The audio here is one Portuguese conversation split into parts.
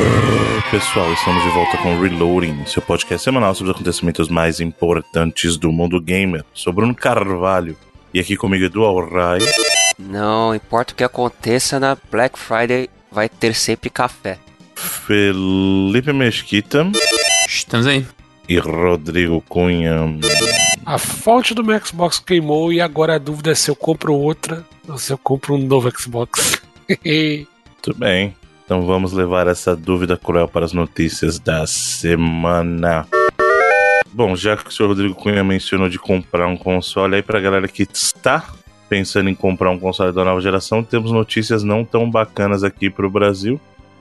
Pessoal, estamos de volta com Reloading, seu podcast semanal sobre os acontecimentos mais importantes do mundo gamer. Sou Bruno Carvalho e aqui comigo Edu Alray. Não importa o que aconteça na Black Friday, vai ter sempre café. Felipe Mesquita. Estamos aí. E Rodrigo Cunha. A fonte do meu Xbox queimou e agora a dúvida é se eu compro outra ou se eu compro um novo Xbox. Tudo bem. Então vamos levar essa dúvida cruel para as notícias da semana. Bom, já que o senhor Rodrigo Cunha mencionou de comprar um console, aí pra galera que está pensando em comprar um console da nova geração, temos notícias não tão bacanas aqui pro Brasil,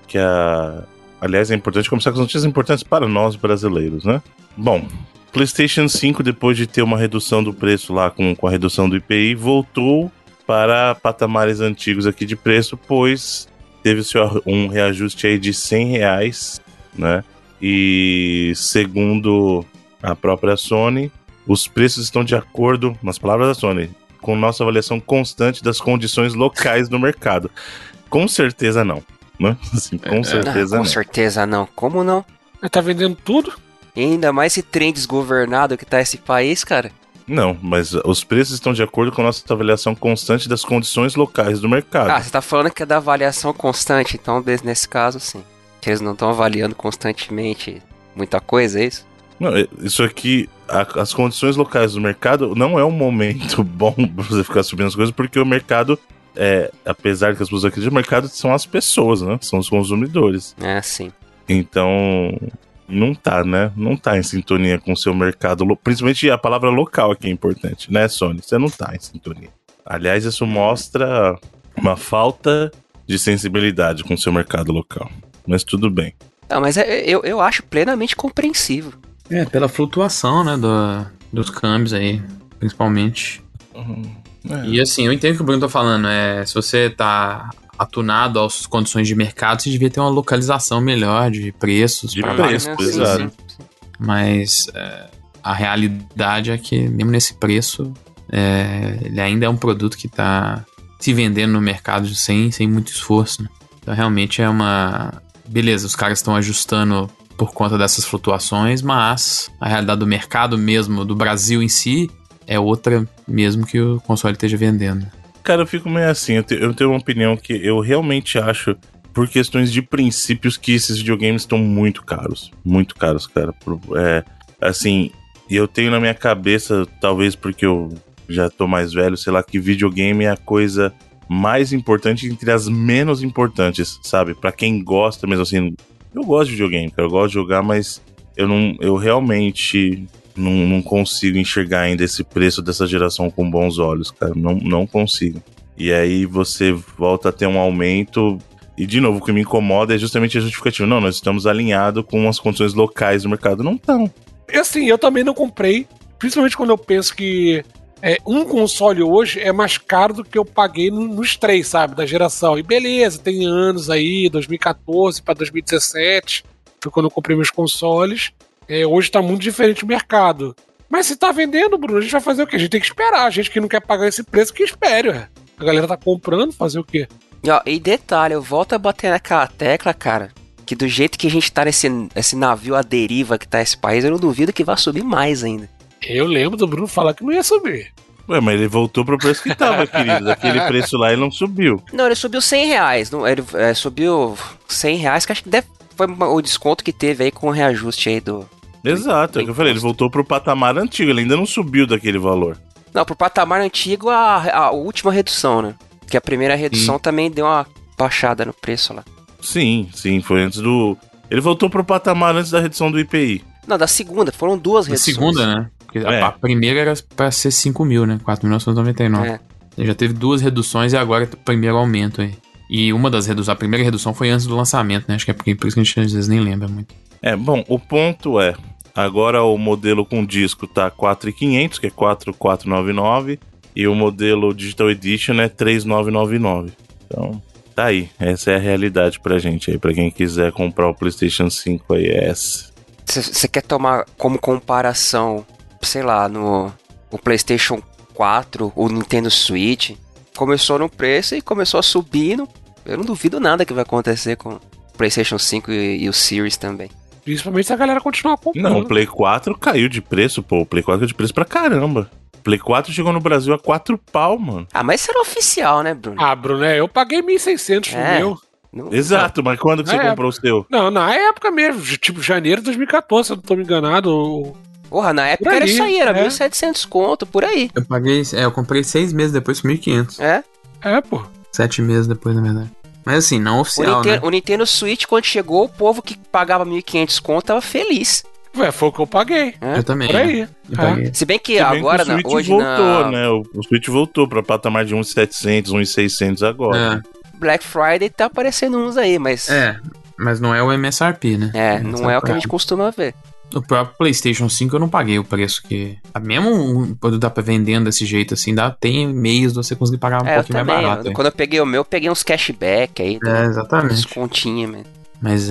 aliás, é importante começar com as notícias importantes para nós brasileiros, né? Bom, PlayStation 5, depois de ter uma redução do preço lá com a redução do IPI, voltou para patamares antigos aqui de preço, pois teve um reajuste aí de R$100, né? E segundo a própria Sony, os preços estão de acordo, nas palavras da Sony, com nossa avaliação constante das condições locais do mercado. Com certeza não, né? Assim, com certeza não. Com certeza não. Como não? Mas tá vendendo tudo? E ainda mais esse trem desgovernado que tá esse país, cara. Não, mas os preços estão de acordo com a nossa avaliação constante das condições locais do mercado. Ah, você tá falando que é da avaliação constante, então nesse caso sim. Que eles não estão avaliando constantemente muita coisa, é isso? Não, isso aqui, as condições locais do mercado não é um momento bom pra você ficar subindo as coisas, porque o mercado, apesar que as pessoas acreditam, o mercado são as pessoas, né? São os consumidores. É, sim. Então, não tá, né? Não tá em sintonia com o seu mercado, principalmente a palavra local aqui é importante, né, Sony? Você não tá em sintonia. Aliás, isso mostra uma falta de sensibilidade com o seu mercado local. Mas tudo bem. Não, mas eu acho plenamente compreensível. Pela flutuação, né, dos câmbios aí, principalmente. E assim, eu entendo o que o Bruno tá falando, se você tá atunado às condições de mercado, você devia ter uma localização melhor de preços. De preço, exato. Mas a realidade é que, mesmo nesse preço, ele ainda é um produto que tá se vendendo no mercado sem muito esforço, né? Então, realmente é beleza, os caras estão ajustando por conta dessas flutuações, mas a realidade do mercado mesmo, do Brasil em si, é outra mesmo que o console esteja vendendo. Cara, eu fico meio assim, eu tenho uma opinião que eu realmente acho, por questões de princípios, que esses videogames estão muito caros, cara. Assim, eu tenho na minha cabeça, talvez porque eu já tô mais velho, sei lá, que videogame é a coisa mais importante entre as menos importantes, sabe? Pra quem gosta mesmo, assim, eu gosto de videogame, cara, eu gosto de jogar, mas eu realmente não consigo enxergar ainda esse preço dessa geração com bons olhos, cara. Não consigo. E aí você volta a ter um aumento. E, de novo, o que me incomoda é justamente a justificativa. Não, nós estamos alinhados com as condições locais do mercado. Não estão. E assim, eu também não comprei. Principalmente quando eu penso que um console hoje é mais caro do que eu paguei nos 3, sabe? Da geração. E beleza, tem anos aí, 2014 para 2017. Foi quando eu comprei meus consoles. Hoje tá muito diferente o mercado. Mas se tá vendendo, Bruno, a gente vai fazer o quê? A gente tem que esperar. A gente que não quer pagar esse preço, que espere, ué. A galera tá comprando, fazer o quê? E detalhe, eu volto a bater naquela tecla, cara, que do jeito que a gente tá nesse navio à deriva que tá esse país, eu não duvido que vai subir mais ainda. Eu lembro do Bruno falar que não ia subir. Ué, mas ele voltou pro preço que tava, querido. Daquele preço lá ele não subiu. Não, ele subiu R$100. Não, ele subiu R$100, que acho que foi o desconto que teve aí com o reajuste aí do... Exato, é o que eu falei, ele voltou pro patamar antigo, ele ainda não subiu daquele valor. Não, pro patamar antigo a última redução, né? Que a primeira redução também deu uma baixada no preço lá. Sim, foi antes do... Ele voltou pro patamar antes da redução do IPI. Não, da segunda, foram duas reduções. Da segunda, né? Porque a primeira era pra ser 5 mil, né? 4.999. Ele já teve duas reduções e agora o primeiro aumento aí. E a primeira redução foi antes do lançamento, né? Acho que é por isso que a gente às vezes nem lembra muito. Bom, o ponto agora o modelo com disco tá 4.500, que é 4.499, e o modelo Digital Edition é 3.999. Então, tá aí. Essa é a realidade pra gente aí, pra quem quiser comprar o PlayStation 5 aí, Você quer tomar como comparação, sei lá, o PlayStation 4, o Nintendo Switch, começou no preço e começou a subir. Eu não duvido nada que vai acontecer com PlayStation 5 e o Series também. Principalmente se a galera continuar comprando. Não, o Play 4 caiu de preço, pô. O Play 4 caiu de preço pra caramba. O Play 4 chegou no Brasil a 4 pau, mano. Ah, mas isso era oficial, né, Bruno? Ah, Bruno, eu paguei 1.600 no meu. Não- Exato, mas quando que você comprou o seu? Não, na época mesmo, tipo janeiro de 2014, se eu não tô me enganado. Porra, na época Por era aí, isso aí, era é. 1.700 conto, por aí. Eu comprei 6 meses depois por 1.500. É. Pô. 7 meses depois, na verdade. Mas assim, não oficial, né? O Nintendo Switch, quando chegou, o povo que pagava 1.500 conto tava feliz. Ué, foi o que eu paguei. É. Eu também. Por aí. Eu paguei. Se bem que Se bem agora, que o Switch hoje voltou, na né? O Switch voltou pra patamar de 1.700, 1.600 agora. Black Friday tá aparecendo uns aí, mas Mas não é o MSRP, né? não é o que a gente costuma ver. O próprio PlayStation 5 eu não paguei o preço que... Mesmo um produto dá pra vendendo desse jeito assim, tem meios de você conseguir pagar um Eu pouquinho também. mais barato. Quando eu peguei o meu, eu peguei uns cashback aí. Exatamente. Descontinho, mano. Mas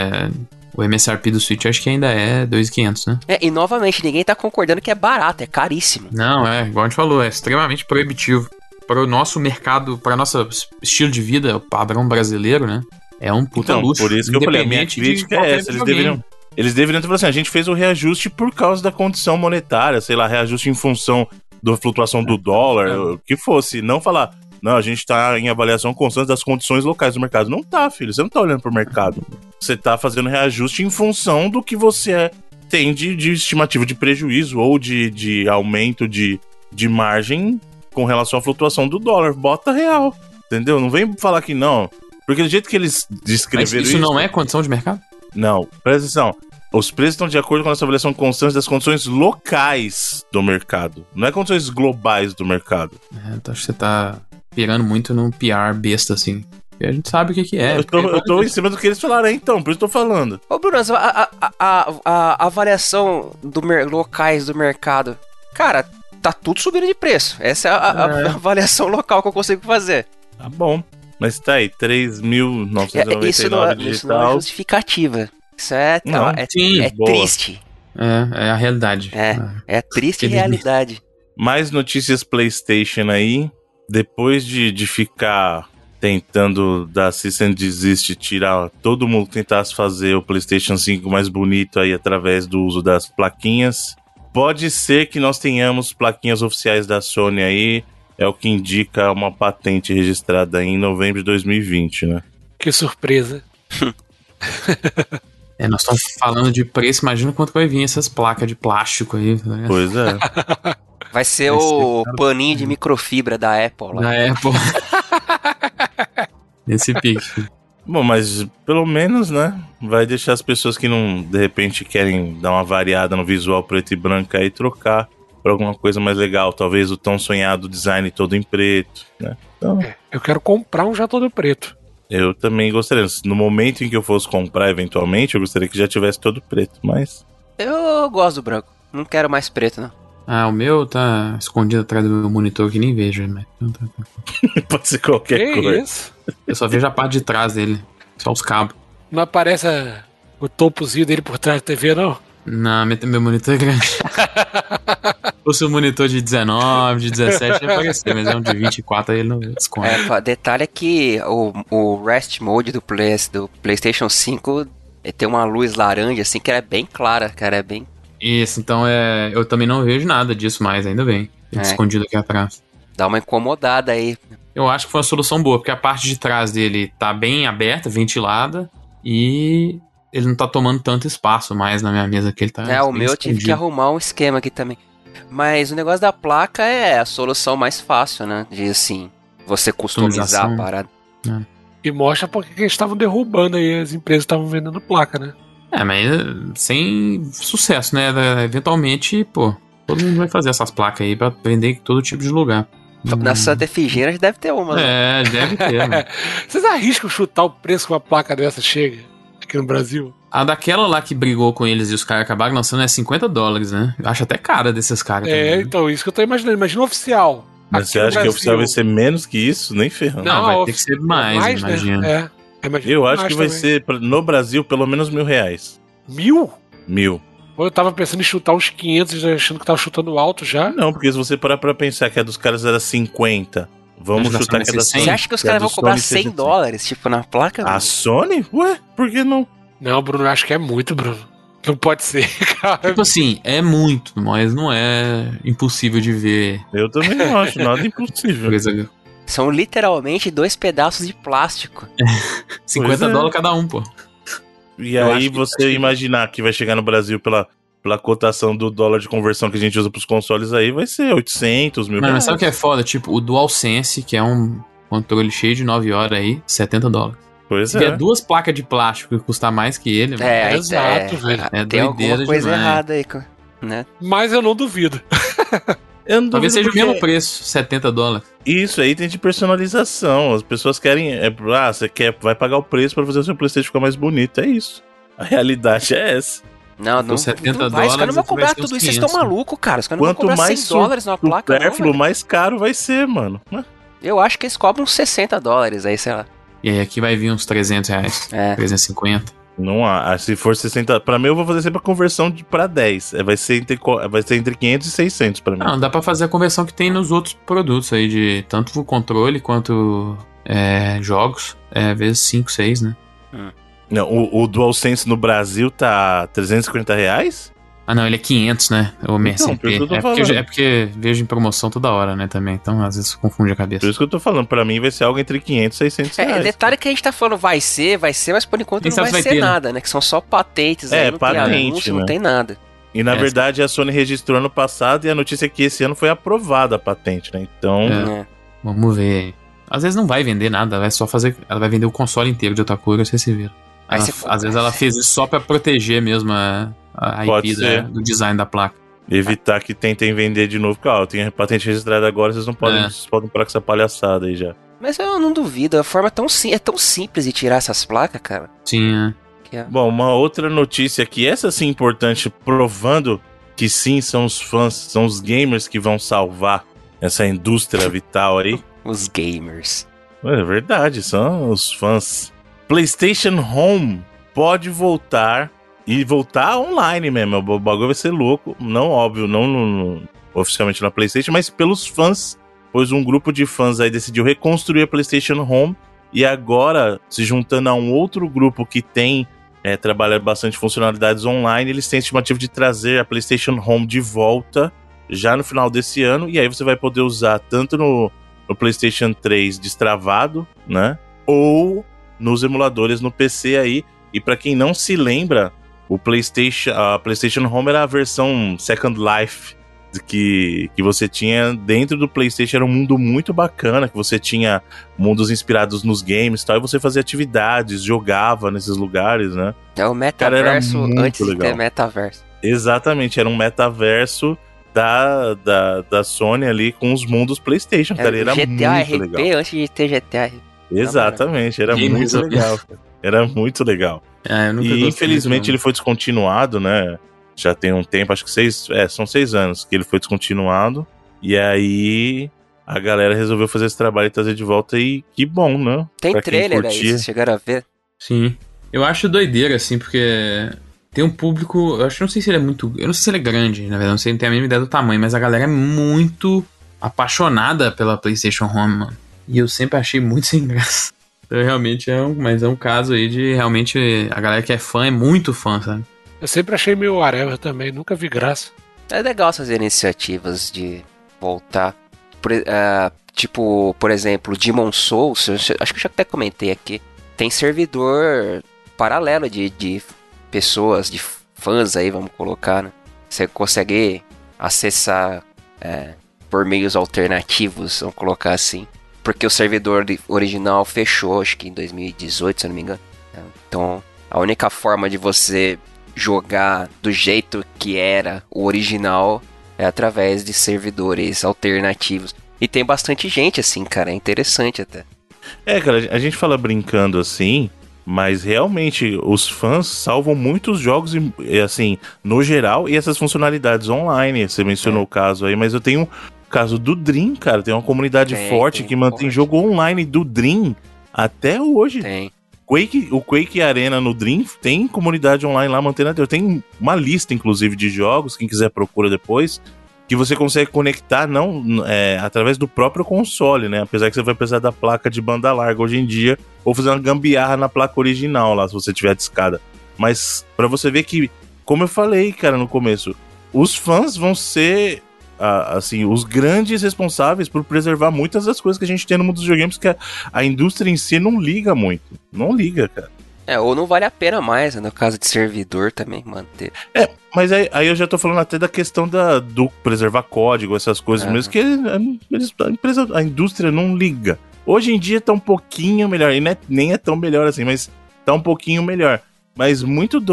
o MSRP do Switch acho que ainda é 2.500, né? E novamente, ninguém tá concordando que é barato, é caríssimo. Não, igual a gente falou, é extremamente proibitivo. Para o nosso mercado, para nosso estilo de vida, o padrão brasileiro, né? É um puta Então, luxo. por isso que eu falei, a minha independente de crítica é qualquer essa. videogame. Eles deveriam ter falado assim, a gente fez o reajuste por causa da condição monetária, sei lá, reajuste em função da flutuação do dólar, o que fosse. Não falar, não, a gente tá em avaliação constante das condições locais do mercado. Não tá, filho, você não tá olhando pro mercado. Você tá fazendo reajuste em função do que você tem de estimativa de prejuízo ou de aumento de margem com relação à flutuação do dólar. Bota real, entendeu? Não vem falar que não. Porque do jeito que eles descreveram Mas isso não é condição de mercado? Não, presta atenção. Os preços estão de acordo com a nossa avaliação constante das condições locais do mercado. Não é condições globais do mercado. Então acho que você tá pirando muito num PR besta, assim. E a gente sabe o que é. Eu tô em cima do que eles falaram, então, por isso eu tô falando. Ô, Bruno, a avaliação locais do mercado, cara, tá tudo subindo de preço. Essa é a avaliação local que eu consigo fazer. Tá bom. Mas tá aí, 3.999 Isso não é digital. justificativa. Isso é boa. triste. É a realidade. É triste realidade. Mais notícias PlayStation aí. Depois de ficar tentando dar cease and desist, tirar todo mundo que tentasse fazer o PlayStation 5 mais bonito aí através do uso das plaquinhas, pode ser que nós tenhamos plaquinhas oficiais da Sony aí. É o que indica uma patente registrada em novembro de 2020, né? Que surpresa. Nós estamos falando de preço, imagina quanto vai vir essas placas de plástico aí. Né? Pois é. Vai ser o paninho de microfibra da Apple lá. Da Apple. Nesse pique. Bom, mas pelo menos, né? Vai deixar as pessoas que não, de repente, querem dar uma variada no visual preto e branco aí trocar por alguma coisa mais legal. Talvez o tão sonhado design todo em preto, né? Então, Eu quero comprar um já todo preto. eu também gostaria. No momento em que eu fosse comprar, eventualmente, eu gostaria que já tivesse todo preto, mas... Eu gosto do branco. Não quero mais preto, não. O meu tá escondido atrás do meu monitor que nem vejo, né? Pode ser qualquer Que coisa. isso? Eu só vejo a parte de trás dele. Só os cabos. Não aparece o topozinho dele por trás da TV, não? Não, meu monitor é grande. Se fosse um monitor de 19, de 17, ia aparecer, mas é um de 24, aí ele não esconde. Detalhe é que o Rest Mode do PlayStation 5 tem uma luz laranja, assim, que é bem clara, cara, é bem... Isso, então eu também não vejo nada disso mais, ainda bem. Escondido aqui atrás. Dá uma incomodada aí. Eu acho que foi uma solução boa, porque a parte de trás dele tá bem aberta, ventilada, e ele não tá tomando tanto espaço mais na minha mesa que ele tá. O meu eu tive que arrumar um esquema aqui também. Mas o negócio da placa é a solução mais fácil, né? De assim, você customizar a parada. E mostra porque eles estavam derrubando aí, as empresas estavam vendendo placa, né? Mas sem sucesso, né? Eventualmente, pô, todo mundo vai fazer essas placas aí pra vender em todo tipo de lugar. Na Santa Efigênia deve ter uma, né? Deve ter, né? Vocês arriscam chutar o preço que uma placa dessa chega aqui no Brasil? A daquela lá que brigou com eles e os caras acabaram lançando é $50, né? Eu acho até cara desses caras também, né? Então, isso que eu tô imaginando. Imagina o oficial. Mas você acha que o oficial vai ser menos que isso? Nem ferrando. Não, vai ter que ser mais, imagina. Né? Eu acho que vai ser, no Brasil, pelo menos R$1.000. 1.000? 1.000. Pô, eu tava pensando em chutar uns 500, achando que tava chutando alto já. Não, porque se você parar pra pensar que a dos caras era 50, Vamos chutar que é da Sony. Você acha que os caras vão cobrar $100, tipo, na placa? A Sony? Ué, por que não? Não, Bruno, eu acho que é muito, Bruno. Não pode ser, cara. Tipo assim, é muito, mas não é impossível de ver. Eu também não acho nada impossível. São literalmente 2 pedaços de plástico. $50 cada um, pô. E aí você imaginar que vai chegar no Brasil pela cotação do dólar de conversão que a gente usa pros consoles aí, vai ser 800 mil reais. Mas sabe o que é foda? Tipo, o DualSense, que é um controle cheio de 9 horas aí, $70. Pois Se tiver 2 placas de plástico que custar mais que ele, mano, exato, velho. Tem alguma coisa errada aí, né? Mas eu não duvido. Talvez seja o mesmo preço, $70. Isso aí tem de personalização. As pessoas querem. Você vai pagar o preço pra fazer o seu PlayStation ficar mais bonito. É isso. A realidade é essa. Não $70 vai. Os caras não vão cobrar tudo isso. Vocês estão malucos, cara. Os caras não vão cobrar $100 na placa. Não, mais caro vai ser, mano. Eu acho que eles cobram uns $60 aí, sei lá. E aí aqui vai vir uns $300. 350. Não há. Se for 60. Pra mim, eu vou fazer sempre a conversão pra 10. Vai ser entre 500 e 600 pra mim. Não, dá pra fazer a conversão que tem nos outros produtos aí, de tanto o controle quanto jogos. Vezes 5, 6, né? Não, o DualSense no Brasil tá R$350? Ah, não, ele é 500, né? O MSP. Então, é porque vejo em promoção toda hora, né, também. Então, às vezes, confunde a cabeça. Por isso que eu tô falando. Pra mim, vai ser algo entre 500 e 600 reais. Detalhe que a gente tá falando vai ser, mas por enquanto não vai ser nada, né? Que são só patentes aí, não patente, tem anúncio, não tem nada. E, na verdade, a Sony registrou ano passado e a notícia é que esse ano foi aprovada a patente, né? Então... Vamos ver. Às vezes não vai vender nada, vai só fazer... Ela vai vender o console inteiro de outra cor, você se vira. Às vezes ela fez isso só pra proteger mesmo a IP do design da placa. Evitar que tentem vender de novo. Porque, eu tenho a patente registrada agora, vocês não podem, vocês podem parar com essa palhaçada aí já. Mas eu não duvido, a forma é tão simples de tirar essas placas, cara. Sim, Bom, uma outra notícia aqui, essa sim importante, provando que sim, são os fãs, são os gamers que vão salvar essa indústria vital aí. Os gamers. É verdade, são os fãs. PlayStation Home pode voltar e voltar online mesmo. O bagulho vai ser louco. Não, óbvio, não oficialmente na PlayStation, mas pelos fãs. Pois um grupo de fãs aí decidiu reconstruir a PlayStation Home e agora, se juntando a um outro grupo que tem trabalha bastante funcionalidades online, eles têm a estimativa de trazer a PlayStation Home de volta já no final desse ano. E aí você vai poder usar tanto no PlayStation 3 destravado, né? Ou nos emuladores no PC aí. E pra quem não se lembra, a PlayStation Home era a versão Second Life que você tinha dentro do PlayStation. Era um mundo muito bacana, que você tinha mundos inspirados nos games e tal, e você fazia atividades, jogava nesses lugares, né? É o metaverso antes de ter metaverso. Exatamente, era um metaverso da Sony ali com os mundos PlayStation, cara. Era GTA muito RP legal. Antes de ter GTA. Exatamente, era muito legal. Era muito legal. E infelizmente ele foi descontinuado, né? Já tem um tempo, acho que são 6 anos que ele foi descontinuado. E aí a galera resolveu fazer esse trabalho e trazer de volta, e que bom, né? Tem trailer aí, vocês chegaram a ver? Sim. Eu acho doideira, assim, porque tem um público, não sei se ele é muito... Eu não sei se ele é grande, na verdade, não sei, não tenho a mínima ideia do tamanho, mas a galera é muito apaixonada pela PlayStation Home, mano. E eu sempre achei muito sem graça. Então realmente é um caso aí de realmente a galera que é fã é muito fã, sabe? Eu sempre achei meio whatever também, nunca vi graça. É legal essas iniciativas de voltar. Tipo, por exemplo, Demon's Souls, acho que eu já até comentei aqui. Tem servidor paralelo de pessoas, de fãs aí, vamos colocar, né? Você consegue acessar por meios alternativos, vamos colocar assim. Porque o servidor original fechou, acho que em 2018, se eu não me engano. Então, a única forma de você jogar do jeito que era o original é através de servidores alternativos. E tem bastante gente assim, cara, é interessante até. Cara, a gente fala brincando assim, mas realmente os fãs salvam muitos jogos, assim, no geral, e essas funcionalidades online. Você mencionou o caso aí, mas eu tenho o caso do Dream, cara. Tem uma comunidade forte que mantém jogo online do Dream até hoje. Tem. O Quake Arena no Dream tem comunidade online lá mantendo. Tem uma lista, inclusive, de jogos, quem quiser procura depois, que você consegue conectar através do próprio console, né? Apesar que você vai precisar da placa de banda larga hoje em dia, ou fazer uma gambiarra na placa original lá, se você tiver discada. Mas pra você ver que, como eu falei, cara, no começo, os fãs vão ser, assim, os grandes responsáveis por preservar muitas das coisas que a gente tem no mundo dos videogames, que a indústria em si não liga muito. Não liga, cara. Ou não vale a pena mais, né, no caso de servidor também, manter. Mas aí eu já tô falando até da questão do preservar código, essas coisas mesmo, que a indústria não liga. Hoje em dia tá um pouquinho melhor, e nem é tão melhor assim, mas tá um pouquinho melhor. Mas muito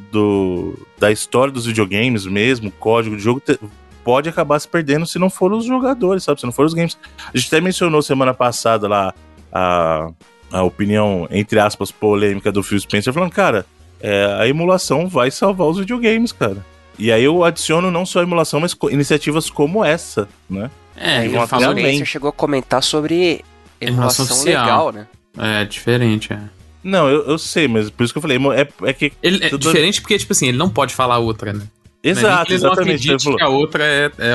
da história dos videogames mesmo, código de jogo, pode acabar se perdendo se não for os jogadores, sabe? Se não for os games. A gente até mencionou semana passada lá a opinião, entre aspas, polêmica do Phil Spencer, falando, cara, a emulação vai salvar os videogames, cara. E aí eu adiciono não só a emulação, mas iniciativas como essa, né? E o Phil Spencer chegou a comentar sobre emulação legal, né? É diferente, Não, eu sei, mas por isso que eu falei, é que... Ele é diferente porque, tipo assim, ele não pode falar outra, né? Exato, exatamente. Ele não acredita que a outra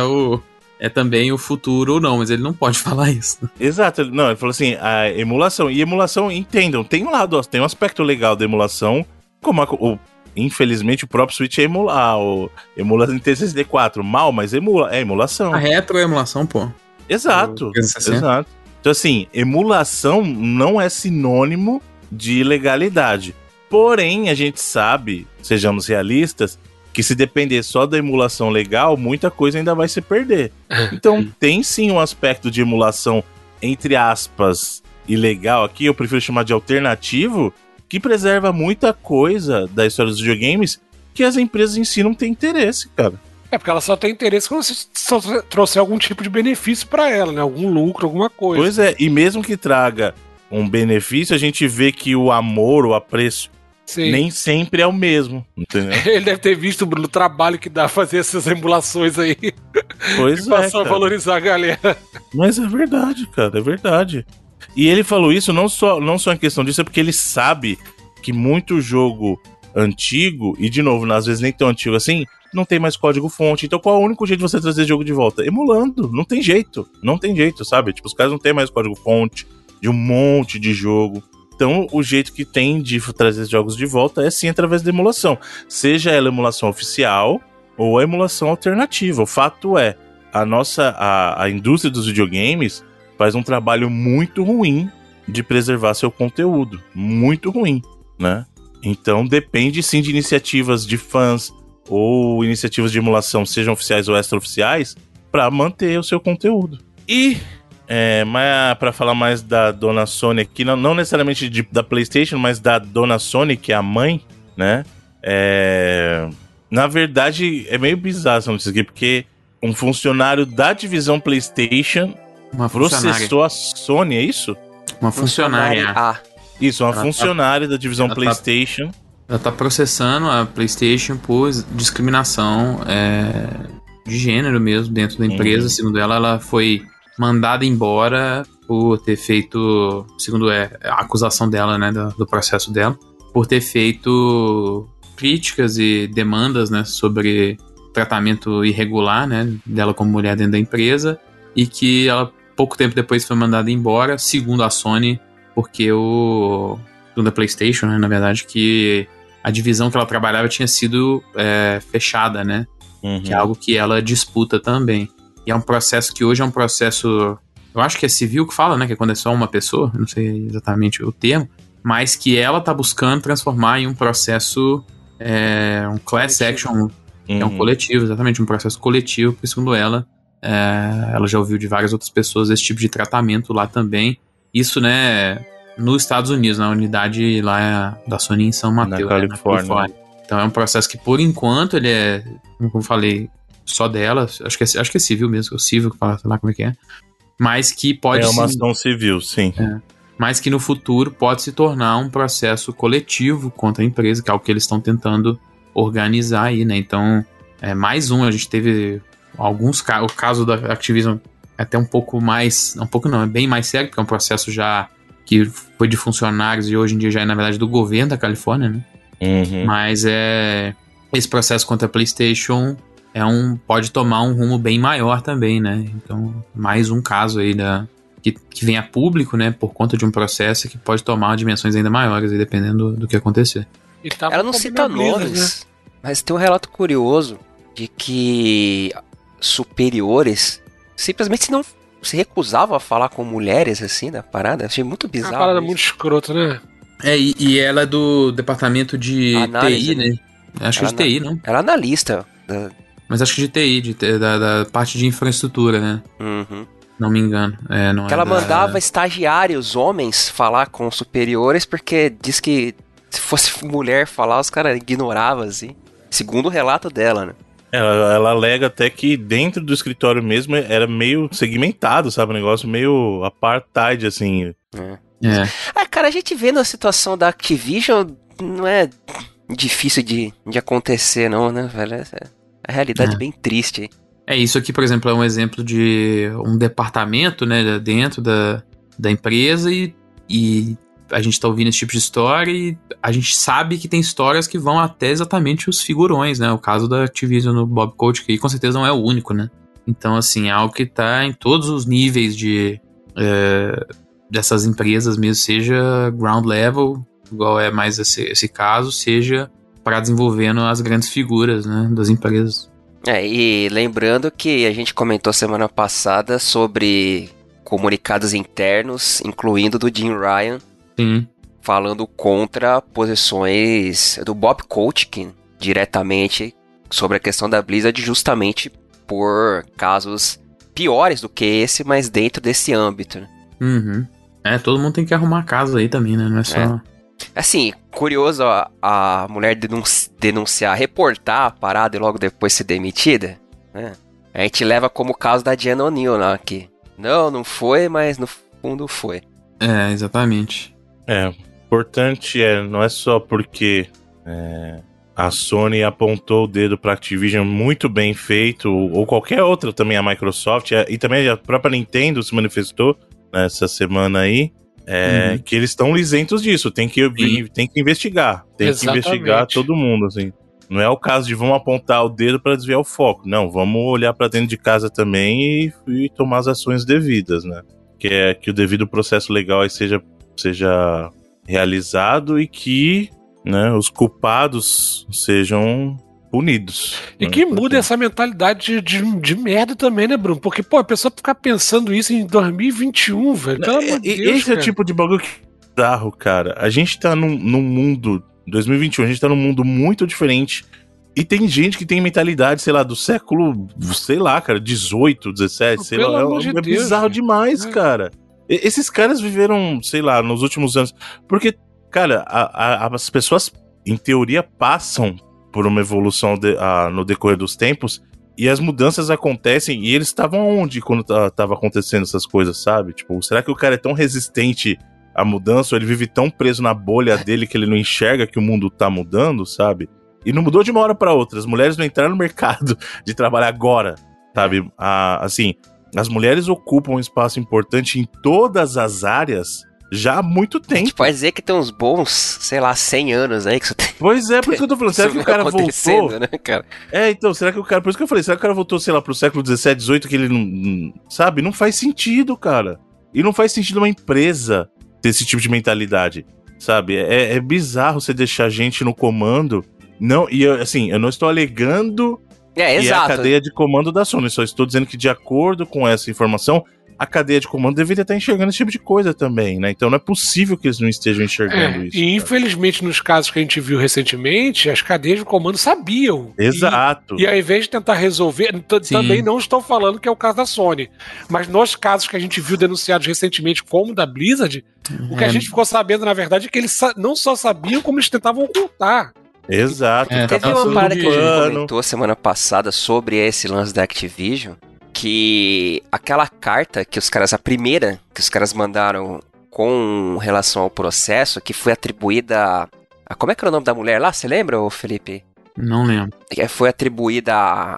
é também o futuro ou não, mas ele não pode falar isso. Né? Exato, não, ele falou assim, a emulação, e emulação, entendam, tem um lado, tem um aspecto legal da emulação, como infelizmente o próprio Switch emula Nintendo 64, mal, mas é emulação. A retro é emulação, pô. Exato, exato. Então assim, emulação não é sinônimo de legalidade. Porém, a gente sabe, sejamos realistas, que se depender só da emulação legal, muita coisa ainda vai se perder. Então, tem sim um aspecto de emulação, entre aspas, ilegal aqui, eu prefiro chamar de alternativo, que preserva muita coisa da história dos videogames que as empresas em si não têm interesse, cara. Porque ela só tem interesse quando você só trouxer algum tipo de benefício pra ela, né? Algum lucro, alguma coisa. Pois é, e mesmo que traga um benefício, a gente vê que o amor, o apreço, nem sempre é o mesmo, entendeu? Ele deve ter visto o trabalho que dá fazer essas emulações aí. Pois e passou a valorizar a galera. Mas é verdade, cara, é verdade. E ele falou isso não só em questão disso, é porque ele sabe que muito jogo antigo, e de novo, às vezes nem tão antigo assim, não tem mais código-fonte. Então qual é o único jeito de você trazer jogo de volta? Emulando, não tem jeito, sabe? Tipo, os caras não tem mais código-fonte de um monte de jogo. Então, o jeito que tem de trazer jogos de volta é sim através da emulação. Seja ela emulação oficial ou a emulação alternativa. O fato é, a indústria dos videogames faz um trabalho muito ruim de preservar seu conteúdo. Muito ruim, né? Então, depende sim de iniciativas de fãs ou iniciativas de emulação, sejam oficiais ou extra-oficiais, para manter o seu conteúdo. E... mas para falar mais da dona Sony aqui, não necessariamente da PlayStation, mas da dona Sony, que é a mãe, né? Na verdade, é meio bizarro essa notícia aqui, porque um funcionário da divisão PlayStation processou a Sony, é isso? Uma funcionária. Isso, uma funcionária da divisão PlayStation. Ela tá processando a PlayStation por discriminação de gênero mesmo dentro da empresa. Segundo ela foi mandada embora por ter feito, segundo a acusação dela, né, do processo dela, por ter feito críticas e demandas, né, sobre tratamento irregular, né, dela como mulher dentro da empresa, e que ela pouco tempo depois foi mandada embora, segundo a Sony, porque segundo a PlayStation, né, na verdade, que a divisão que ela trabalhava tinha sido fechada, né, que é algo que ela disputa também. E é um processo que hoje é um processo, eu acho que é civil que fala, né? Que é quando é só uma pessoa, não sei exatamente o termo, mas que ela tá buscando transformar em um processo, um class action, é um coletivo, exatamente, um processo coletivo, porque segundo ela já ouviu de várias outras pessoas esse tipo de tratamento lá também. Isso, né, nos Estados Unidos, na unidade lá da Sony em São Mateus, na Califórnia. Então é um processo que, por enquanto, ele é, como eu falei, só dela, acho que é civil mesmo, o civil que fala, sei lá como é que é, mas que pode... É uma ação civil, sim. Mas que no futuro pode se tornar um processo coletivo contra a empresa, que é o que eles estão tentando organizar aí, né? Então, mais a gente teve alguns casos, o caso da Activision é até um pouco mais, é bem mais sério, porque é um processo já que foi de funcionários e hoje em dia já é, na verdade, do governo da Califórnia, né? Mas esse processo contra a PlayStation pode tomar um rumo bem maior também, né? Então, mais um caso aí que vem a público, né, por conta de um processo que pode tomar dimensões ainda maiores, aí, dependendo do que acontecer. Ela não cita nomes, né? Mas tem um relato curioso de que superiores simplesmente não se recusavam a falar com mulheres, assim, da parada. Achei muito bizarro. Uma parada muito escrota, né? E ela é do departamento de análise, TI, né? Acho que é de TI, não? Ela é analista. Mas acho que de TI, da parte de infraestrutura, né? Uhum. Não me engano. Não que ela mandava estagiários, homens, falar com superiores, porque diz que se fosse mulher falar, os caras ignoravam, assim. Segundo o relato dela, né? Ela alega até que dentro do escritório mesmo era meio segmentado, sabe? Um negócio meio apartheid, assim. Cara, a gente vendo a situação da Activision, não é difícil de acontecer, não, né, velho? A realidade é bem triste. Isso aqui, por exemplo, é um exemplo de um departamento, né, dentro da empresa e a gente tá ouvindo esse tipo de história e a gente sabe que tem histórias que vão até exatamente os figurões, né? O caso da Activision no Bob Kotick, que com certeza não é o único, né? Então, assim, é algo que tá em todos os níveis dessas empresas mesmo, seja ground level, igual é mais esse caso, seja para desenvolvendo as grandes figuras, né, das empresas. E lembrando que a gente comentou semana passada sobre comunicados internos, incluindo do Jim Ryan, Sim. falando contra posições do Bob Kotick diretamente sobre a questão da Blizzard, justamente por casos piores do que esse, mas dentro desse âmbito. Uhum. Todo mundo tem que arrumar casa aí também, né? Não é só... Assim, curioso a mulher denunciar, reportar a parada e logo depois ser demitida, né? A gente leva como o caso da Jen O'Neill lá aqui. Não foi, mas no fundo foi. Exatamente. Importante não é só porque a Sony apontou o dedo pra Activision muito bem feito, ou qualquer outra também, a Microsoft, e também a própria Nintendo se manifestou nessa semana aí, que eles estão isentos disso, tem que investigar, tem que investigar todo mundo, assim. Não é o caso de vamos apontar o dedo para desviar o foco, não, vamos olhar para dentro de casa também e tomar as ações devidas, né? Que o devido processo legal aí seja realizado e que, né, os culpados sejam punidos. E que muda essa mentalidade de merda também, né, Bruno? Porque, a pessoa ficar pensando isso em 2021, velho. Pelo amor de Deus, esse é o tipo de bagulho que é bizarro, cara. A gente tá num mundo... 2021, a gente tá num mundo muito diferente. E tem gente que tem mentalidade, sei lá, do século, sei lá, cara, 18, 17, sei lá. É bizarro demais, cara. Esses caras viveram, sei lá, nos últimos anos. Porque, cara, as pessoas, em teoria, passam por uma evolução no decorrer dos tempos, e as mudanças acontecem, e eles estavam onde quando tava acontecendo essas coisas, sabe? Tipo, será que o cara é tão resistente à mudança, ou ele vive tão preso na bolha dele que ele não enxerga que o mundo tá mudando, sabe? E não mudou de uma hora pra outra, as mulheres não entraram no mercado de trabalho agora, sabe? Assim, as mulheres ocupam um espaço importante em todas as áreas já há muito tempo. A gente pode dizer que tem uns bons, sei lá, 100 anos aí que isso tem. Pois é, por isso que eu tô falando. Será que o cara voltou? Né, cara? Então, será que o cara... Por isso que eu falei, será que o cara voltou, sei lá, pro século 17, 18, que ele não... Sabe? Não faz sentido, cara. E não faz sentido uma empresa ter esse tipo de mentalidade, sabe? É bizarro você deixar gente no comando. Não, e eu não estou alegando que exato. É a cadeia de comando da Sony. Só estou dizendo que, de acordo com essa informação, a cadeia de comando deveria estar enxergando esse tipo de coisa também, né? Então não é possível que eles não estejam enxergando isso. E infelizmente, nos casos que a gente viu recentemente, as cadeias de comando sabiam. Exato. E ao invés de tentar resolver, também não estou falando que é o caso da Sony, mas nos casos que a gente viu denunciados recentemente, como da Blizzard, o que a gente ficou sabendo, na verdade, é que eles não só sabiam, como eles tentavam ocultar. Exato. Teve uma parada que a gente comentou semana passada sobre esse lance da Activision, que aquela carta que os caras, a primeira que os caras mandaram com relação ao processo, que foi atribuída a como é que era o nome da mulher lá? Você lembra, Felipe? Não lembro. Foi atribuída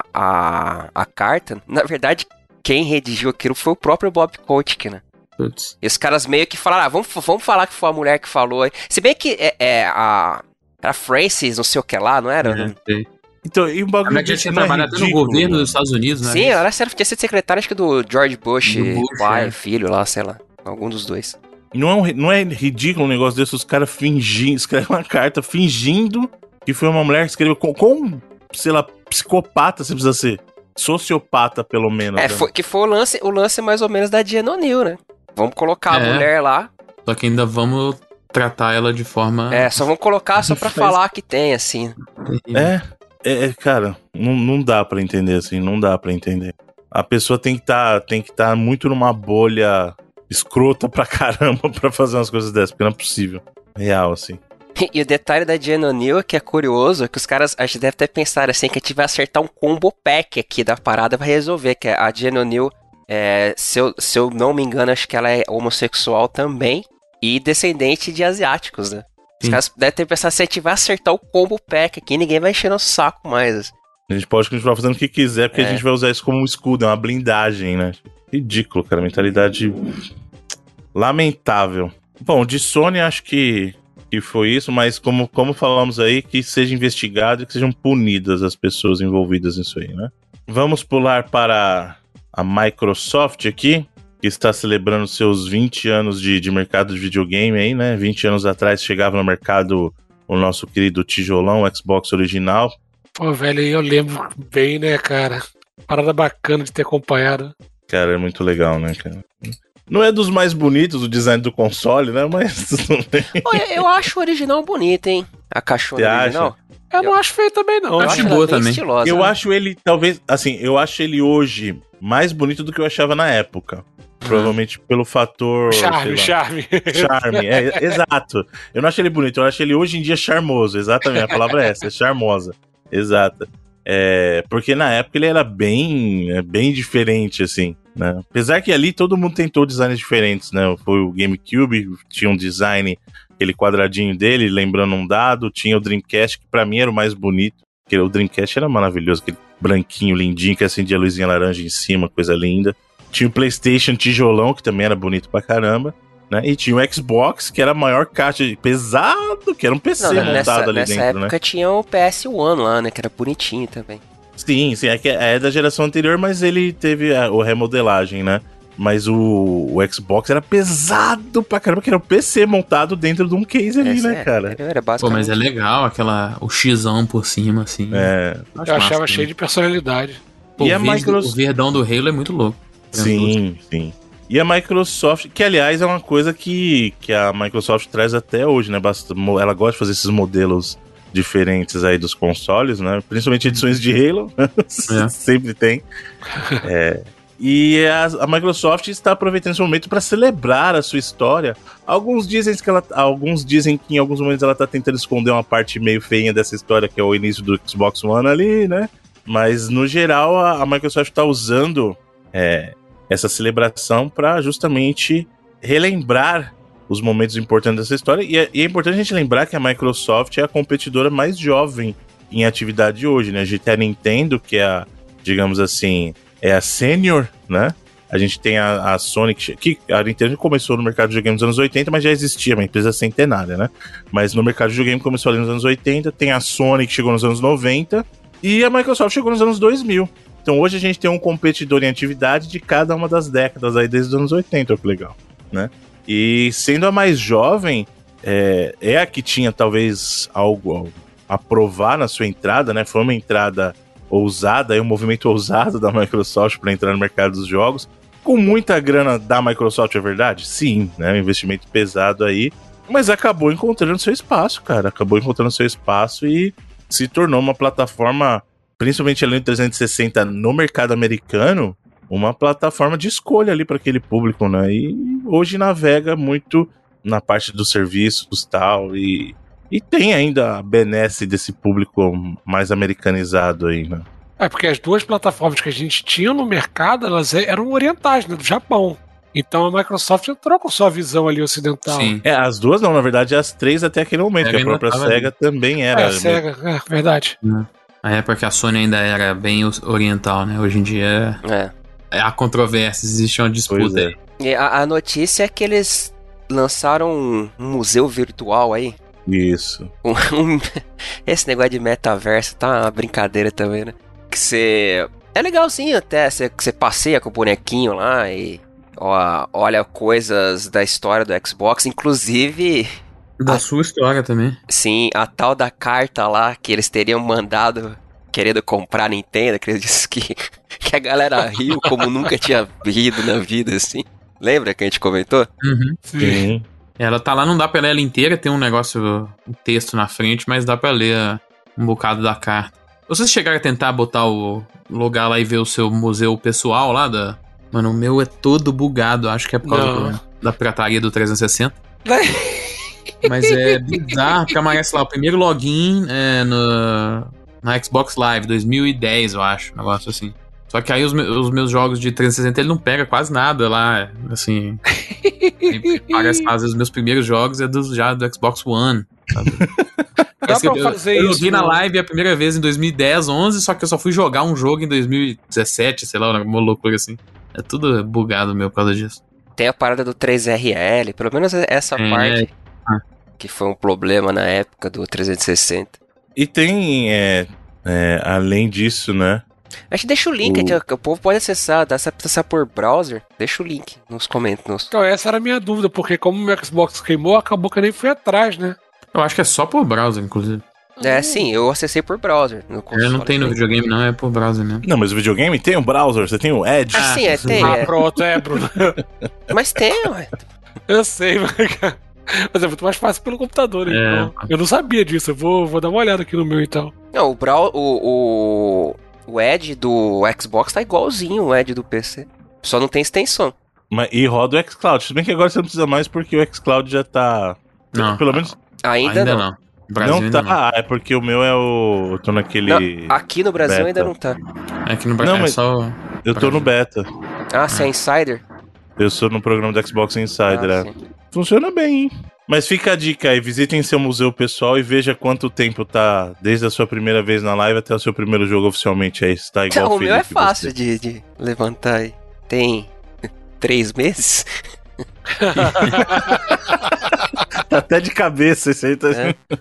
a carta. Na verdade, quem redigiu aquilo foi o próprio Bob Kotick, né? Putz. E os caras meio que falaram, vamos falar que foi a mulher que falou. Se bem que era Francis, não sei o que lá, não era? Então, e o bagulho Ela já tinha trabalhado até no governo dos Estados Unidos, né? Sim, ela tinha sido secretária, acho que do George Bush, pai, é. filho lá, sei lá. Algum dos dois. Não é ridículo um negócio desse, os caras escrevem uma carta fingindo que foi uma mulher que escreveu com, sei lá, psicopata, você precisa ser. Sociopata, pelo menos. Que foi o lance mais ou menos da Jen O'Neill, né? Vamos colocar a mulher lá. Só que ainda vamos tratar ela de forma... Só vamos colocar só pra falar que tem, assim. Cara, não dá pra entender, assim, não dá pra entender. A pessoa tem que tá muito numa bolha escrota pra caramba pra fazer umas coisas dessas, porque não é possível. Real, assim. E o detalhe da Jen O'Neill, que é curioso, é que os caras, a gente deve até pensar assim, que a gente vai acertar um combo pack aqui da parada pra resolver, que a Jen O'Neill, se eu não me engano, acho que ela é homossexual também, e descendente de asiáticos, né? Os caras devem ter pensado, se a gente vai acertar o combo pack aqui, ninguém vai encher nosso saco mais. A gente pode continuar fazendo o que quiser, porque a gente vai usar isso como um escudo, é uma blindagem, né? Ridículo, cara, mentalidade lamentável. Bom, de Sony acho que foi isso, mas como falamos aí, que seja investigado e que sejam punidas as pessoas envolvidas nisso aí, né? Vamos pular para a Microsoft aqui, que está celebrando seus 20 anos de mercado de videogame aí, né? 20 anos atrás chegava no mercado o nosso querido tijolão, o Xbox original. Pô, velho, eu lembro bem, né, cara? Parada bacana de ter acompanhado. Cara, é muito legal, né, cara? Não é dos mais bonitos o design do console, né? Mas eu acho o original bonito, hein? A caixona original. Eu não acho feio também, não. Eu acho boa também. Estilosa, eu né? acho ele, talvez, assim, eu acho ele hoje mais bonito do que eu achava na época. Provavelmente pelo fator... Charme. Charme, exato. Eu não acho ele bonito, eu acho ele hoje em dia charmoso. Exatamente, a palavra é essa, é charmosa. Exato. Porque na época ele era bem diferente, assim, né? Apesar que ali todo mundo tentou designs diferentes, né? Foi o GameCube, tinha um design, aquele quadradinho dele, lembrando um dado. Tinha o Dreamcast, que pra mim era o mais bonito. Porque o Dreamcast era maravilhoso, aquele branquinho, lindinho, que acendia a luzinha laranja em cima, coisa linda. Tinha o PlayStation tijolão, que também era bonito pra caramba, né? E tinha o Xbox, que era a maior caixa pesado, que era um PC montado ali dentro, né? Nessa época tinha o PS1 lá, né? Que era bonitinho também. Sim, é da geração anterior, mas ele teve a remodelagem, né? Mas o Xbox era pesado pra caramba, que era um PC montado dentro de um case ali, né, cara? Era basicamente... Pô, mas é legal, o xão por cima, assim. Eu achava cheio de personalidade. Pô, e o verdão do Halo é muito louco. Sim. E a Microsoft, que aliás é uma coisa que a Microsoft traz até hoje, né? Ela gosta de fazer esses modelos diferentes aí dos consoles, né? Principalmente edições de Halo, sempre tem. E a Microsoft está aproveitando esse momento para celebrar a sua história. Alguns dizem que em alguns momentos ela está tentando esconder uma parte meio feinha dessa história, que é o início do Xbox One ali, né? Mas no geral a Microsoft está usando essa celebração para justamente relembrar os momentos importantes dessa história. E é importante a gente lembrar que a Microsoft é a competidora mais jovem em atividade hoje, né? A gente tem a Nintendo, que é digamos assim, é a sênior, né? A gente tem a Sony, que a Nintendo começou no mercado de videogame nos anos 80, mas já existia, uma empresa centenária, né? Mas no mercado de videogame começou ali nos anos 80, tem a Sony, que chegou nos anos 90, e a Microsoft chegou nos anos 2000. Então hoje a gente tem um competidor em atividade de cada uma das décadas aí desde os anos 80, olha que legal, né? E sendo a mais jovem, é a que tinha talvez algo a provar na sua entrada, né? Foi uma entrada ousada, um movimento ousado da Microsoft para entrar no mercado dos jogos, com muita grana da Microsoft, é verdade? Sim, né? Um investimento pesado aí, mas acabou encontrando seu espaço, cara. Acabou encontrando seu espaço e se tornou uma plataforma, principalmente ali no 360 no mercado americano, uma plataforma de escolha ali para aquele público, né? E hoje navega muito na parte dos serviços e tal, e tem ainda a benesse desse público mais americanizado aí, né? Porque as duas plataformas que a gente tinha no mercado, elas eram orientais, né, do Japão. Então a Microsoft entrou com sua visão ali ocidental. Sim. As duas não, na verdade as três até aquele momento, que a própria Sega também era. A Sega, verdade. Na época que a Sony ainda era bem oriental, né? Hoje em dia há controvérsias, existe uma disputa aí. E a notícia é que eles lançaram um museu virtual aí. Isso. Esse negócio de metaverso tá uma brincadeira também, né? Que você... É legalzinho até, você passeia com o bonequinho lá e olha coisas da história do Xbox, inclusive... Da sua história também. Sim, a tal da carta lá que eles teriam mandado querendo comprar a Nintendo, que eles disseram que a galera riu como nunca tinha rido na vida, assim. Lembra que a gente comentou? Uhum. Sim. Ela tá lá, não dá pra ler ela inteira, tem um texto na frente, mas dá pra ler um bocado da carta. Vocês chegaram a tentar botar o lugar lá e ver o seu museu pessoal lá da... Mano, o meu é todo bugado, acho que é por causa da pirataria do 360. Mas é bizarro, porque aparece lá o primeiro login na Xbox Live, 2010, eu acho, um negócio assim. Só que aí os meus jogos de 360, ele não pega quase nada lá, assim. Parece, às vezes, os meus primeiros jogos é já do Xbox One, sabe? Dá pra fazer eu isso. joguei na live a primeira vez em 2010, 11, só que eu só fui jogar um jogo em 2017, sei lá, uma loucura assim. É tudo bugado meu por causa disso. Tem a parada do 3RL, pelo menos essa parte, que foi um problema na época do 360. E tem, além disso, né? A gente deixa o link, que o povo pode acessar, dá pra acessar por browser, deixa o link nos comentários. Então, essa era a minha dúvida, porque como o meu Xbox queimou, acabou que eu nem fui atrás, né? Eu acho que é só por browser, inclusive. Sim, eu acessei por browser. No console, não tem no videogame, não, é por browser mesmo. Não, mas o videogame tem um browser, você tem o Edge. Sim, tem. Pronto, Bruno. Mas tem, ué. Eu sei, mas é muito mais fácil pelo computador, então. Eu não sabia disso, eu vou dar uma olhada aqui no meu, então. Não, o Edge do Xbox tá igualzinho o Edge do PC. Só não tem extensão. E roda o xCloud. Se bem que agora você não precisa mais porque o xCloud já tá... Não. Pelo menos... Ainda não. Brasil não tá. Não. É porque o meu eu tô naquele... Não, aqui no Brasil beta. ainda não tá. Aqui no Brasil Não, mas só... Eu tô no beta. Você é Insider? Eu sou no programa do Xbox Insider, Sim. Funciona bem, hein? Mas fica a dica aí, visitem seu museu pessoal e veja quanto tempo tá desde a sua primeira vez na live até o seu primeiro jogo oficialmente aí. Está igual Não, o meu é Felipe, fácil de levantar aí. Tem 3 meses? Até de cabeça, isso aí tá...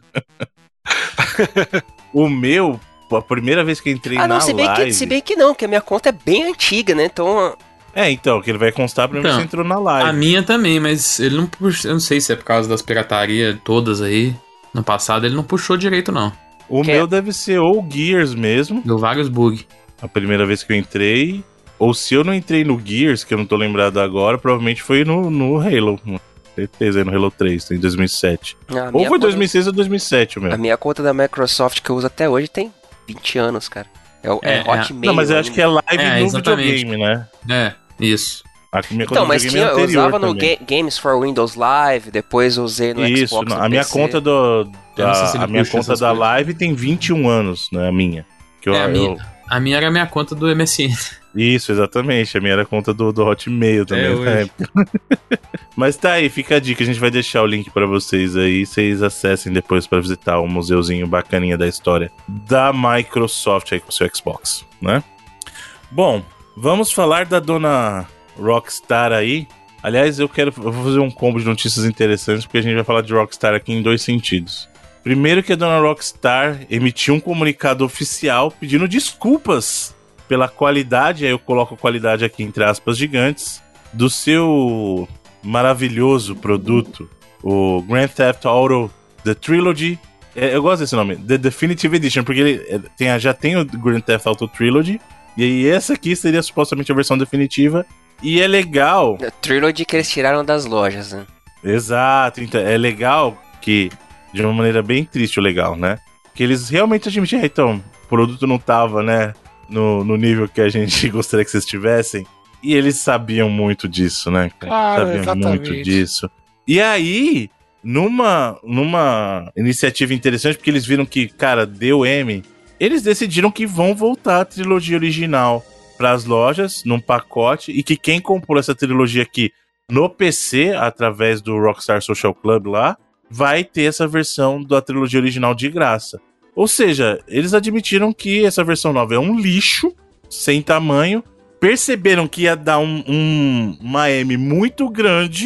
O meu, a primeira vez que entrei na live... Se bem que não, que a minha conta é bem antiga, né? Então... Então, que ele vai constar pra mim que você entrou na live. A minha também, mas ele não puxa... Eu não sei se é por causa das piratarias todas aí. No passado ele não puxou direito, não. O meu deve ser ou Gears mesmo. Deu vários bugs. A primeira vez que eu entrei. Ou se eu não entrei no Gears, que eu não tô lembrado agora, provavelmente foi no Halo. Certeza, no Halo 3, em 2007. Ou foi 2006 ou 2007 o meu. A minha conta da Microsoft que eu uso até hoje tem 20 anos, cara. É Hotmail. Não, mas eu acho que é live no exatamente. videogame, né? Isso. A minha Então, mas anterior eu usava também. no Games for Windows Live, depois usei no Isso, Xbox. a minha conta a minha conta da coisas. live tem 21 anos, né? A minha. A minha era a minha conta do MSN. Isso, exatamente. A minha era a conta do Hotmail também na época. Mas tá aí, fica a dica. A gente vai deixar o link pra vocês aí. Vocês acessem depois pra visitar o museuzinho bacaninha da história da Microsoft aí com o seu Xbox, né? Bom, vamos falar da dona Rockstar aí. Aliás, eu vou fazer um combo de notícias interessantes, porque a gente vai falar de Rockstar aqui em 2 sentidos. Primeiro que a dona Rockstar emitiu um comunicado oficial pedindo desculpas pela qualidade, aí eu coloco qualidade aqui entre aspas gigantes, do seu maravilhoso produto, o Grand Theft Auto The Trilogy. Eu gosto desse nome, The Definitive Edition, porque ele já tem o Grand Theft Auto Trilogy, e aí essa aqui seria supostamente a versão definitiva, e é legal... A Trilogy que eles tiraram das lojas, né? Exato, então é legal que, de uma maneira bem triste o legal, né? Que eles realmente admitiram, então, o produto não tava, né, no nível que a gente gostaria que vocês tivessem, e eles sabiam muito disso, né? Claro, sabiam exatamente. muito disso. E aí, numa iniciativa interessante, porque eles viram que, cara, deu M, eles decidiram que vão voltar a trilogia original para as lojas, num pacote, e que quem comprou essa trilogia aqui no PC, através do Rockstar Social Club lá, vai ter essa versão da trilogia original de graça. Ou seja, eles admitiram que essa versão nova é um lixo, sem tamanho, perceberam que ia dar uma M muito grande,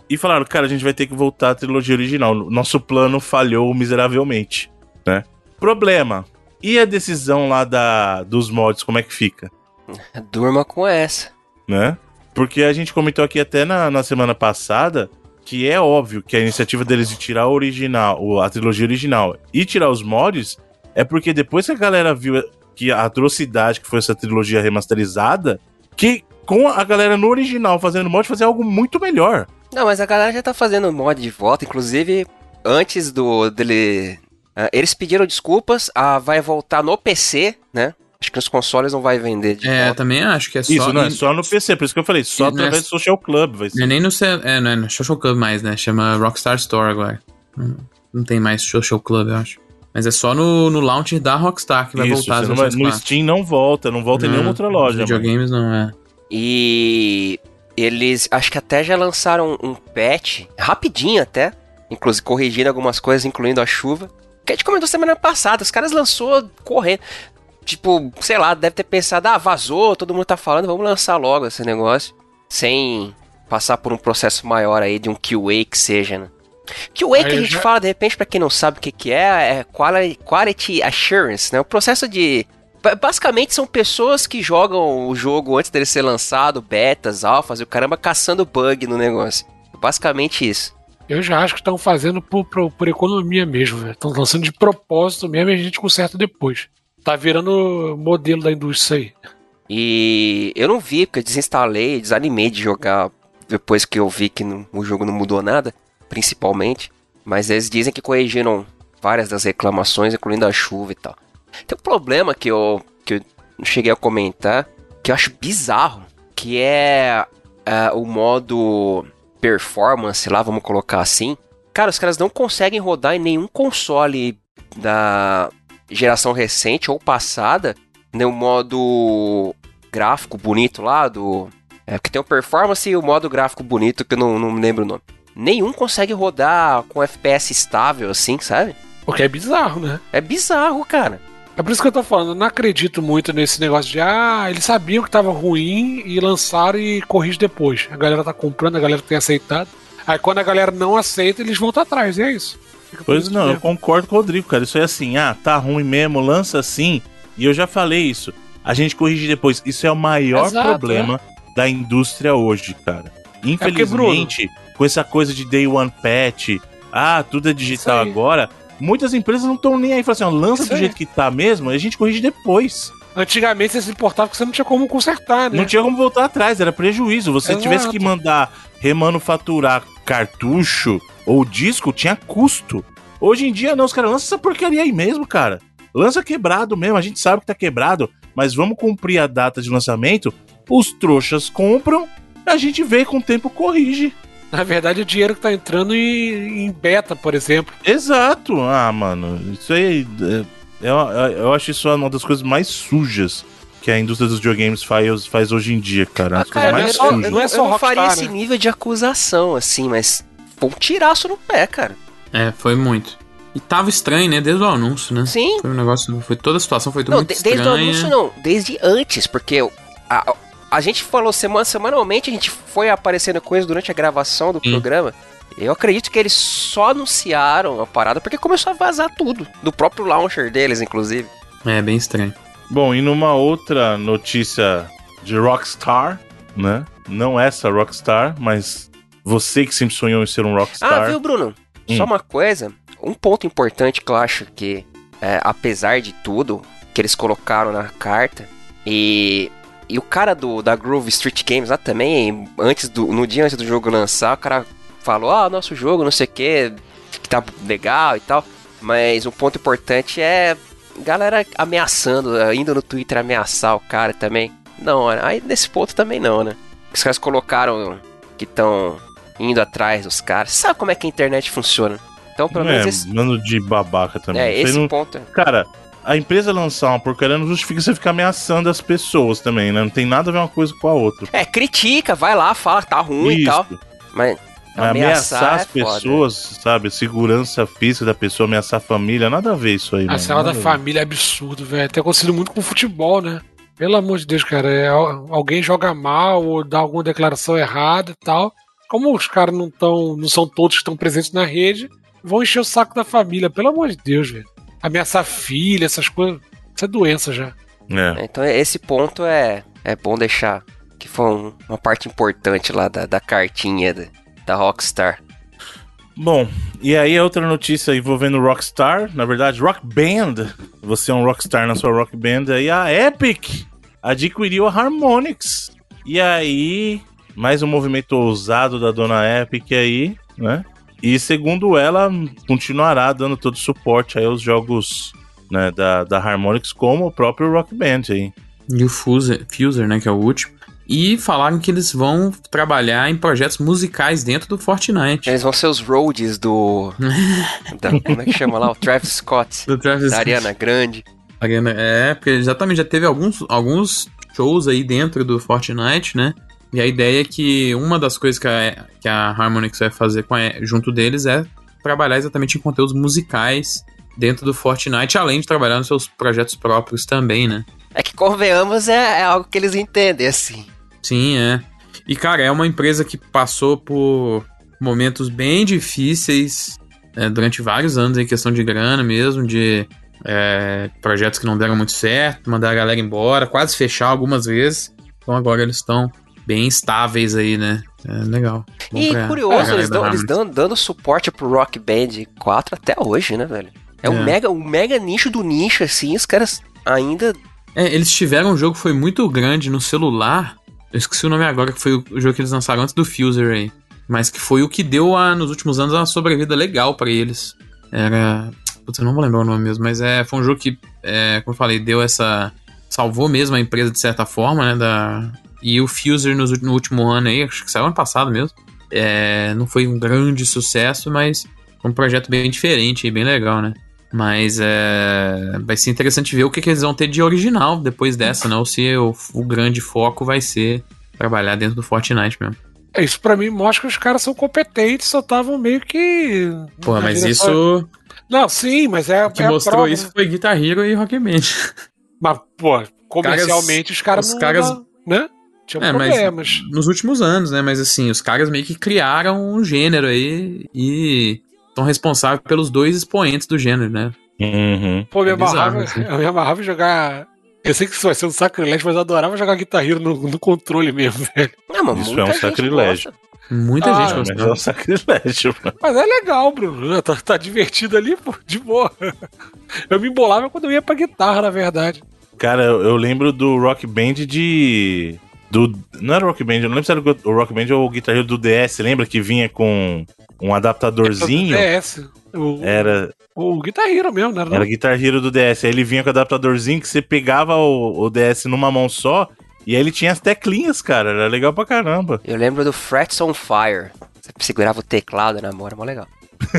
e falaram, cara, a gente vai ter que voltar à trilogia original. Nosso plano falhou miseravelmente, né? Problema. E a decisão lá dos mods, como é que fica? Durma com essa. Né? Porque a gente comentou aqui até na semana passada que é óbvio que a iniciativa deles de tirar a trilogia original e tirar os mods é porque depois que a galera viu que a atrocidade que foi essa trilogia remasterizada, que com a galera no original fazendo mod, fazer algo muito melhor. Não, mas a galera já tá fazendo mod de volta, inclusive antes dele... eles pediram desculpas, vai voltar no PC, né? Acho que nos consoles não vai vender de volta. Também acho que é só... Isso, não, é só no PC, por isso que eu falei, só através do Social Club vai ser. Não é nem não é no Social Club mais, né? Chama Rockstar Store agora. Não tem mais Social Club, eu acho. Mas é só no launcher da Rockstar que vai voltar as versões no Steam não volta em nenhuma outra loja. Videogames não é. E eles, acho que até já lançaram um patch, rapidinho até, inclusive corrigindo algumas coisas, incluindo a chuva, que a gente comentou semana passada, os caras lançou correndo. Tipo, sei lá, deve ter pensado, vazou, todo mundo tá falando, vamos lançar logo esse negócio. Sem passar por um processo maior aí de um QA que seja, né? QA que a gente fala, de repente, pra quem não sabe o que é Quality Assurance, né? O processo de... Basicamente são pessoas que jogam o jogo antes dele ser lançado, betas, alfas e o caramba caçando bug no negócio. Basicamente isso. Eu já acho que estão fazendo por economia mesmo, velho. Estão lançando de propósito mesmo e a gente conserta depois. Tá virando modelo da indústria aí. E eu não vi, porque eu desinstalei, desanimei de jogar depois que eu vi que o jogo não mudou nada, principalmente. Mas eles dizem que corrigiram várias das reclamações, incluindo a chuva e tal. Tem um problema que eu cheguei a comentar, que eu acho bizarro, que é o modo performance lá, vamos colocar assim. Cara, os caras não conseguem rodar em nenhum console da geração recente ou passada, no modo gráfico bonito lá, porque tem o performance e o modo gráfico bonito, que eu não me lembro o nome. Nenhum consegue rodar com FPS estável assim, sabe? Porque é bizarro, né? É bizarro, cara. É por isso que eu tô falando, eu não acredito muito nesse negócio de eles sabiam que tava ruim e lançaram e corrigem depois. A galera tá comprando, a galera tem aceitado. Aí quando a galera não aceita, eles voltam atrás, e é isso. Pois não, eu concordo com o Rodrigo, cara. Isso é assim, tá ruim mesmo, lança assim. E eu já falei isso. A gente corrige depois. Isso é o maior problema da indústria hoje, cara. Infelizmente, com essa coisa de day one patch, tudo é digital agora, muitas empresas não estão nem aí. Falam assim, lança do jeito que tá mesmo, e a gente corrige depois. Antigamente você se importava porque você não tinha como consertar, né? Não tinha como voltar atrás, era prejuízo. Você tivesse que mandar remanufaturar cartucho ou disco, tinha custo. Hoje em dia não, os caras lançam essa porcaria aí mesmo, cara. Lança quebrado mesmo, a gente sabe que tá quebrado, mas vamos cumprir a data de lançamento. Os trouxas compram, a gente vê com o tempo corrige. Na verdade, o dinheiro que tá entrando em beta, por exemplo. Exato. Mano, isso aí... Eu acho isso uma das coisas mais sujas que a indústria dos videogames faz hoje em dia, cara. Cara, mais eu não faria esse nível de acusação, assim, mas foi um tiraço no pé, cara. Foi muito. E tava estranho, né? Desde o anúncio, né? Sim. Foi um negócio... Toda a situação foi muito estranha. Desde o anúncio, não. Desde antes, porque a gente falou semanalmente, a gente foi aparecendo coisas durante a gravação do programa. Eu acredito que eles só anunciaram a parada porque começou a vazar tudo. Do próprio launcher deles, inclusive. É, bem estranho. Bom, e numa outra notícia de Rockstar, né? Não essa Rockstar, mas você que sempre sonhou em ser um Rockstar. Viu, Bruno? Só uma coisa. Um ponto importante que eu acho que, apesar de tudo, que eles colocaram na carta, e o cara da Groove Street Games lá também, no dia antes do jogo lançar, o cara falou, nosso jogo, não sei o que tá legal e tal, mas um ponto importante é galera ameaçando, indo no Twitter ameaçar o cara também. Não, aí nesse ponto também não, né? Os caras colocaram que estão indo atrás dos caras. Sabe como é que a internet funciona? Então, pelo menos esse... mano de babaca também. Esse ponto. Cara, a empresa lançar uma porcaria não justifica você ficar ameaçando as pessoas também, né? Não tem nada a ver uma coisa com a outra. Critica, vai lá, fala que tá ruim e tal. Mas ameaçar as pessoas, sabe? Segurança física da pessoa, ameaçar a família, nada a ver isso aí, A cena da família é absurdo, velho. Tem acontecido muito com futebol, né? Pelo amor de Deus, cara. Alguém joga mal ou dá alguma declaração errada e tal. como os caras não são todos que estão presentes na rede, vão encher o saco da família, pelo amor de Deus, velho. Ameaçar filha, essas coisas, isso é doença já. Então esse ponto é bom deixar, que foi uma parte importante lá da cartinha da Rockstar. Bom, e aí a outra notícia envolvendo Rockstar, na verdade, Rock Band. Você é um Rockstar na sua Rock Band, aí a Epic adquiriu a Harmonix. E aí, mais um movimento ousado da dona Epic aí, né? E segundo ela, continuará dando todo o suporte aí aos jogos, né, da Harmonix, como o próprio Rock Band aí. E o Fuser, né, que é o último. E falaram que eles vão trabalhar em projetos musicais dentro do Fortnite. Eles vão ser os roadies como é que chama lá? O Travis Scott. Do Travis da Ariana Grande. Porque exatamente, já teve alguns shows aí dentro do Fortnite, né? E a ideia é que uma das coisas que a Harmonix vai fazer junto deles é trabalhar exatamente em conteúdos musicais dentro do Fortnite, além de trabalhar nos seus projetos próprios também, né? É que, convenhamos, é algo que eles entendem, assim. Sim, é. E, cara, é uma empresa que passou por momentos bem difíceis durante vários anos, em questão de grana mesmo, de projetos que não deram muito certo, mandar a galera embora, quase fechar algumas vezes. Então agora eles estão bem estáveis aí, né? É legal. Bom E curioso, eles dando suporte pro Rock Band 4 até hoje, né, velho? Um mega nicho do nicho, assim, os caras ainda... eles tiveram um jogo que foi muito grande no celular. Eu esqueci o nome agora, que foi o jogo que eles lançaram antes do Fuser aí. Mas que foi o que deu, nos últimos anos, uma sobrevida legal pra eles. Era... Putz, eu não vou lembrar o nome mesmo, mas foi um jogo que, como eu falei, salvou mesmo a empresa de certa forma, né? E o Fuser no último ano aí, acho que saiu ano passado mesmo. Não foi um grande sucesso, mas foi um projeto bem diferente e bem legal, né? Mas vai ser interessante ver o que eles vão ter de original depois dessa, né? Ou se o grande foco vai ser trabalhar dentro do Fortnite mesmo. Isso pra mim mostra que os caras são competentes, só estavam meio que... Pô, mas isso... Não, sim, mas o que mostrou prova, isso, né? Foi Guitar Hero e Rock Band. Mas, pô, comercialmente os caras não... Né? Tinham problemas. Nos últimos anos, né? Mas assim, os caras meio que criaram um gênero aí e... são responsáveis pelos dois expoentes do gênero, né? Uhum. Pô, eu me amarrava em jogar... Eu sei que isso vai ser um sacrilégio, mas eu adorava jogar Guitar Hero no controle mesmo, velho. Isso é um sacrilégio. Muita gente gosta. Mas é um sacrilégio, mano. Mas é legal, Bruno. Tá divertido ali, pô, de boa. Eu me embolava quando eu ia pra guitarra, na verdade. Cara, eu lembro do Rock Band não era o Rock Band, eu não lembro se era o Rock Band ou o Guitar Hero do DS, lembra que vinha com um adaptadorzinho? DS. Era o Guitar Hero mesmo, não era? Era Guitar Hero do DS. Aí ele vinha com o adaptadorzinho que você pegava o DS numa mão só e aí ele tinha as teclinhas, cara. Era legal pra caramba. Eu lembro do Frets on Fire. Você segurava o teclado na mão, era mó legal.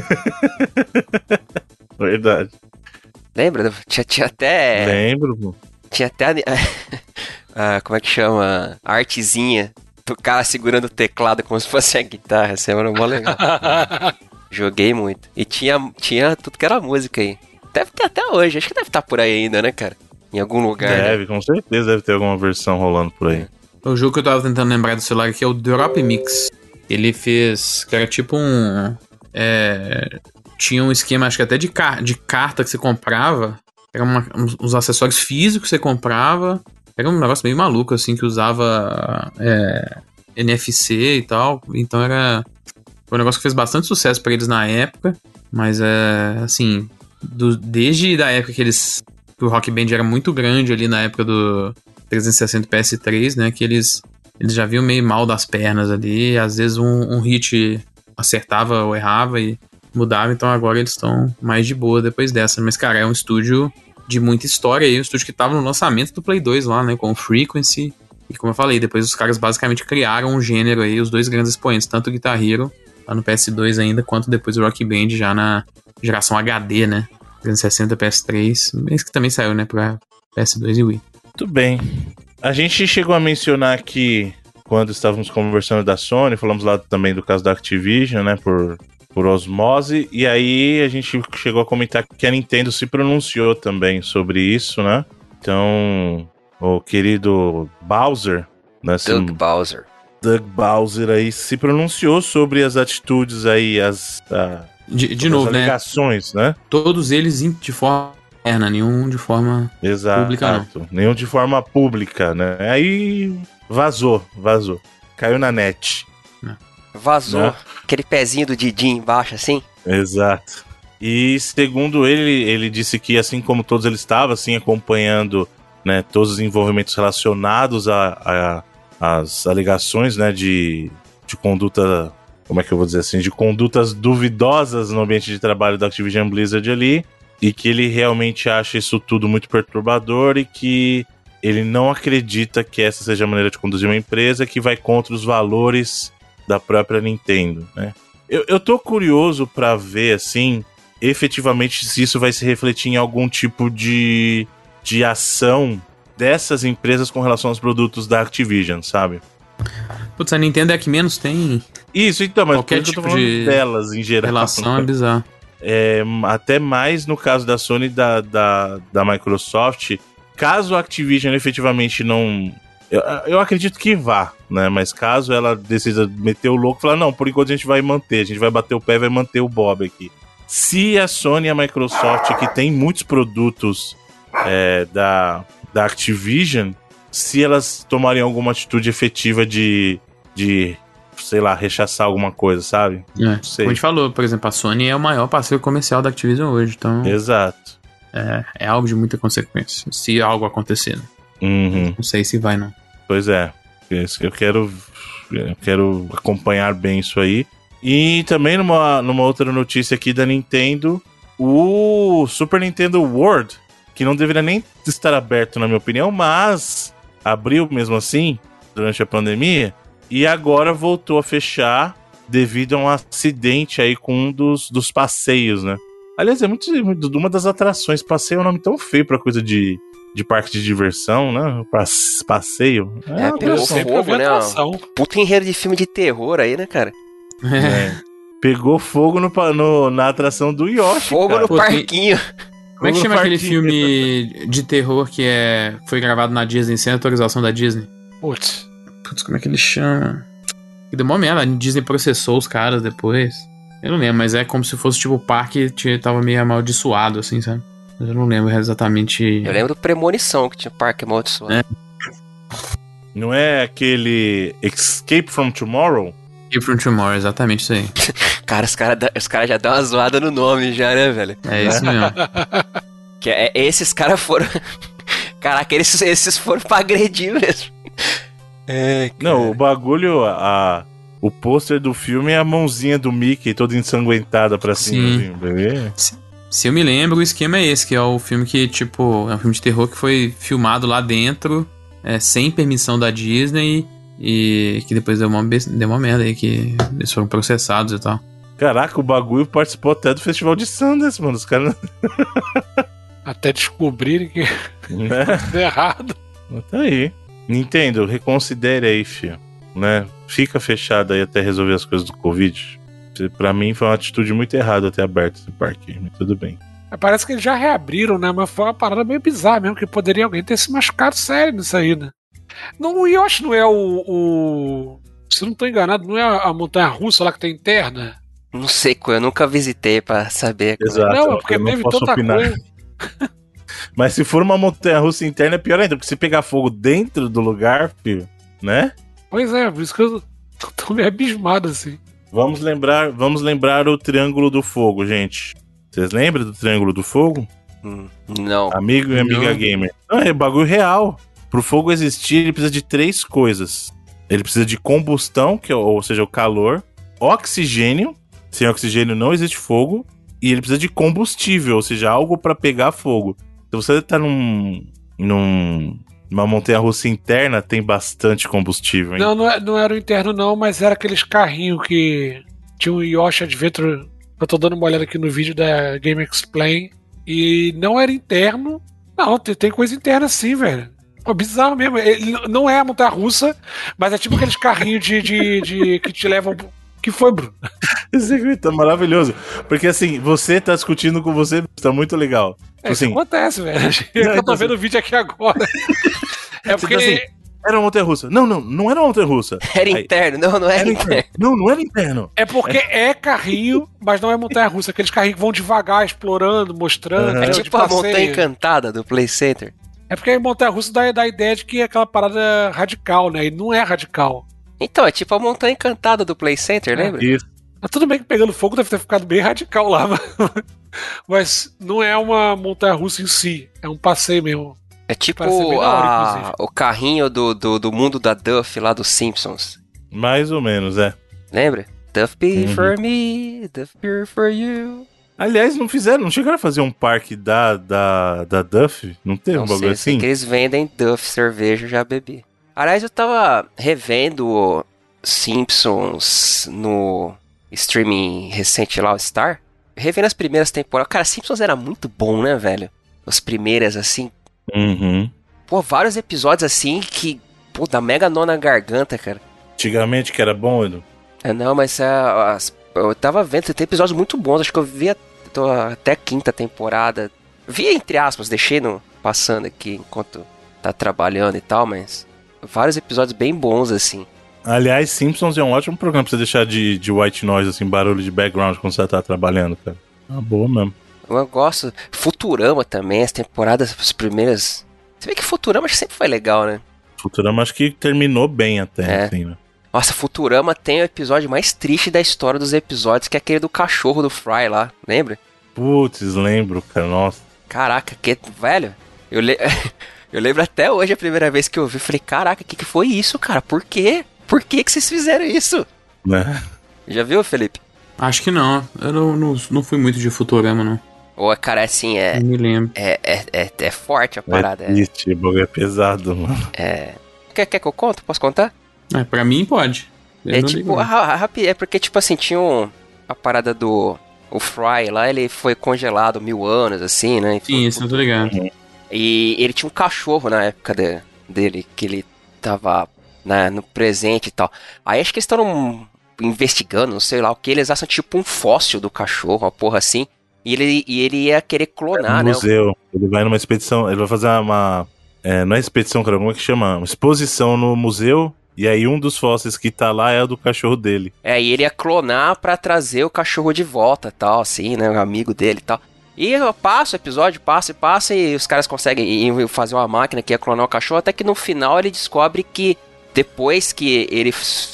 Verdade. Lembra? Tinha até... Lembro, pô. Tinha até... como é que chama? A artezinha do cara segurando o teclado como se fosse a guitarra. Isso era mó legal. Joguei muito. E tinha tudo que era música aí. Deve ter até hoje. Acho que deve estar por aí ainda, né, cara? Em algum lugar. Deve, né? Com certeza deve ter alguma versão rolando por aí. O jogo que eu tava tentando lembrar do celular aqui é o Drop Mix. Ele fez... que era tipo um... tinha um esquema, acho que até de carta que você comprava. Era uns acessórios físicos que você comprava. Era um negócio meio maluco, assim, que usava NFC e tal. Então foi um negócio que fez bastante sucesso pra eles na época. Mas, assim, desde a época que o Rock Band era muito grande ali na época do 360 PS3, né? Que eles já viam meio mal das pernas ali. Às vezes um hit acertava ou errava e mudava. Então agora eles estão mais de boa depois dessa. Mas, cara, é um estúdio de muita história aí. Um estúdio que tava no lançamento do Play 2 lá, né? Com o Frequency. E como eu falei, depois os caras basicamente criaram um gênero aí. Os dois grandes expoentes, tanto o Guitar Hero lá no PS2 ainda, quanto depois o Rock Band já na geração HD, né? 360 PS3, esse que também saiu, né, pra PS2 e Wii. Muito bem. A gente chegou a mencionar aqui, quando estávamos conversando da Sony, falamos lá também do caso da Activision, né, por osmose, e aí a gente chegou a comentar que a Nintendo se pronunciou também sobre isso, né? Então, o querido Bowser, né, Doug Bowser. Doug Bowser aí se pronunciou sobre as atitudes aí, De novo, as alegações, né? Todos eles de forma interna, nenhum de forma pública, não. Nenhum de forma pública, né? Aí vazou. Caiu na net. Vazou. Né? Aquele pezinho do Didi embaixo, assim. Exato. E segundo ele disse que assim como todos ele estava assim acompanhando, né, todos os envolvimentos relacionados às alegações, né, de conduta, como é que eu vou dizer assim, de condutas duvidosas no ambiente de trabalho da Activision Blizzard ali, e que ele realmente acha isso tudo muito perturbador e que ele não acredita que essa seja a maneira de conduzir uma empresa, que vai contra os valores da própria Nintendo, né? Eu tô curioso pra ver, assim, efetivamente se isso vai se refletir em algum tipo de ação dessas empresas com relação aos produtos da Activision, sabe? Putz, a Nintendo é a que menos tem Isso, então, mas qualquer por isso tipo que eu tô falando de delas em geral. relação, é bizarro. Até mais no caso da Sony e da Microsoft, caso a Activision efetivamente não... Eu acredito que vá, né? Mas caso ela decida meter o louco e falar, não, por enquanto a gente vai manter, a gente vai bater o pé e vai manter o Bob aqui. Se a Sony e a Microsoft, que tem muitos produtos da Activision, se elas tomarem alguma atitude efetiva de sei lá, rechaçar alguma coisa, sabe? Como a gente falou, por exemplo, a Sony é o maior parceiro comercial da Activision hoje, então... Exato. É algo de muita consequência, se algo acontecer, né? Uhum. Não sei se vai, não. Pois é. Eu quero acompanhar bem isso aí. E também numa outra notícia aqui da Nintendo, o Super Nintendo World, que não deveria nem estar aberto, na minha opinião, mas abriu mesmo assim, durante a pandemia, e agora voltou a fechar devido a um acidente aí com um dos passeios, né? Aliás, é muito uma das atrações. Passeio é um nome tão feio pra coisa de parque de diversão, né? Passeio. Pegou fogo, né? Puta enredo de filme de terror aí, né, cara? Pegou fogo na atração do Yoshi. Fogo cara. no parquinho. Como é que chama aquele filme de terror que foi gravado na Disney sem autorização da Disney? Putz, como é que ele chama? Que deu uma merda, a Disney processou os caras depois. Eu não lembro, mas é como se fosse tipo o parque tava meio amaldiçoado, assim, sabe? Eu não lembro exatamente. Eu lembro do Premonição, que tinha parque amaldiçoado. Não é aquele Escape from Tomorrow? Escape from Tomorrow, exatamente isso aí. Cara, os caras já dão uma zoada no nome já, né, velho? É isso mesmo. Esses caras foram... Caraca, esses foram pra agredir mesmo. Não, o bagulho... O pôster do filme é a mãozinha do Mickey toda ensanguentada pra cima. Assim, se eu me lembro, o esquema é esse, que é o filme que, tipo, é um filme de terror que foi filmado lá dentro, sem permissão da Disney, e que depois deu uma merda aí, que eles foram processados e tal. Caraca, o bagulho participou até do Festival de Sundance, mano. Os caras... Até descobrirem que deu errado. Tá aí. Nintendo, reconsidere aí, filho. Né? Fica fechado aí até resolver as coisas do Covid. Pra mim foi uma atitude muito errada ter aberto esse parque, mas tudo bem. Parece que eles já reabriram, né? Mas foi uma parada meio bizarra mesmo, que poderia alguém ter se machucado sério nisso aí, né? Não, o Yoshi não é se eu não tô enganado, não é a montanha-russa lá que tem interna? Não sei, eu nunca visitei pra saber. Exato, não, porque teve tanta coisa. Mas se for uma montanha-russa interna é pior ainda, porque se pegar fogo dentro do lugar, filho, né? Pois é, por isso que eu tô meio abismado, assim. Vamos lembrar o Triângulo do Fogo, gente. Vocês lembram do Triângulo do Fogo? Não. Amigo e amiga gamer. Não, é bagulho real. Pro fogo existir, ele precisa de 3 coisas. Ele precisa de combustão, ou seja, o calor, oxigênio, sem oxigênio não existe fogo, e ele precisa de combustível, ou seja, algo pra pegar fogo. Se você tá numa montanha-russa interna, tem bastante combustível, hein? Não era o interno não, mas era aqueles carrinhos que tinha um Yoshi Adventure. Eu tô dando uma olhada aqui no vídeo da Game Explain, e não era interno. Não, tem coisa interna sim, velho. Pô, bizarro mesmo. Ele não é a montanha-russa, mas é tipo aqueles carrinhos de que te levam... Que foi, Bruno? Esse tá maravilhoso. Porque assim, você tá discutindo com você, tá muito legal. Isso assim, acontece, velho. Eu tô vendo o vídeo aqui agora. É porque... Era uma montanha-russa. Não era uma montanha-russa. Era Aí, interno, não era interno. Não era interno. É porque é carrinho, mas não é montanha-russa. Aqueles carrinhos que vão devagar, explorando, mostrando. É de tipo a passeio. Montanha Encantada do Play Center. É porque a montanha-russa dá a ideia de que é aquela parada radical, né? E não é radical. Então, é tipo a Montanha Encantada do Play Center, lembra? Isso. Mas tudo bem que pegando fogo deve ter ficado bem radical lá. Mas não é uma montanha-russa em si. É um passeio mesmo. É tipo Parece bem da hora, inclusive. o carrinho do mundo da Duff lá dos Simpsons. Mais ou menos, é. Lembra? Duff Beer for me, Duff Beer for you. Aliás, não chegaram a fazer um parque da Duff? Não teve um Não bagulho sei assim? que eles vendem Duff cerveja, eu já bebi. Aliás, eu tava revendo Simpsons no streaming recente lá, o Star. Revendo as primeiras temporadas. Cara, Simpsons era muito bom, né, velho? As primeiras, assim. Uhum. Pô, vários episódios assim que... Pô, dá mega nó na garganta, cara. Antigamente que era bom, Edu. Não, mas eu tava vendo, tem episódios muito bons. Acho que eu vi até a quinta temporada. Vi, entre aspas, deixei passando aqui enquanto tá trabalhando e tal, mas... Vários episódios bem bons, assim. Aliás, Simpsons é um ótimo programa pra você deixar de white noise, assim, barulho de background quando você tá trabalhando, cara. Uma boa mesmo. Eu gosto. Futurama também, as temporadas, as primeiras... Você vê que Futurama acho que sempre foi legal, né? Futurama acho que terminou bem até, É. assim, né? Nossa, Futurama tem o episódio mais triste da história dos episódios, que é aquele do cachorro do Fry lá, lembra? Putz, lembro, cara, nossa. Caraca, velho, eu lembro até hoje a primeira vez que eu vi, falei, caraca, o que foi isso, cara? Por quê? Por que vocês fizeram isso? Né? Já viu, Felipe? Acho que não. Eu não fui muito de Futurama, não. Ou, cara, assim, Não me lembro. é forte a parada. É triste, o bagulho é pesado, mano. Quer que eu conte? Posso contar? Pra mim pode. Eu É não tipo, ligo, não. é porque, tipo assim, tinha a parada do... O Fry lá, ele foi congelado 1000 anos, assim, né? Sim, isso eu tô ligado. E ele tinha um cachorro na época dele, que ele tava no presente e tal. Aí acho que eles estão investigando, não sei lá o que, eles acham tipo um fóssil do cachorro, uma porra assim. E ele ia querer clonar, né? Museu. Ele vai numa expedição, ele vai fazer uma... não é expedição, cara, como é que chama? Uma exposição no museu, e aí um dos fósseis que tá lá é o do cachorro dele. E ele ia clonar pra trazer o cachorro de volta, tal, assim, né? O amigo dele e tal. E passa o episódio, passa, e os caras conseguem fazer uma máquina que ia clonar o cachorro, até que no final ele descobre que depois que ele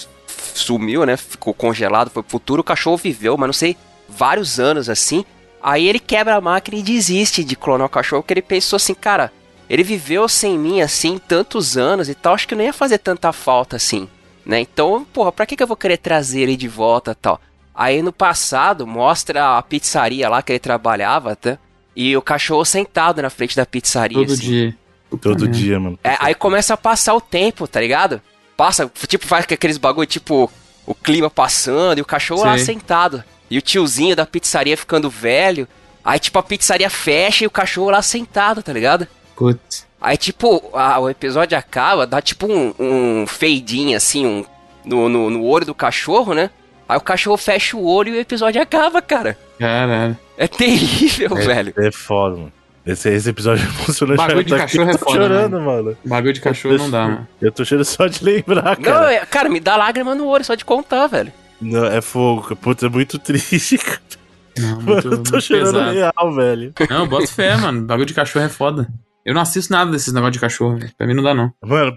sumiu, né? Ficou congelado, foi pro futuro, o cachorro viveu, mas não sei, vários anos assim. Aí ele quebra a máquina e desiste de clonar o cachorro, porque ele pensou assim, cara, ele viveu sem mim assim tantos anos e tal, acho que não ia fazer tanta falta assim, né? Então, porra, pra que eu vou querer trazer ele de volta e tal? Aí no passado mostra a pizzaria lá que ele trabalhava, tá? E o cachorro sentado na frente da pizzaria. Todo assim. dia. Todo dia, mano. Aí começa a passar o tempo, tá ligado? Passa, tipo, faz aqueles bagulho, tipo, o clima passando e o cachorro lá Sei. sentado. E o tiozinho da pizzaria ficando velho. Aí, tipo, a pizzaria fecha e o cachorro lá sentado, tá ligado? Putz. Aí, tipo, o episódio acaba, dá tipo um fade-in, assim, no olho do cachorro, né? Aí o cachorro fecha o olho e o episódio acaba, cara. Caralho. É terrível, velho. É foda, mano. Esse episódio é emocionante. Bagulho de Tá cachorro aqui, é tô foda, chorando, mano. Bagulho de cachorro não dá, mano. Eu tô chorando só de lembrar, Não, cara. cara, me dá lágrima no olho só de contar, velho. Não, é fogo. Puta, é muito triste, cara. Não, Mano, muito, eu tô muito chorando pesado. real, velho. Não, eu boto fé, mano. Bagulho de cachorro é foda. Eu não assisto nada desses negócios de cachorro, velho. Pra mim não dá, não. Mano,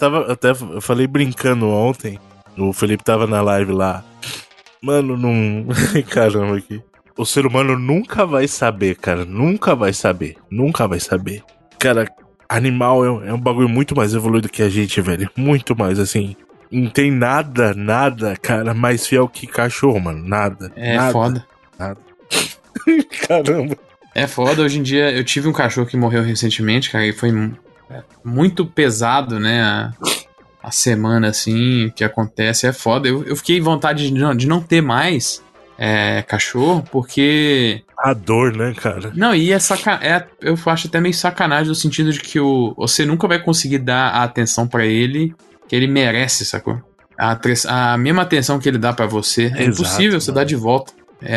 eu falei brincando ontem. O Felipe tava na live lá. Mano, não. Caramba, aqui. O ser humano nunca vai saber, cara. Nunca vai saber. Nunca vai saber. Cara, animal é um bagulho muito mais evoluído que a gente, velho. Muito mais, assim. Não tem nada, cara, mais fiel que cachorro, mano. Nada. É nada, foda. Nada. Caramba. É foda. Hoje em dia, eu tive um cachorro que morreu recentemente, cara, e foi muito pesado, né? A semana, assim, que acontece. É foda. Eu fiquei em vontade de não ter mais cachorro, porque... A dor, né, cara? Não, e eu acho até meio sacanagem no sentido de que você nunca vai conseguir dar a atenção pra ele que ele merece, sacou? A mesma atenção que ele dá pra você é Exato, impossível você mano. dar de volta.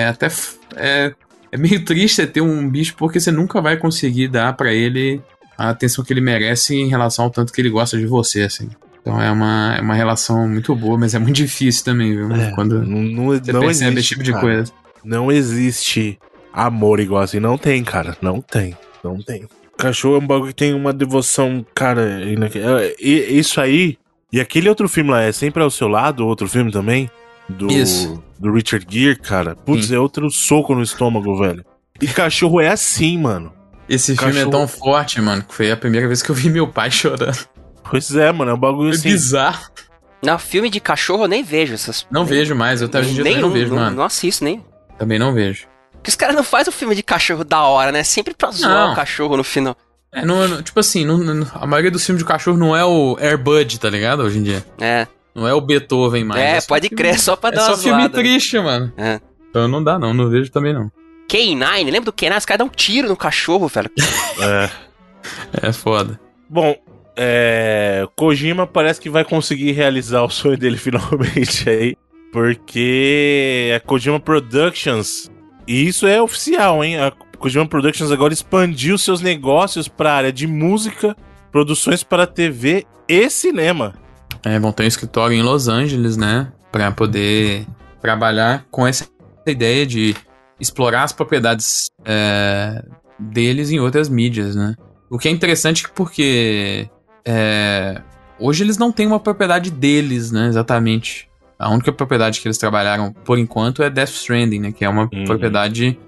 É meio triste ter um bicho porque você nunca vai conseguir dar pra ele a atenção que ele merece em relação ao tanto que ele gosta de você, assim. Então é uma relação muito boa, mas é muito difícil também, viu? Quando você não percebe existe, esse tipo de cara. coisa. Não existe amor igual assim. Não tem, cara. Não tem. Cachorro é um bagulho que tem uma devoção, cara. Isso aí. E aquele outro filme lá, é Sempre ao Seu Lado, outro filme também? Do Richard Gere, cara. Putz, é outro soco no estômago, velho. E cachorro é assim, mano. Esse filme é tão forte, mano, que foi a primeira vez que eu vi meu pai chorando. Pois é, mano, é um bagulho assim. É bizarro. Não, filme de cachorro eu nem vejo essas. Não vejo mais, eu hoje em dia também não vejo, mano. Não assisto nem. Também não vejo. Porque os caras não fazem um filme de cachorro da hora, né? Sempre pra zoar o cachorro no final. Tipo assim, a maioria dos filmes de cachorro não é o Air Bud, tá ligado? Hoje em dia. Não é o Beethoven mais. Pode crer, só pra dar uma zoada. É só filme triste, mano. É. Então não dá, não vejo também não. K9, lembra do K9? Os caras dão um tiro no cachorro, velho. É foda. Bom, Kojima parece que vai conseguir realizar o sonho dele finalmente aí. Porque a Kojima Productions, e isso é oficial, hein? A Kojima Productions agora expandiu seus negócios para a área de música, produções para TV e cinema. Vão ter um escritório em Los Angeles, né? Pra poder trabalhar com essa ideia de explorar as propriedades deles em outras mídias, né? O que é interessante porque hoje eles não têm uma propriedade deles, né? Exatamente. A única propriedade que eles trabalharam, por enquanto, é Death Stranding, né? Que é uma propriedade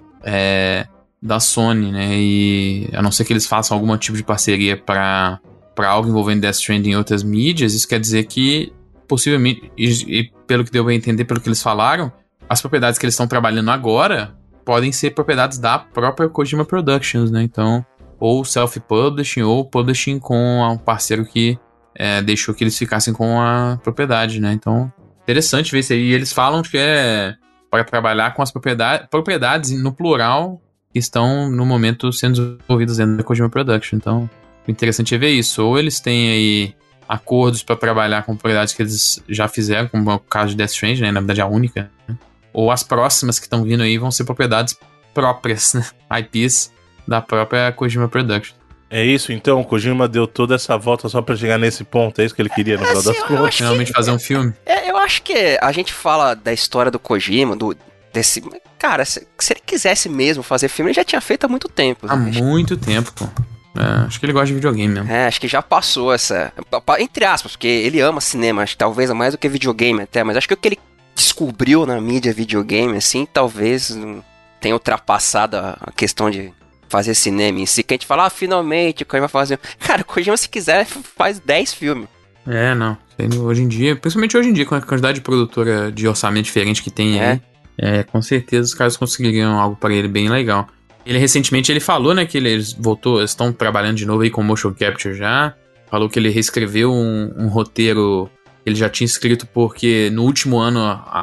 da Sony, né? E a não ser que eles façam algum tipo de parceria para algo envolvendo Death Stranding em outras mídias, isso quer dizer que, possivelmente, e pelo que deu a entender, pelo que eles falaram, as propriedades que eles estão trabalhando agora podem ser propriedades da própria Kojima Productions, né? Então, ou self-publishing, ou publishing com um parceiro que deixou que eles ficassem com a propriedade, né? Então, interessante ver isso aí. E eles falam que é para trabalhar com as propriedades no plural que estão, no momento, sendo desenvolvidas dentro da Kojima Production. Então, o interessante é ver isso. Ou eles têm aí acordos para trabalhar com propriedades que eles já fizeram, como é o caso de Death Stranding, né? Na verdade, a única, né? Ou as próximas que estão vindo aí vão ser propriedades próprias, né? IPs da própria Kojima Production. É isso, então? O Kojima deu toda essa volta só pra chegar nesse ponto? É isso que ele queria no final das contas? Finalmente fazer um filme? Eu acho que a gente fala da história do Kojima, desse... Cara, se ele quisesse mesmo fazer filme, ele já tinha feito há muito tempo. Há muito tempo, pô. Acho que ele gosta de videogame mesmo. Acho que já passou essa... Entre aspas, porque ele ama cinema, acho que talvez mais do que videogame até, mas acho que o que ele descobriu na mídia videogame, assim, talvez tenha ultrapassado a questão de fazer cinema em si, que a gente fala, finalmente o Kojima vai fazer... Cara, o Kojima, se quiser, faz 10 filmes. Não. Hoje em dia, principalmente hoje em dia, com a quantidade de produtora de orçamento diferente que tem aí, com certeza os caras conseguiriam algo para ele bem legal. Ele recentemente falou, né, que eles estão trabalhando de novo aí com motion capture já. Falou que ele reescreveu um roteiro que ele já tinha escrito porque no último ano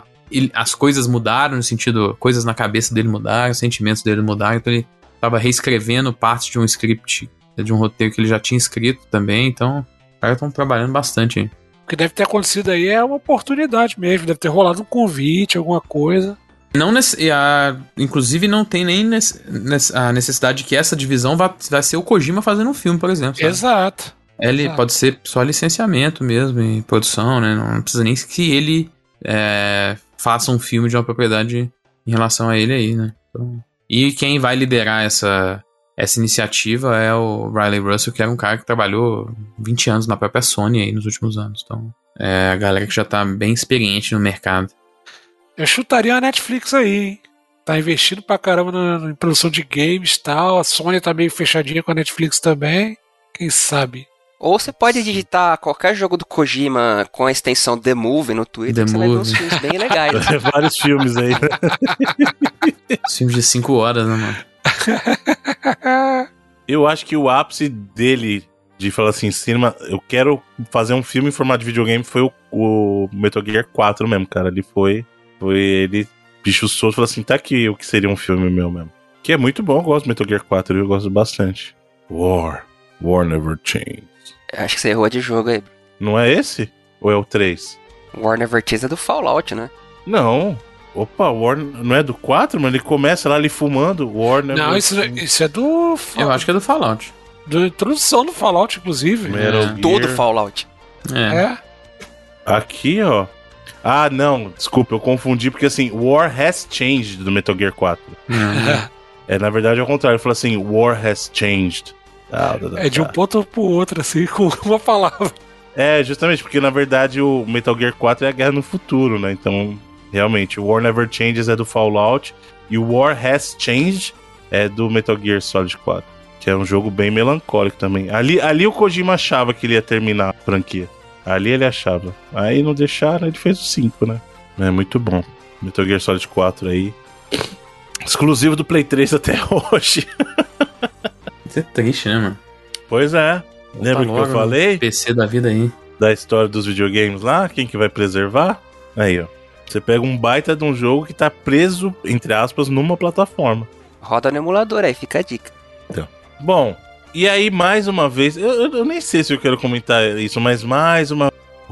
as coisas mudaram, no sentido, coisas na cabeça dele mudaram, sentimentos dele mudaram, então ele estava reescrevendo parte de um script, de um roteiro que ele já tinha escrito também, então os caras estão trabalhando bastante aí. O que deve ter acontecido aí é uma oportunidade mesmo, deve ter rolado um convite, alguma coisa. Inclusive não tem nem a necessidade de que essa divisão vai ser o Kojima fazendo um filme, por exemplo. Sabe? Exato. Ele pode ser só licenciamento mesmo e produção, né? Não precisa nem que ele faça um filme de uma propriedade em relação a ele aí, né? Então, e quem vai liderar essa iniciativa é o Riley Russell, que era um cara que trabalhou 20 anos na própria Sony aí nos últimos anos. Então, é a galera que já tá bem experiente no mercado. Eu chutaria a Netflix aí, hein? Tá investindo pra caramba em produção de games e tal. A Sony tá meio fechadinha com a Netflix também. Quem sabe? Ou você pode digitar qualquer jogo do Kojima com a extensão The Movie no Twitter, que você vai ver uns filmes bem legais. Vários filmes aí. Os filmes de 5 horas, né, mano? Eu acho que o ápice dele de falar assim, cinema, eu quero fazer um filme em formato de videogame, foi o Metal Gear 4 mesmo, cara. Ele, bicho solto, falou assim, tá aqui o que seria um filme meu mesmo. Que é muito bom, eu gosto do Metal Gear 4, eu gosto bastante. War Never Changes. Acho que você errou de jogo aí. Não é esse? Ou é o 3? War Never Changes é do Fallout, né? Não. Opa, War não é do 4, mano? Ele começa lá ali fumando. War Never Não, isso é do... Eu acho que é do Fallout. Da introdução do Fallout, inclusive. Todo Fallout. Aqui, ó. Ah, não, desculpa, eu confundi, porque assim, War Has Changed do Metal Gear 4. Na verdade é o contrário, ele falou assim, War Has Changed. É de um ponto pro outro, assim, com uma palavra. É, justamente, porque na verdade o Metal Gear 4 é a guerra no futuro, né? Então, realmente, War Never Changes é do Fallout e o War Has Changed é do Metal Gear Solid 4, que é um jogo bem melancólico também. Ali o Kojima achava que ele ia terminar a franquia. Ali ele achava. Aí não deixaram, ele fez o 5, né? É muito bom. Metal Gear Solid 4 aí. Exclusivo do Play 3 até hoje. Isso é triste, né, mano? Pois é. Lembra que eu falei? PC da vida aí. Da história dos videogames lá? Quem que vai preservar? Aí, ó. Você pega um baita de um jogo que tá preso, entre aspas, numa plataforma. Roda no emulador, aí fica a dica. Então. Bom, e aí mais uma vez, eu nem sei se eu quero comentar isso, mas mais uma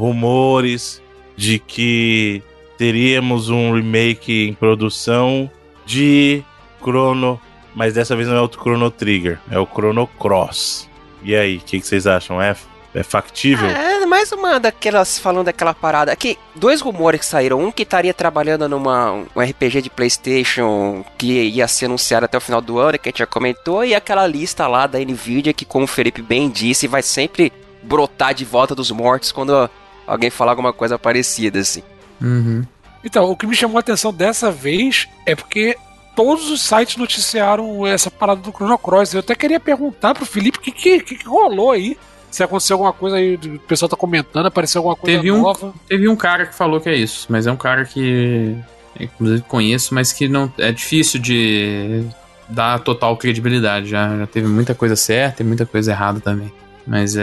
rumores de que teríamos um remake em produção de Chrono, mas dessa vez não é o Chrono Trigger, é o Chrono Cross. E aí, o que vocês acham? É factível? É mais uma daquelas, falando daquela parada. Aqui, 2 rumores que saíram. Um que estaria trabalhando um RPG de PlayStation que ia ser anunciado até o final do ano, que a gente já comentou, e aquela lista lá da Nvidia que, como o Felipe bem disse, vai sempre brotar de volta dos mortos quando alguém falar alguma coisa parecida, assim. Uhum. Então, o que me chamou a atenção dessa vez é porque todos os sites noticiaram essa parada do Chrono Cross. Eu até queria perguntar pro Felipe o que rolou aí. Se aconteceu alguma coisa aí, o pessoal tá comentando, apareceu alguma coisa nova. Teve um cara que falou que é isso, mas é um cara que inclusive conheço, mas que não é difícil de dar total credibilidade. Já teve muita coisa certa e muita coisa errada também. Mas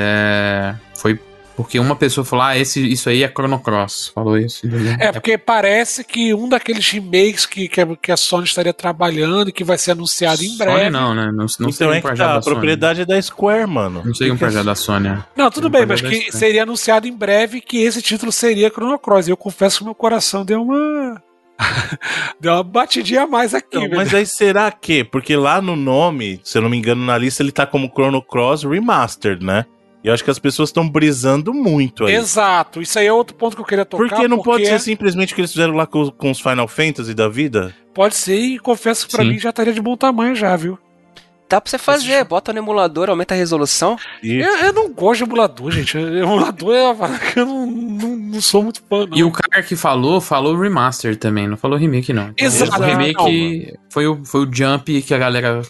foi porque uma pessoa falou, isso aí é Chrono Cross. Falou isso. Entendeu? Porque parece que um daqueles remakes que a Sony estaria trabalhando e que vai ser anunciado em breve. Sony não, né? Não então seria um projeto da Sony. A propriedade é da Square, mano. Não seria um projeto da Sony. Não, tudo bem, mas que seria anunciado em breve que esse título seria Chrono Cross. E eu confesso que meu coração deu uma batidinha a mais aqui. Então, mas aí será que? Porque lá no nome, se eu não me engano, na lista ele tá como Chrono Cross Remastered, né? E eu acho que as pessoas estão brisando muito aí. Exato, isso aí é outro ponto que eu queria tocar. Porque não pode ser simplesmente o que eles fizeram lá com os Final Fantasy da vida? Pode ser, e confesso que pra mim já estaria de bom tamanho já, viu? Dá pra você fazer, bota no emulador, aumenta a resolução. Eu não gosto de emulador, gente. Emulador é uma parada que eu não sou muito fã, não. E o cara que falou remaster também, não falou remake, não. Exato. O remake foi o jump que a galera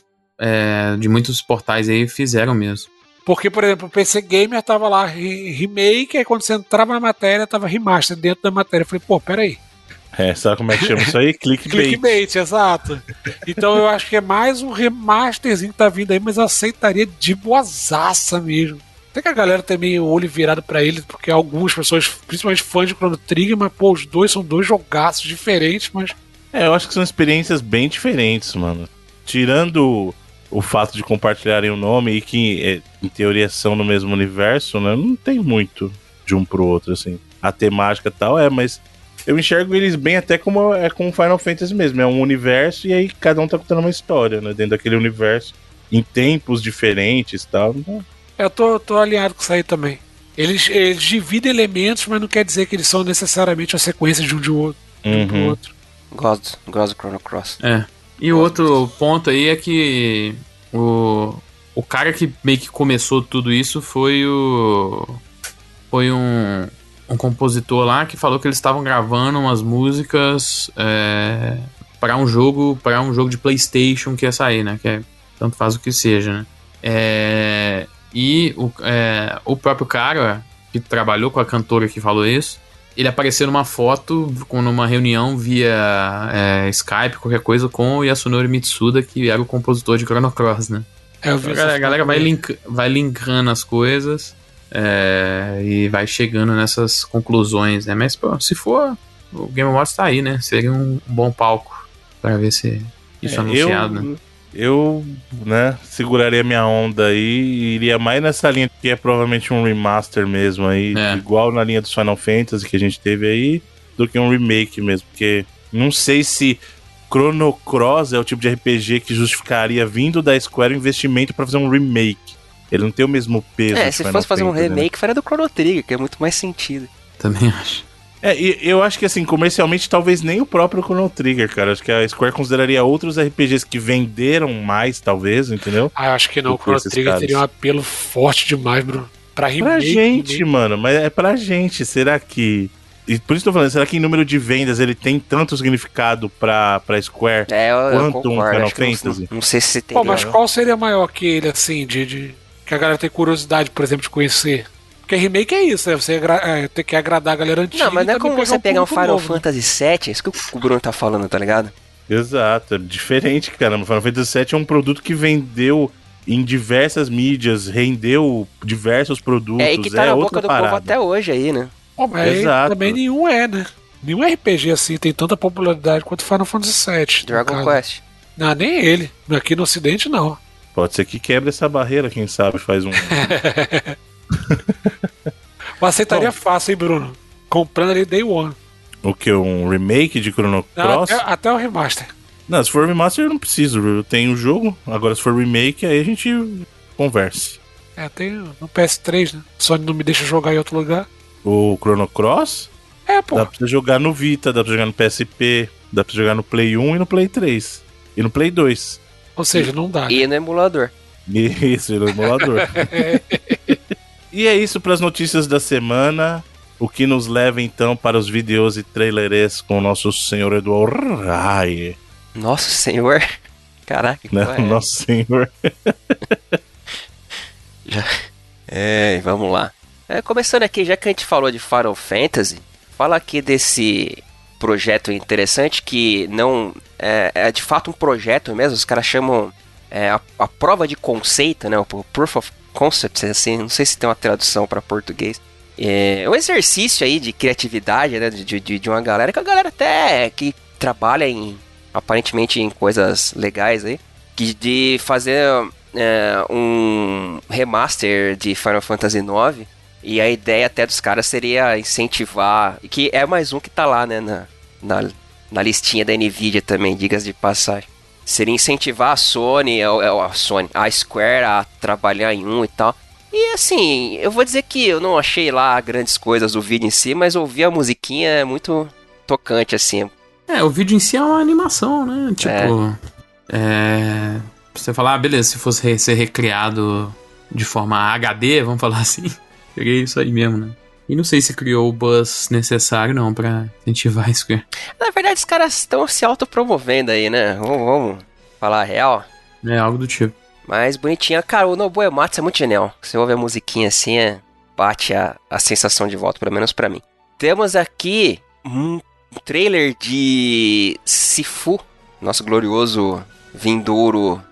de muitos portais aí fizeram mesmo. Porque, por exemplo, o PC Gamer tava lá remake, aí quando você entrava na matéria, tava remaster dentro da matéria. Eu falei, pô, peraí. Sabe como é que chama isso aí? Clickbait. Clickbait, exato. Então eu acho que é mais um remasterzinho que tá vindo aí, mas eu aceitaria de boazaça mesmo. Até que a galera tem meio olho virado pra ele, porque algumas pessoas, principalmente fãs de Chrono Trigger, mas pô, os dois são 2 jogaços diferentes, mas... eu acho que são experiências bem diferentes, mano. Tirando o fato de compartilharem o nome e que, em teoria, são no mesmo universo, né? Não tem muito de um pro outro, assim. A temática e tal, mas eu enxergo eles bem até como Final Fantasy mesmo. É um universo e aí cada um tá contando uma história, né? Dentro daquele universo, em tempos diferentes e tal. Então... Eu tô alinhado com isso aí também. Eles dividem elementos, mas não quer dizer que eles são necessariamente a sequência de um de outro. Uhum. Um pro outro. Gosto do Chrono Cross. E o outro ponto aí é que o cara que meio que começou tudo isso foi um compositor lá que falou que eles estavam gravando umas músicas para um jogo de PlayStation que ia sair, né? Que tanto faz o que seja, né? E o próprio cara que trabalhou com a cantora que falou isso, ele apareceu numa foto, numa reunião via Skype, qualquer coisa, com o Yasunori Mitsuda, que era o compositor de Chrono Cross, né? A galera vai linkando as coisas e vai chegando nessas conclusões, né? Mas, pô, se for, o Game Awards tá aí, né? Seria um bom palco pra ver se isso é anunciado, né? Eu, seguraria minha onda aí e iria mais nessa linha que é provavelmente um remaster mesmo aí, igual na linha dos Final Fantasy que a gente teve aí, do que um remake mesmo, porque não sei se Chrono Cross é o tipo de RPG que justificaria, vindo da Square, o investimento pra fazer um remake. Ele não tem o mesmo peso. Se fosse fazer um remake, faria do Chrono Trigger, que é muito mais sentido. Também acho. E eu acho que, assim, comercialmente, talvez nem o próprio Chrono Trigger, cara. Acho que a Square consideraria outros RPGs que venderam mais, talvez, entendeu? Eu acho que não. O Do que Chrono esses Trigger caras. teria um apelo forte demais, Bruno. Pra Pra remake. gente, mano. Mas é pra gente. Será que... E por isso que eu tô falando, será que em número de vendas ele tem tanto significado pra Square Eu quanto um concordo. Final Acho que não, Fantasy? não sei se tem. Pô, mas qual seria maior que ele, assim, que a galera tem curiosidade, por exemplo, de conhecer? Porque remake é isso, né? Você tem que agradar a galera antiga. Não, mas não é e também como você pegar um público Final novo, né? Fantasy VII, é isso que o Bruno tá falando, tá ligado? Exato, é diferente, caramba. Final Fantasy VII é um produto que vendeu em diversas mídias, rendeu diversos produtos. E que tá na boca outra do parada. povo até hoje aí, né? Pô, mas Exato. também nenhum né? Nenhum RPG assim tem tanta popularidade quanto Final Fantasy VII. Dragon Quest. Não, nem ele. Aqui no Ocidente, não. Pode ser que quebre essa barreira, quem sabe, faz um... Eu aceitaria fácil, hein, Bruno? Comprando ali Day One. O que? Um remake de Chrono Não, Cross? até o remaster. Não, se for remaster eu não preciso, eu tenho o jogo. Agora se for remake, aí a gente converse. Tem no PS3, né? Sony não me deixa jogar em outro lugar. O Chrono Cross, Pô. dá pra você jogar no Vita, dá pra jogar no PSP, dá pra você jogar no Play 1 e no Play 3. E no Play 2. Ou seja, não dá. E no emulador. Isso, no emulador. E é isso para as notícias da semana. O que nos leva então para os vídeos e trailers com o nosso senhor Eduardo Rai. Nosso senhor. Caraca, que Né? porra é? Nosso senhor. Vamos lá. Começando aqui, já que a gente falou de Final Fantasy, fala aqui desse projeto interessante que não é de fato um projeto mesmo. Os caras chamam a prova de conceito, né? O Proof of Concept, assim, não sei se tem uma tradução para português. É um exercício aí de criatividade, né? De uma galera, que a galera até que trabalha aparentemente em coisas legais aí, de fazer um remaster de Final Fantasy IX. E a ideia até dos caras seria incentivar, que é mais um que tá lá, né, na listinha da Nvidia também, diga-se de passagem. Seria incentivar a Square a trabalhar em um e tal. E assim, eu vou dizer que eu não achei lá grandes coisas do vídeo em si, mas ouvir a musiquinha é muito tocante, assim. O vídeo em si é uma animação, né? Tipo, você falar, beleza, se fosse ser recriado de forma HD, vamos falar assim, seria isso aí mesmo, né? E não sei se criou o buzz necessário, não, pra incentivar a Square. Na verdade, os caras estão se autopromovendo aí, né? Vamos falar a real. Algo do tipo. Mas bonitinha. Cara, o Nobuo Ematsu é muito genial. Você ouve a musiquinha assim, bate a sensação de volta, pelo menos pra mim. Temos aqui um trailer de Sifu, nosso glorioso vindouro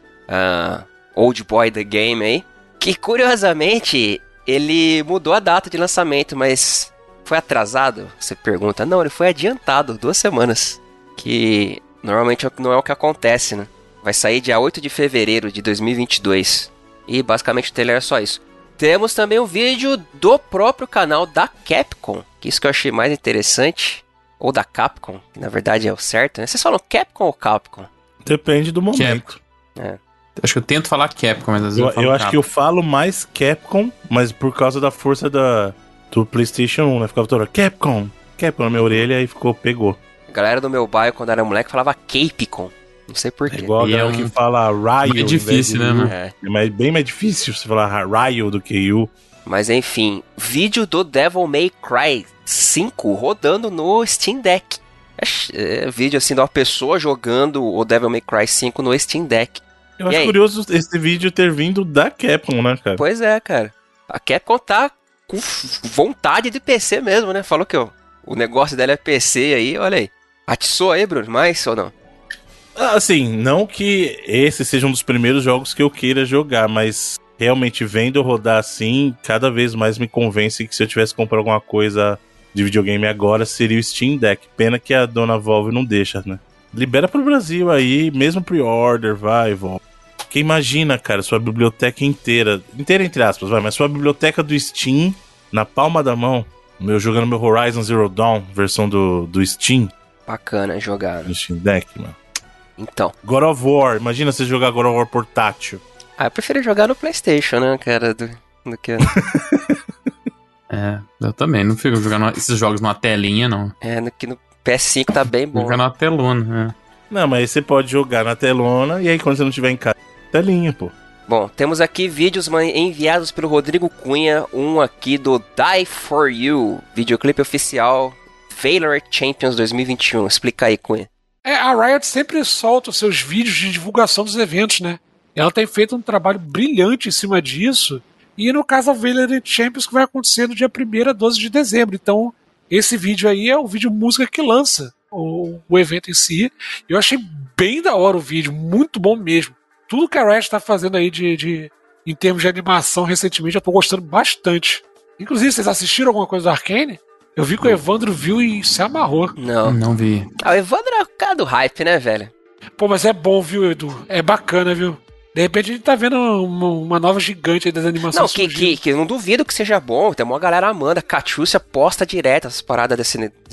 Old Boy The Game aí. Que, curiosamente, ele mudou a data de lançamento, mas foi atrasado? Você pergunta. Não, ele foi adiantado 2 semanas. Que normalmente não é o que acontece, né? Vai sair dia 8 de fevereiro de 2022. E basicamente o trailer é só isso. Temos também um vídeo do próprio canal da Capcom. Que isso que eu achei mais interessante. Ou da Capcom, que na verdade é o certo, né? Vocês falam Capcom ou Capcom? Depende do momento. Acho que eu tento falar Capcom, mas às vezes Eu acho que eu falo mais Capcom, mas por causa da força do PlayStation 1, né? Ficava toda Capcom na minha orelha e pegou. A galera do meu bairro, quando era moleque, falava Capcom. Não sei porquê. É igual a galera que fala Ryo. É difícil, né, mano? É bem mais difícil você falar Ryo do que You. Mas enfim, vídeo do Devil May Cry 5 rodando no Steam Deck. Vídeo assim de uma pessoa jogando o Devil May Cry 5 no Steam Deck. Eu acho curioso esse vídeo ter vindo da Capcom, né, cara? Pois é, cara. A Capcom tá com vontade de PC mesmo, né? Falou que o negócio dela é PC aí, olha aí. Atiçou aí, Bruno? Mais ou não? Assim, não que esse seja um dos primeiros jogos que eu queira jogar, mas realmente vendo rodar assim, cada vez mais me convence que se eu tivesse que comprar alguma coisa de videogame agora, seria o Steam Deck. Pena que a dona Valve não deixa, né? Libera pro Brasil aí, mesmo pre-order, vai, Valve. Porque imagina, cara, sua biblioteca inteira entre aspas, mas sua biblioteca do Steam na palma da mão, jogando meu Horizon Zero Dawn, versão do Steam. Bacana jogar. No Steam Deck, mano. Então. God of War, imagina você jogar God of War portátil. Eu prefiro jogar no PlayStation, né, cara, do que... Eu também. Não fico jogando esses jogos numa telinha, não. Aqui no PS5 tá bem bom. Jogando numa telona, Não, mas você pode jogar na telona e aí quando você não tiver em casa, telinha, pô. Bom, temos aqui vídeos enviados pelo Rodrigo Cunha, um aqui do Die For You, videoclipe oficial Valorant Champions 2021. Explica aí, Cunha. A Riot sempre solta os seus vídeos de divulgação dos eventos, né? Ela tem feito um trabalho brilhante em cima disso. E no caso, a Valorant Champions que vai acontecer no dia 1º a 12 de dezembro. Então, esse vídeo aí é o vídeo música que lança o evento em si. Eu achei bem da hora o vídeo, muito bom mesmo. Tudo que a Riot está fazendo aí em termos de animação recentemente, eu tô gostando bastante. Inclusive, vocês assistiram alguma coisa do Arcane? Eu vi que o Evandro viu e se amarrou. Não vi. O Evandro é o cara do hype, né, velho? Pô, mas é bom, viu, Edu? É bacana, viu? De repente a gente tá vendo uma nova gigante aí das animações. Não, que eu não duvido que seja bom. Tem uma galera amando. A Catiúcia posta direto essas paradas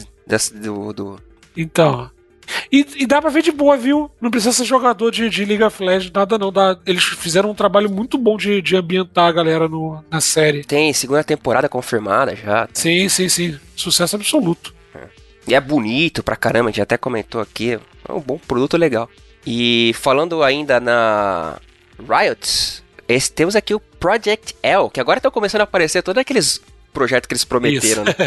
do... Então... E dá pra ver de boa, viu? Não precisa ser jogador de League of Legends, nada não. Eles fizeram um trabalho muito bom de ambientar a galera na série. Tem segunda temporada confirmada já. Sim. Sucesso absoluto. E é bonito pra caramba, a gente até comentou aqui. É um bom produto legal. E falando ainda na Riot, temos aqui o Project L, que agora estão começando a aparecer todos aqueles projetos que eles prometeram, né?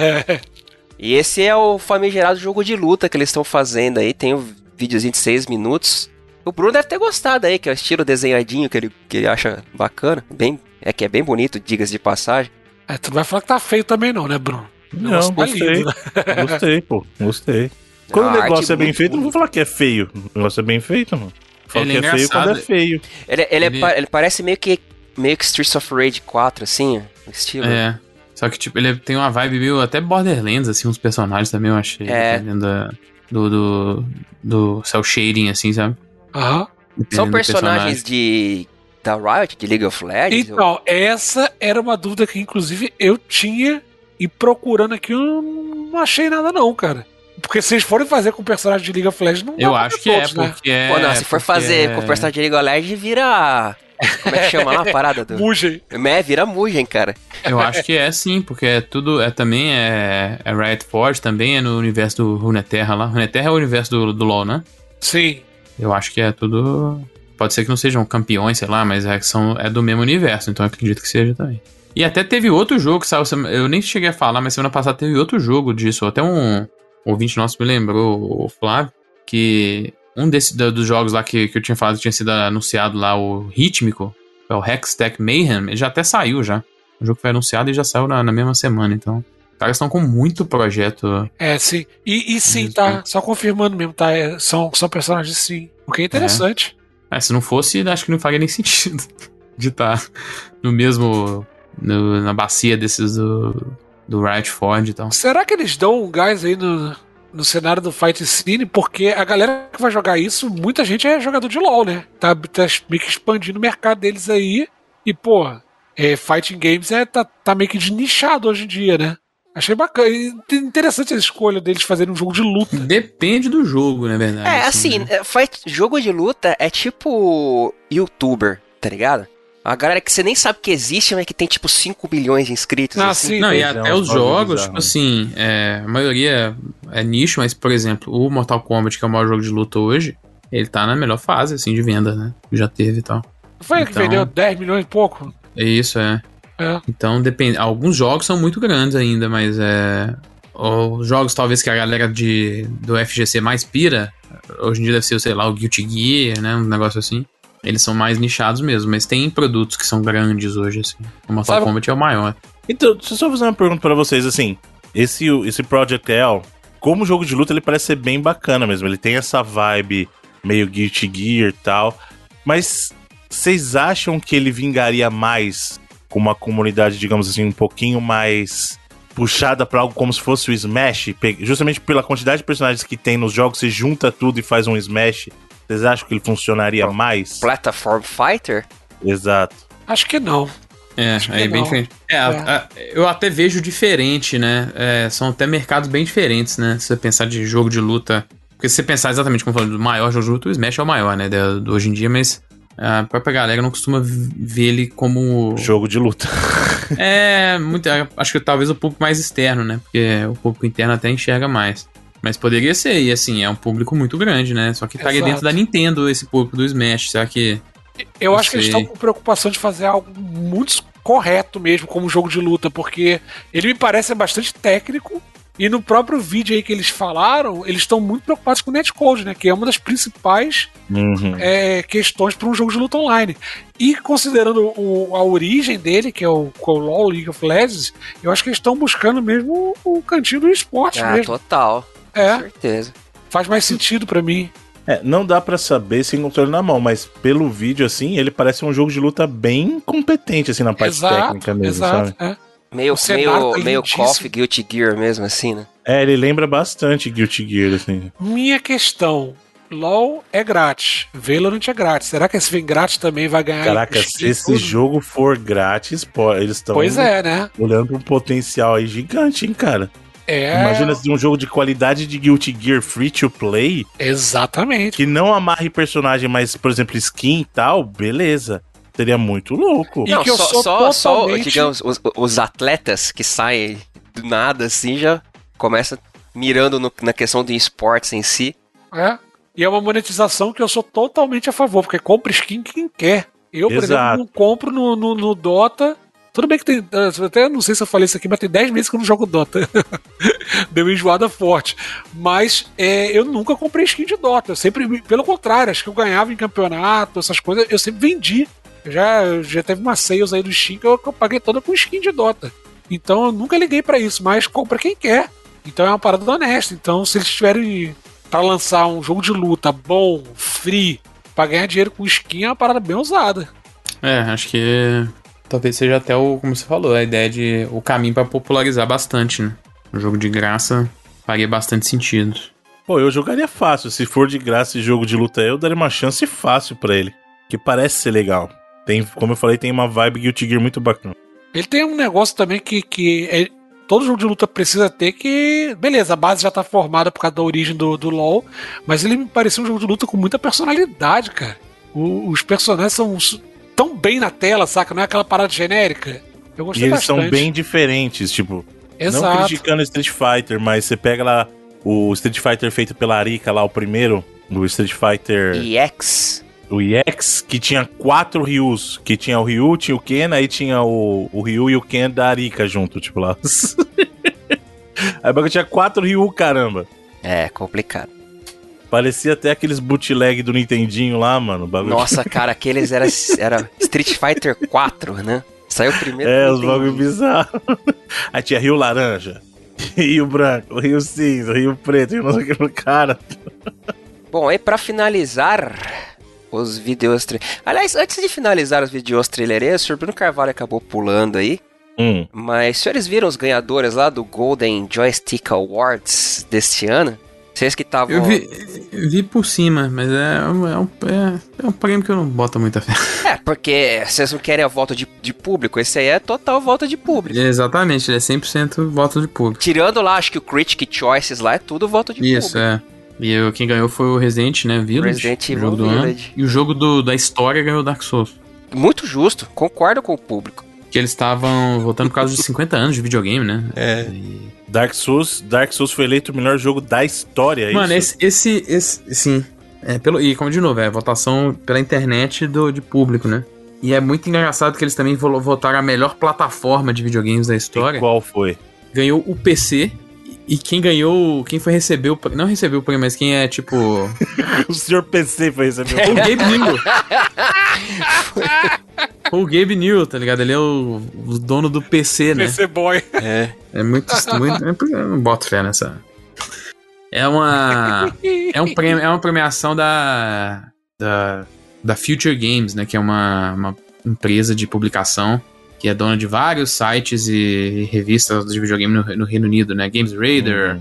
E esse é o famigerado jogo de luta que eles estão fazendo aí. Tem um videozinho de 6 minutos. O Bruno deve ter gostado aí, que é o estilo desenhadinho que ele acha bacana. Que é bem bonito, diga-se de passagem. Tu não vai falar que tá feio também não, né, Bruno? Não, gostei. Gostei, pô. Gostei. Quando o negócio é bem feito, não vou falar que é feio. O negócio é bem feito, mano. Fala que é feio quando é feio. Ele parece meio que Streets of Rage 4, assim, o estilo. Só que, tipo, ele tem uma vibe meio até Borderlands, assim, uns personagens também eu achei. Dependendo do cel shading, assim, sabe? Aham. São personagens da Riot, de League of Legends? Então, essa era uma dúvida que, inclusive, eu tinha, e procurando aqui, eu não achei nada não, cara. Porque se eles forem fazer com personagem de League of Legends, não dá. Eu acho que todos, porque né? Pô, não, se for fazer com personagem de League of Legends, vira... Como é que chama lá a parada do... Mugen. Vira Mugen, cara. Eu acho que sim, porque também é Riot Forge, também é no universo do Runeterra lá. Runeterra é o universo do LoL, né? Sim. Eu acho que é tudo... Pode ser que não sejam campeões, sei lá, mas é do mesmo universo, então eu acredito que seja também. E até teve outro jogo que saiu, eu nem cheguei a falar, mas semana passada teve outro jogo disso. Até um ouvinte nosso me lembrou, o Flávio, que... Um dos jogos lá que eu tinha falado que tinha sido anunciado lá, o Rítmico, é o Hextech Mayhem, ele já até saiu já. O jogo foi anunciado e já saiu na mesma semana, então... Os caras estão com muito projeto. Sim. E sim, tá? Só confirmando mesmo, tá? São personagens sim. O que é interessante. Se não fosse, acho que não faria nem sentido de estar no mesmo... na bacia desses do Riot Forge e tal. Será que eles dão um gás aí no cenário do Fight Scene? Porque a galera que vai jogar isso, muita gente é jogador de LoL, né? Tá meio que expandindo o mercado deles aí. E, pô, Fighting Games tá meio que de nichado hoje em dia, né? Achei bacana. Interessante a escolha deles fazerem um jogo de luta. Depende do jogo, na verdade. Assim, jogo de luta é tipo YouTuber, tá ligado? A galera que você nem sabe que existe, mas que tem tipo 5 milhões de inscritos. Assim. Sim, não, e até os jogos, tipo assim, a maioria é nicho, mas, por exemplo, o Mortal Kombat, que é o maior jogo de luta hoje, ele tá na melhor fase, assim, de venda, né? Já teve e tal. Foi ele que vendeu 10 milhões e pouco? Isso, Então, depende. Alguns jogos são muito grandes ainda, mas os jogos, talvez, que a galera do FGC mais pira, hoje em dia deve ser, sei lá, o Guilty Gear, né? Um negócio assim. Eles são mais nichados mesmo, mas tem produtos que são grandes hoje, assim. O Mortal Kombat é o maior. Então, deixa eu só fazer uma pergunta pra vocês, assim. Esse Project L, como jogo de luta, ele parece ser bem bacana mesmo. Ele tem essa vibe meio Guilty Gear e tal. Mas vocês acham que ele vingaria mais com uma comunidade, digamos assim, um pouquinho mais puxada pra algo como se fosse o Smash? Justamente pela quantidade de personagens que tem nos jogos, você junta tudo e faz um Smash. Vocês acham que ele funcionaria mais? Platform Fighter? Exato. Acho que não. Bem diferente. Eu até vejo diferente, né? São até mercados bem diferentes, né? Se você pensar de jogo de luta. Porque se você pensar exatamente como falando do maior jogo de luta, o Smash é o maior, né? Do hoje em dia, mas a própria galera não costuma ver ele como... jogo de luta. Acho que talvez o público mais externo, né? Porque o público interno até enxerga mais. Mas poderia ser, e assim, é um público muito grande, né? Só que estaria dentro da Nintendo esse público do Smash. Será que... Eu acho que eles estão com preocupação de fazer algo muito correto mesmo, como jogo de luta, porque ele me parece bastante técnico, e no próprio vídeo aí que eles falaram, eles estão muito preocupados com o netcode, né? Que é uma das principais questões para um jogo de luta online. E considerando a origem dele, que é o LoL, League of Legends, eu acho que eles estão buscando mesmo o cantinho do esporte mesmo. Total. Com certeza. Faz mais sentido para mim. Não dá pra saber sem controle na mão, mas pelo vídeo, assim, ele parece um jogo de luta bem competente, assim, na parte técnica mesmo, sabe? Meio KOF, Guilty Gear mesmo, assim, né? Ele lembra bastante Guilty Gear, assim. Minha questão, LoL é grátis, Valorant é grátis. Será que esse vem grátis também vai ganhar... Caraca, se esse jogo for grátis, eles estão né? olhando pra um potencial aí gigante, hein, cara? Imagina se um jogo de qualidade de Guilty Gear free to play. Exatamente. Que não amarre personagem, mas, por exemplo, skin e tal, beleza. Seria muito louco. Não, que só digamos, os atletas que saem do nada, assim, já começa mirando na questão de esportes em si. E é uma monetização que eu sou totalmente a favor, porque compra skin quem quer. Eu, por exemplo, não compro no Dota. Tudo bem que tem... Até não sei se eu falei isso aqui, mas tem 10 meses que eu não jogo Dota. Deu uma enjoada forte. Mas eu nunca comprei skin de Dota. Eu sempre... Pelo contrário, acho que eu ganhava em campeonato, essas coisas. Eu sempre vendi. Já teve uma sales aí do Steam que eu paguei toda com skin de Dota. Então eu nunca liguei pra isso. Mas compra quem quer. Então é uma parada honesta. Então se eles tiverem pra lançar um jogo de luta bom, free, pra ganhar dinheiro com skin, é uma parada bem usada. Acho que... Talvez seja até como você falou, a ideia de o caminho pra popularizar bastante, né? O jogo de graça faria bastante sentido. Pô, eu jogaria fácil. Se for de graça esse jogo de luta, eu daria uma chance fácil pra ele. Que parece ser legal. Como eu falei, tem uma vibe Guilty Gear muito bacana. Ele tem um negócio também que todo jogo de luta precisa ter, que... Beleza, a base já tá formada por causa da origem do LoL, mas ele me parecia um jogo de luta com muita personalidade, cara. Os personagens são... tão bem na tela, saca? Não é aquela parada genérica. Eu gostei bastante. E eles são bem diferentes, tipo... Exato. Não criticando Street Fighter, mas você pega lá o Street Fighter feito pela Arika lá, o primeiro, do Street Fighter... EX. O EX, que tinha 4 Ryus. Que tinha o Ryu, tinha o Ken, aí tinha o Ryu e o Ken da Arika junto, tipo lá. Aí o bagulho tinha 4 Ryu, caramba. Complicado. Parecia até aqueles bootleg do Nintendinho lá, mano. Bagulho. Nossa, cara, aqueles era Street Fighter 4, né? Saiu primeiro. Os bagulho bizarros. Aí tinha Rio Laranja, Rio Branco, Rio Cinza, Rio Preto, e não sei o que, cara. Bom, aí pra finalizar os vídeos... Aliás, antes de finalizar os vídeos trailerês, o Sr. Bruno Carvalho acabou pulando aí. Mas, senhores viram os ganhadores lá do Golden Joystick Awards deste ano? Vocês que estavam... Eu vi por cima, mas é um prêmio que eu não boto muita fé. Porque vocês não querem a volta de público. Esse aí é total volta de público. Exatamente, ele é 100% volta de público. Tirando lá, acho que o Critic Choices lá é tudo volta de público. Isso, E quem ganhou foi o Resident, né? Village. Resident Evil jogo do Village. Ano. E o jogo da história ganhou o Dark Souls. Muito justo, concordo com o público. Que eles estavam votando por causa de 50 anos de videogame, né? Dark Souls foi eleito o melhor jogo da história, Mano, isso? esse sim. E como de novo, votação pela internet de público, né? E é muito engraçado que eles também votaram a melhor plataforma de videogames da história. E qual foi? Ganhou o PC. E quem foi receber o... Não recebeu o prêmio, mas quem é, tipo... O senhor PC foi receber o Gabe Newell. O Gabe Newell, tá ligado? Ele é o dono do PC, né? PC Boy. É muito... Eu não boto fé nessa... É uma premiação da Future Games, né? Que é uma empresa de publicação que é dona de vários sites e revistas de videogame no Reino Unido, né? Games Radar,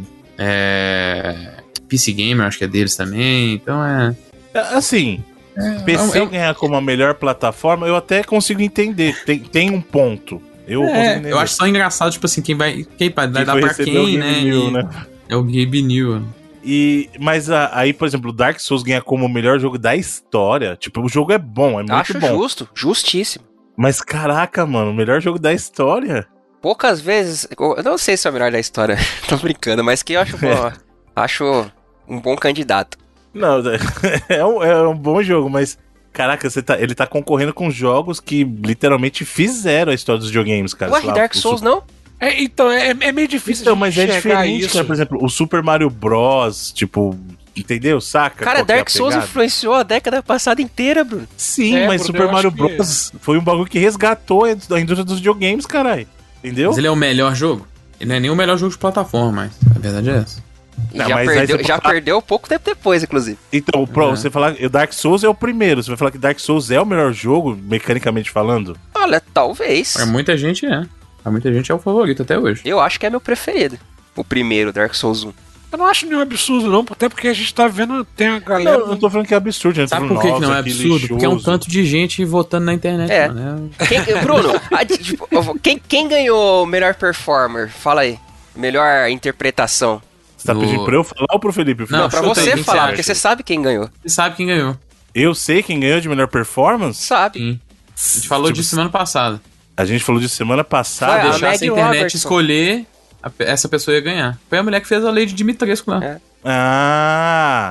PC Gamer, acho que é deles também. Então Assim, PC ganhar como a melhor plataforma, eu até consigo entender. Tem um ponto. Eu acho só engraçado, tipo assim, quem vai dar pra quem, né? É o Gabe Newell. Mas aí, por exemplo, o Dark Souls ganha como o melhor jogo da história. Tipo, o jogo é bom, é muito bom. Acho justíssimo. Mas caraca, mano, o melhor jogo da história. Poucas vezes, eu não sei se é o melhor da história, tô brincando, mas que eu acho, acho um bom candidato. Não, é um bom jogo, mas caraca, ele tá concorrendo com jogos que literalmente fizeram a história dos videogames, cara. Ué, Dark Souls não? Então, é meio difícil então, mas é diferente, isso. cara. Por exemplo, o Super Mario Bros, tipo, entendeu? Saca? Cara, Dark Souls influenciou a década passada inteira, Bruno. Sim, mas Bruno, Super Mario Bros foi um bagulho que resgatou a indústria dos videogames, caralho. Entendeu? Mas ele é o melhor jogo? Ele não é nem o melhor jogo de plataforma, mas a verdade é essa. E não, já perdeu pouco tempo depois, inclusive. Então, você falar o Dark Souls é o primeiro. Você vai falar que Dark Souls é o melhor jogo, mecanicamente falando? Olha, talvez. Pra muita gente é. Pra muita gente é o favorito até hoje. Eu acho que é meu preferido. O primeiro, Dark Souls 1. Eu não acho nenhum absurdo, não, até porque a gente tá vendo, tem a galera... Não, eu não tô falando que é absurdo. Sabe por que não é absurdo? Lixoso. Porque é um tanto de gente votando na internet. É. Mano. Bruno, quem ganhou o melhor performer? Fala aí. Melhor interpretação. Você tá pedindo pra eu falar ou pro Felipe? Não, pra você falar, porque você sabe quem ganhou. Você sabe quem ganhou. Eu sei quem ganhou de melhor performance? Sabe. Sim. A gente falou disso semana passada. A gente falou disso semana passada. Se deixasse a internet escolher, essa pessoa ia ganhar. Foi a mulher que fez a Lady Dimitrescu lá. É. Ah!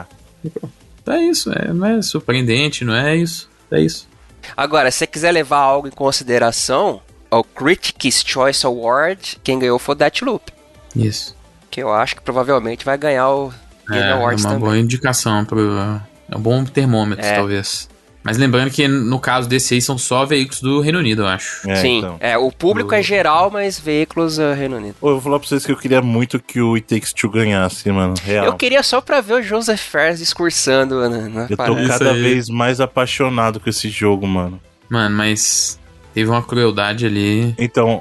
É isso, não é surpreendente, não é isso. É isso. Agora, se você quiser levar algo em consideração, o Critics' Choice Award, quem ganhou foi o Deathloop. Isso. Que eu acho que provavelmente vai ganhar o Game Awards também. É uma boa indicação, é um bom termômetro, talvez. Mas lembrando que no caso desse aí são só veículos do Reino Unido, eu acho. Sim, então. O público é geral, mas veículos Reino Unido. Eu vou falar pra vocês que eu queria muito que o It Takes Two ganhasse, mano, real. Eu queria só pra ver o Joseph Fares discursando na Eu tô cada vez mais apaixonado com esse jogo, mano. Mano, mas teve uma crueldade ali. Então.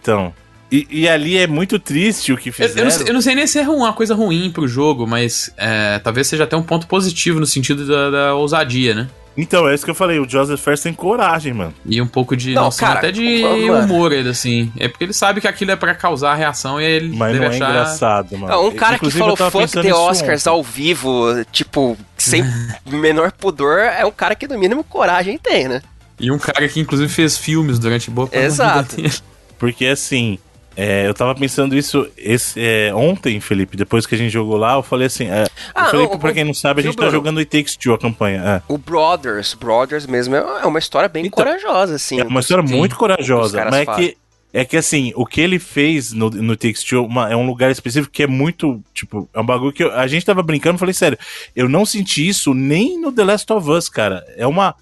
E ali é muito triste o que fizeram. Eu não sei nem se é uma coisa ruim pro jogo, mas talvez seja até um ponto positivo no sentido da ousadia, né? Então, é isso que eu falei, o Joseph Fares tem coragem, mano. E um pouco de noção, cara, até de humor, ele, assim. É porque ele sabe que aquilo é pra causar reação e ele mas deve não é engraçado, mano. Um cara que falou fuck the Oscars ao vivo, tipo, sem menor pudor, é um cara que no mínimo coragem tem, né? E um cara que inclusive fez filmes durante boa parte da vida dele. Porque assim... eu tava pensando isso ontem, Felipe, depois que a gente jogou lá, eu falei assim... Felipe, pra quem não sabe, a gente tá jogando It Takes Two, a campanha. O Brothers mesmo é uma história bem corajosa, assim. É uma história muito corajosa, mas é que assim, o que ele fez no It Takes Two é um lugar específico que é muito, tipo, é um bagulho que a gente tava brincando, falei, sério, eu não senti isso nem no The Last of Us, cara. É uma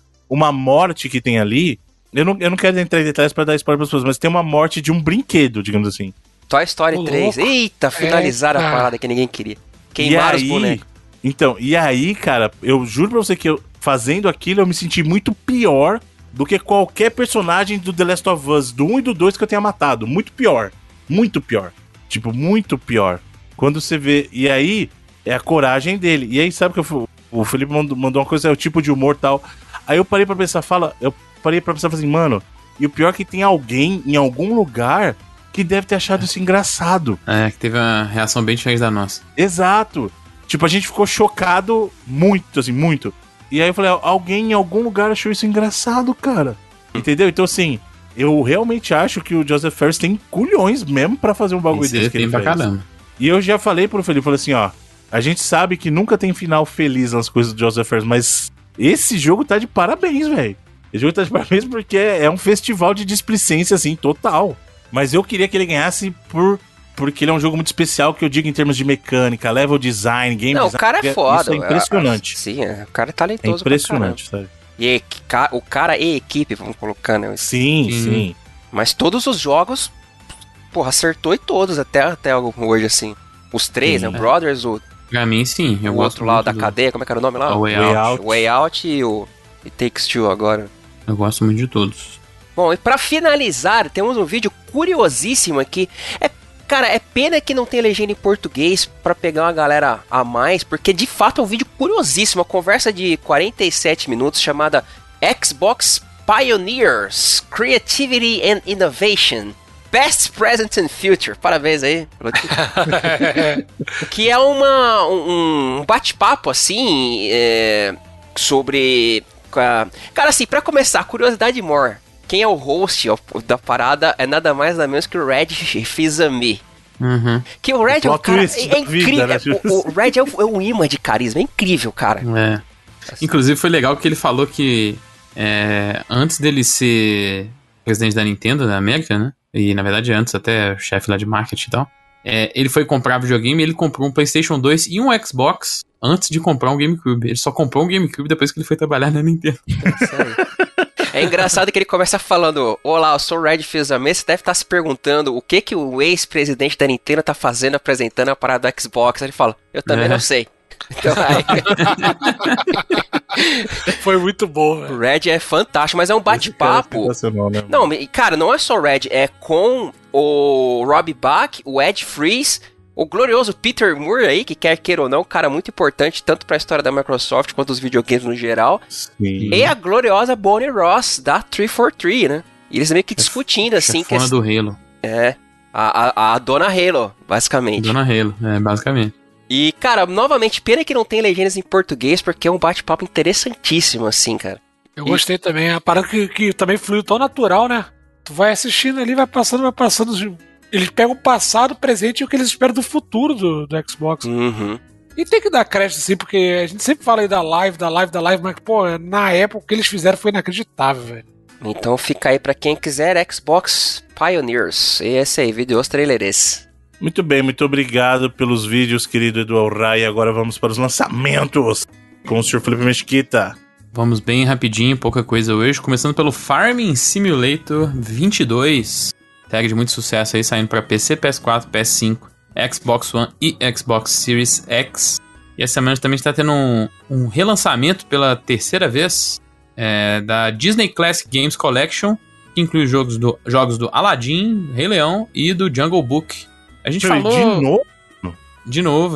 morte que tem ali... Eu não quero entrar em detalhes pra dar spoiler pras pessoas, mas tem uma morte de um brinquedo, digamos assim. Toy Story 3. Louco. Eita, finalizaram a parada que ninguém queria. Queimaram os bonecos. Então, e aí, cara, eu juro pra você que fazendo aquilo eu me senti muito pior do que qualquer personagem do The Last of Us, do 1 e do 2 que eu tenha matado. Muito pior. Muito pior. Tipo, muito pior. Quando você vê... E aí, é a coragem dele. E aí, sabe que o Felipe mandou uma coisa, é o tipo de humor e tal. Aí eu parei pra pensar, assim, mano, e o pior é que tem alguém em algum lugar que deve ter achado isso engraçado. Que teve uma reação bem diferente da nossa. Exato. Tipo, a gente ficou chocado muito, assim, muito. E aí eu falei, alguém em algum lugar achou isso engraçado, cara. Entendeu? Então, assim, eu realmente acho que o Joseph Fares tem culhões mesmo pra fazer um bagulho desse que ele fez. Caramba. E eu já falei pro Felipe, falei assim, ó, a gente sabe que nunca tem final feliz nas coisas do Joseph Fares, mas esse jogo tá de parabéns, velho. Esse jogo tá de parabéns porque é um festival de displicência, assim, total. Mas eu queria que ele ganhasse porque ele é um jogo muito especial, que eu digo em termos de mecânica, level design, game design. Não, o cara é foda. Isso é impressionante. Sim, o cara é talentoso. É impressionante, sabe? E o cara e equipe, vamos colocar, né? Sim. Mas todos os jogos, porra, acertou em todos, até hoje, assim. Os três, né? O Brothers, Pra mim, sim. O outro lá da cadeia, como é que era o nome lá? O Way Out. O Way Out e o It Takes Two agora. Eu gosto muito de todos. Bom, e pra finalizar, temos um vídeo curiosíssimo aqui. Cara, é pena que não tem legenda em português pra pegar uma galera a mais, porque de fato é um vídeo curiosíssimo. Uma conversa de 47 minutos chamada Xbox Pioneers, Creativity and Innovation. Best Present and Future. Parabéns aí. Que é um bate-papo, assim, sobre... Cara, assim, pra começar, curiosidade more. quem é o host da parada é nada mais nada menos que o Red Fils-Aimé. Uhum. Que o Red é um cara... É incrível. Vida, né? O Red é um imã de carisma. É incrível, cara. É. Inclusive foi legal que ele falou que antes dele ser presidente da Nintendo da América, né? E na verdade antes até chefe lá de marketing e tal. Ele foi comprar videogame e ele comprou um PlayStation 2 e um Xbox antes de comprar um GameCube. Ele só comprou um GameCube depois que ele foi trabalhar na Nintendo. É engraçado que ele começa falando: olá, eu sou o Red Fils-Aimé. Você deve estar se perguntando o que o ex-presidente da Nintendo tá fazendo apresentando a parada do Xbox. Aí ele fala: eu também não sei. Então, Foi muito bom, velho. o Red é fantástico, mas é um bate-papo. Né? Não, cara, não é só o Red, é com o Rob Bach, o Ed Freeze, o glorioso Peter Moore aí, que quer queira ou não, um cara muito importante, tanto pra história da Microsoft quanto dos videogames no geral. Sim. E a gloriosa Bonnie Ross, da 343, né? E eles meio que discutindo, assim. Fã do Halo. A Dona Halo, basicamente. Dona Halo, basicamente. E, cara, novamente, pena que não tem legendas em português, porque é um bate-papo interessantíssimo, assim, cara. Eu gostei também. A parada que também fluiu tão natural, né? Tu vai assistindo ali, vai passando. Eles pegam o passado, o presente e o que eles esperam do futuro do Xbox. Uhum. E tem que dar crédito, assim, porque a gente sempre fala aí da live, mas, pô, na época o que eles fizeram foi inacreditável, velho. Então fica aí pra quem quiser, Xbox Pioneers. E esse aí, vídeo os trailers. Muito bem, muito obrigado pelos vídeos, querido Edu Alray. Agora vamos para os lançamentos com o Sr. Felipe Mesquita. Vamos bem rapidinho, pouca coisa hoje. Começando pelo Farming Simulator 22. Tag de muito sucesso aí, saindo para PC, PS4, PS5, Xbox One e Xbox Series X. E essa semana também está tendo um relançamento pela terceira vez da Disney Classic Games Collection, que inclui jogos do Aladdin, Rei Leão e do Jungle Book. A gente falou... De novo? De novo,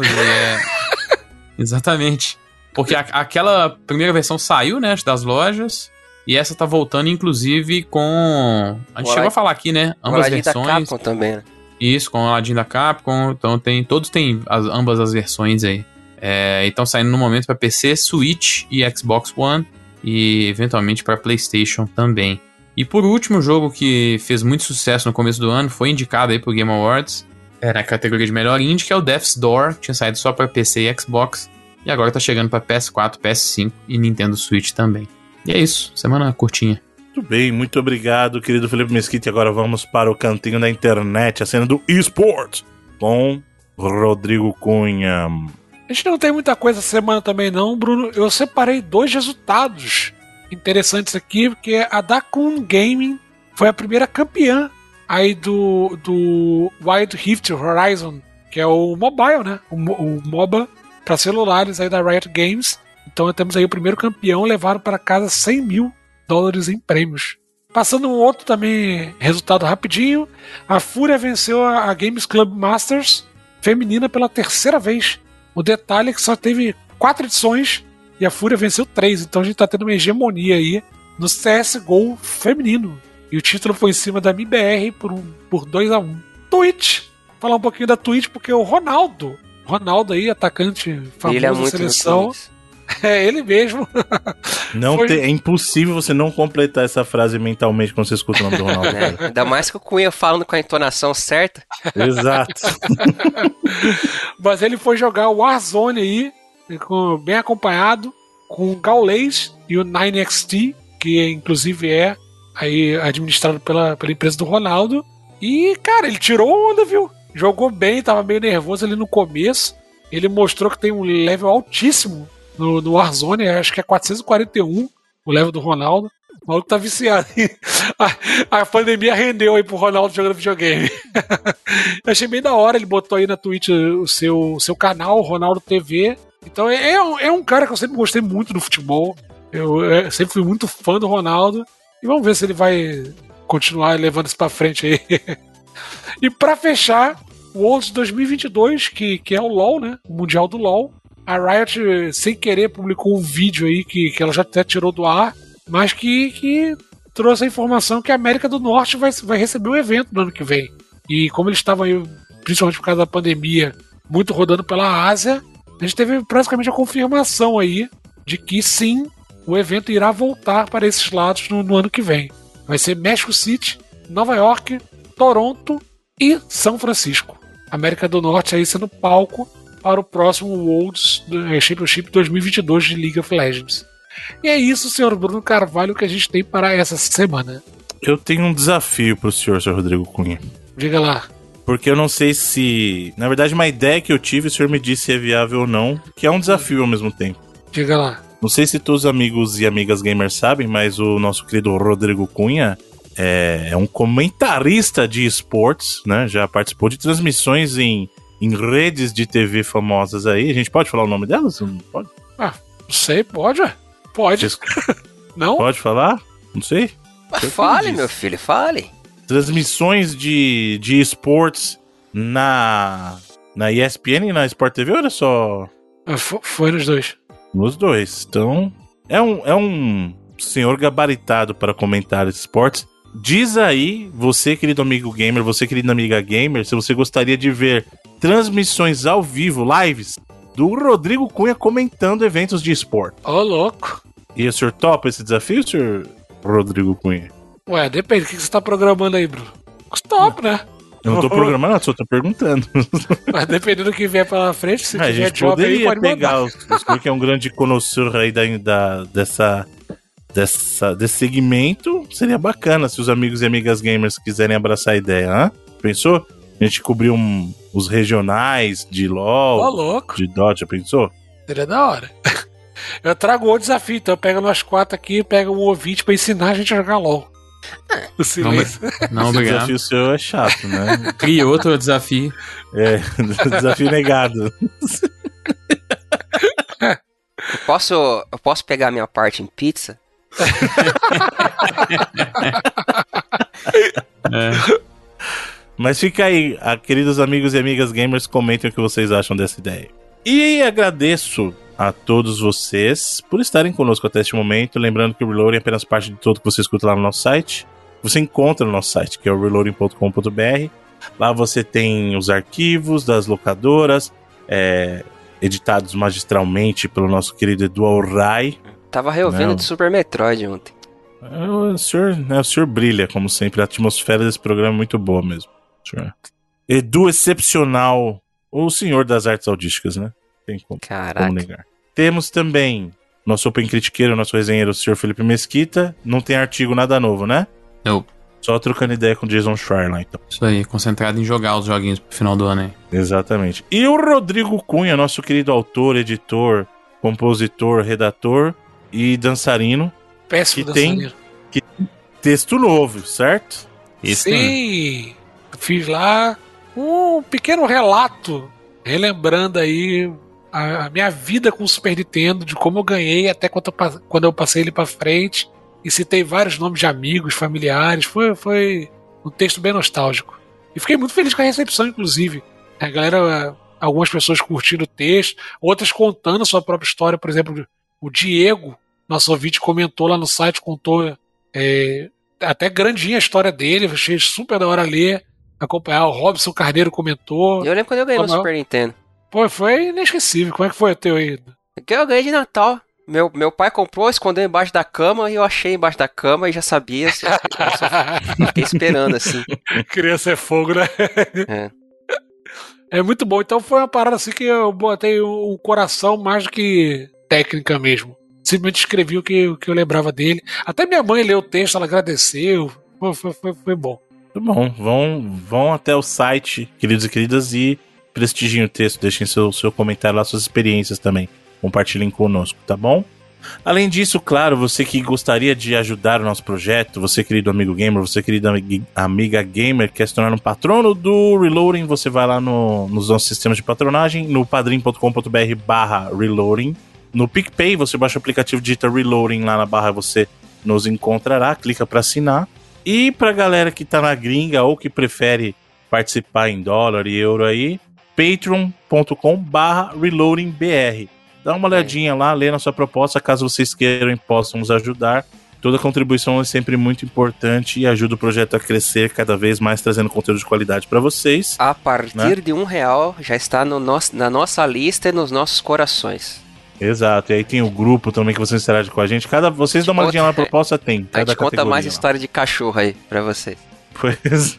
exatamente. Porque aquela primeira versão saiu, né, das lojas, e essa tá voltando, inclusive, com... A gente chegou a falar aqui, né, ambas versões. Da Capcom também, né? Isso, com o Aladdin da Capcom, então todos têm ambas as versões aí. E estão saindo no momento para PC, Switch e Xbox One, e eventualmente para PlayStation também. E por último, o jogo que fez muito sucesso no começo do ano, foi indicado aí pro Game Awards, na categoria de melhor indie, que é o Death's Door, que tinha saído só para PC e Xbox, e agora tá chegando para PS4, PS5 e Nintendo Switch também. E é isso, semana curtinha. Muito bem, muito obrigado, querido Felipe Mesquita. E agora vamos para o cantinho da internet, a cena do eSports, com Rodrigo Cunha. A gente não tem muita coisa essa semana também não, Bruno. Eu separei 2 resultados interessantes aqui, porque a Dakun Gaming foi a primeira campeã aí do Wild Rift Horizon, que é o mobile, né? O MOBA para celulares aí da Riot Games. Então temos aí o primeiro campeão, levaram para casa $100 mil em prêmios. Passando um outro também resultado rapidinho, a Fúria venceu a Games Club Masters feminina pela terceira vez. O detalhe é que só teve 4 edições e a Fúria venceu 3, então a gente tá tendo uma hegemonia aí no CSGO feminino. E o título foi em cima da MIBR por 2-1. Twitch. Falar um pouquinho da Twitch, porque o Ronaldo aí, atacante famoso da seleção, é ele mesmo. É impossível você não completar essa frase mentalmente quando você escuta o nome do Ronaldo. Ainda mais que o Cunha falando com a entonação certa. Exato. Mas ele foi jogar o Warzone aí, bem acompanhado, com o Gaules e o 9XT, que inclusive é aí administrado pela empresa do Ronaldo. E, cara, ele tirou onda, viu? Jogou bem, tava meio nervoso ali no começo. Ele mostrou que tem um level altíssimo no Warzone, acho que é 441 o level do Ronaldo. O maluco tá viciado. A pandemia rendeu aí pro Ronaldo jogando videogame. Eu achei bem da hora, ele botou aí na Twitch o seu canal, Ronaldo TV. Então é um cara que eu sempre gostei muito do futebol. Eu sempre fui muito fã do Ronaldo. E vamos ver se ele vai continuar levando isso pra frente aí. E pra fechar, o Worlds 2022, que é o LoL, né? O Mundial do LoL. A Riot, sem querer, publicou um vídeo aí que ela já até tirou do ar, mas que trouxe a informação que a América do Norte vai receber o evento no ano que vem. E como eles estavam aí, principalmente por causa da pandemia, muito rodando pela Ásia, a gente teve praticamente a confirmação aí de que sim, o evento irá voltar para esses lados no ano que vem. Vai ser México City, Nova York, Toronto e São Francisco. América do Norte aí sendo palco para o próximo World Championship 2022 de League of Legends. E é isso, senhor Bruno Carvalho, que a gente tem para essa semana. Eu tenho um desafio pro senhor Rodrigo Cunha. Diga lá. Porque eu não sei se... Na verdade, uma ideia que eu tive, o senhor me disse se é viável ou não, que é um desafio ao mesmo tempo. Diga lá. Não sei se todos os amigos e amigas gamers sabem, mas o nosso querido Rodrigo Cunha é um comentarista de esportes, né? Já participou de transmissões em redes de TV famosas aí. A gente pode falar o nome delas? Não pode? Ah, não sei, pode, ué. Pode. Não? Pode falar? Não sei. Fale, meu filho, fale. Transmissões de esportes na ESPN e na Sport TV, ou era só... Foi nos dois. Nos dois. Então, é um senhor gabaritado para comentar esportes. Diz aí, você, querido amigo gamer, você, querida amiga gamer, se você gostaria de ver transmissões ao vivo, lives, do Rodrigo Cunha comentando eventos de esporte. Ô, louco. E o senhor topa esse desafio, senhor Rodrigo Cunha? Ué, depende. O que você tá programando aí, Bruno? Top, né? Eu não tô programando, só tô perguntando. Mas dependendo do que vier pela frente, se a tiver gente job aí, pode pegar mandar. o senhor que é um grande conhecedor aí desse segmento, seria bacana se os amigos e amigas gamers quiserem abraçar a ideia, hein? Pensou? A gente cobriu os regionais de LoL, Ô, louco. de Dota, já pensou? Seria da hora. Eu trago outro desafio, então eu pego nós 4 aqui, pego um ouvinte pra ensinar a gente a jogar LOL. O silêncio. Não, O obrigado. desafio seu é chato, né? Cria outro desafio. É, desafio negado. Eu posso pegar a minha parte em pizza? Mas fica aí, queridos amigos e amigas gamers, comentem o que vocês acham dessa ideia. E agradeço a todos vocês por estarem conosco até este momento. Lembrando que o Reloading é apenas parte de tudo que você escuta lá no nosso site. Você encontra no nosso site, que é o reloading.com.br. Lá você tem os arquivos das locadoras, editados magistralmente pelo nosso querido Edu Alray. Tava reouvindo de Super Metroid ontem. O senhor brilha, como sempre. A atmosfera desse programa é muito boa mesmo. Senhor. Edu excepcional. O senhor das artes audísticas, né? Tem como negar. Temos também nosso Open Critiqueiro, nosso resenheiro, o senhor Felipe Mesquita. Não tem artigo nada novo, né? Não. Só trocando ideia com o Jason Schreier lá, então. Isso aí, concentrado em jogar os joguinhos pro final do ano aí. Exatamente. E o Rodrigo Cunha, nosso querido autor, editor, compositor, redator e dançarino. Péssimo que tem texto novo, certo? Isso. Sim! Fiz lá um pequeno relato, relembrando aí a minha vida com o Super Nintendo, de como eu ganhei até quando eu passei ele pra frente. E citei vários nomes de amigos, familiares. Foi um texto bem nostálgico. E fiquei muito feliz com a recepção, inclusive. A galera, algumas pessoas curtindo o texto, outras contando a sua própria história. Por exemplo, o Diego, nosso ouvinte, comentou lá no site, contou até grandinha a história dele. Achei super da hora ler, acompanhar. O Robson Carneiro comentou. Eu lembro quando eu ganhei no Super Nintendo. Pô, foi inesquecível. Como é que foi o teu aí? Eu ganhei de Natal. Meu pai comprou, escondeu embaixo da cama e eu achei embaixo da cama e já sabia. Eu só fiquei esperando, assim. Criança é fogo, né? É muito bom. Então foi uma parada assim que eu botei um coração mais do que técnica mesmo. Simplesmente escrevi o que eu lembrava dele. Até minha mãe leu o texto, ela agradeceu. Foi bom. Muito bom. Vão até o site, queridos e queridas, e prestigiem o texto. Deixem seu comentário lá, suas experiências também. Compartilhem conosco, tá bom? Além disso, claro, você que gostaria de ajudar o nosso projeto, você querido amigo gamer, você querida amiga gamer, quer se tornar um patrono do Reloading, você vai lá nos nossos sistemas de patronagem, no padrim.com.br/reloading. No PicPay, você baixa o aplicativo, digita Reloading lá na barra, você nos encontrará, clica para assinar. E pra galera que tá na gringa ou que prefere participar em dólar e euro aí, patreon.com/reloadingbr. Dá uma olhadinha lá, lê na sua proposta, caso vocês queiram e possam nos ajudar. Toda contribuição é sempre muito importante e ajuda o projeto a crescer cada vez mais, trazendo conteúdo de qualidade para vocês. A partir de R$1 já está na nossa lista e nos nossos corações. Exato, e aí tem o grupo também que vocês interagem com a gente. Vocês dão uma olhadinha lá na proposta, tem. A gente conta mais lá. história de cachorro aí pra vocês. Pois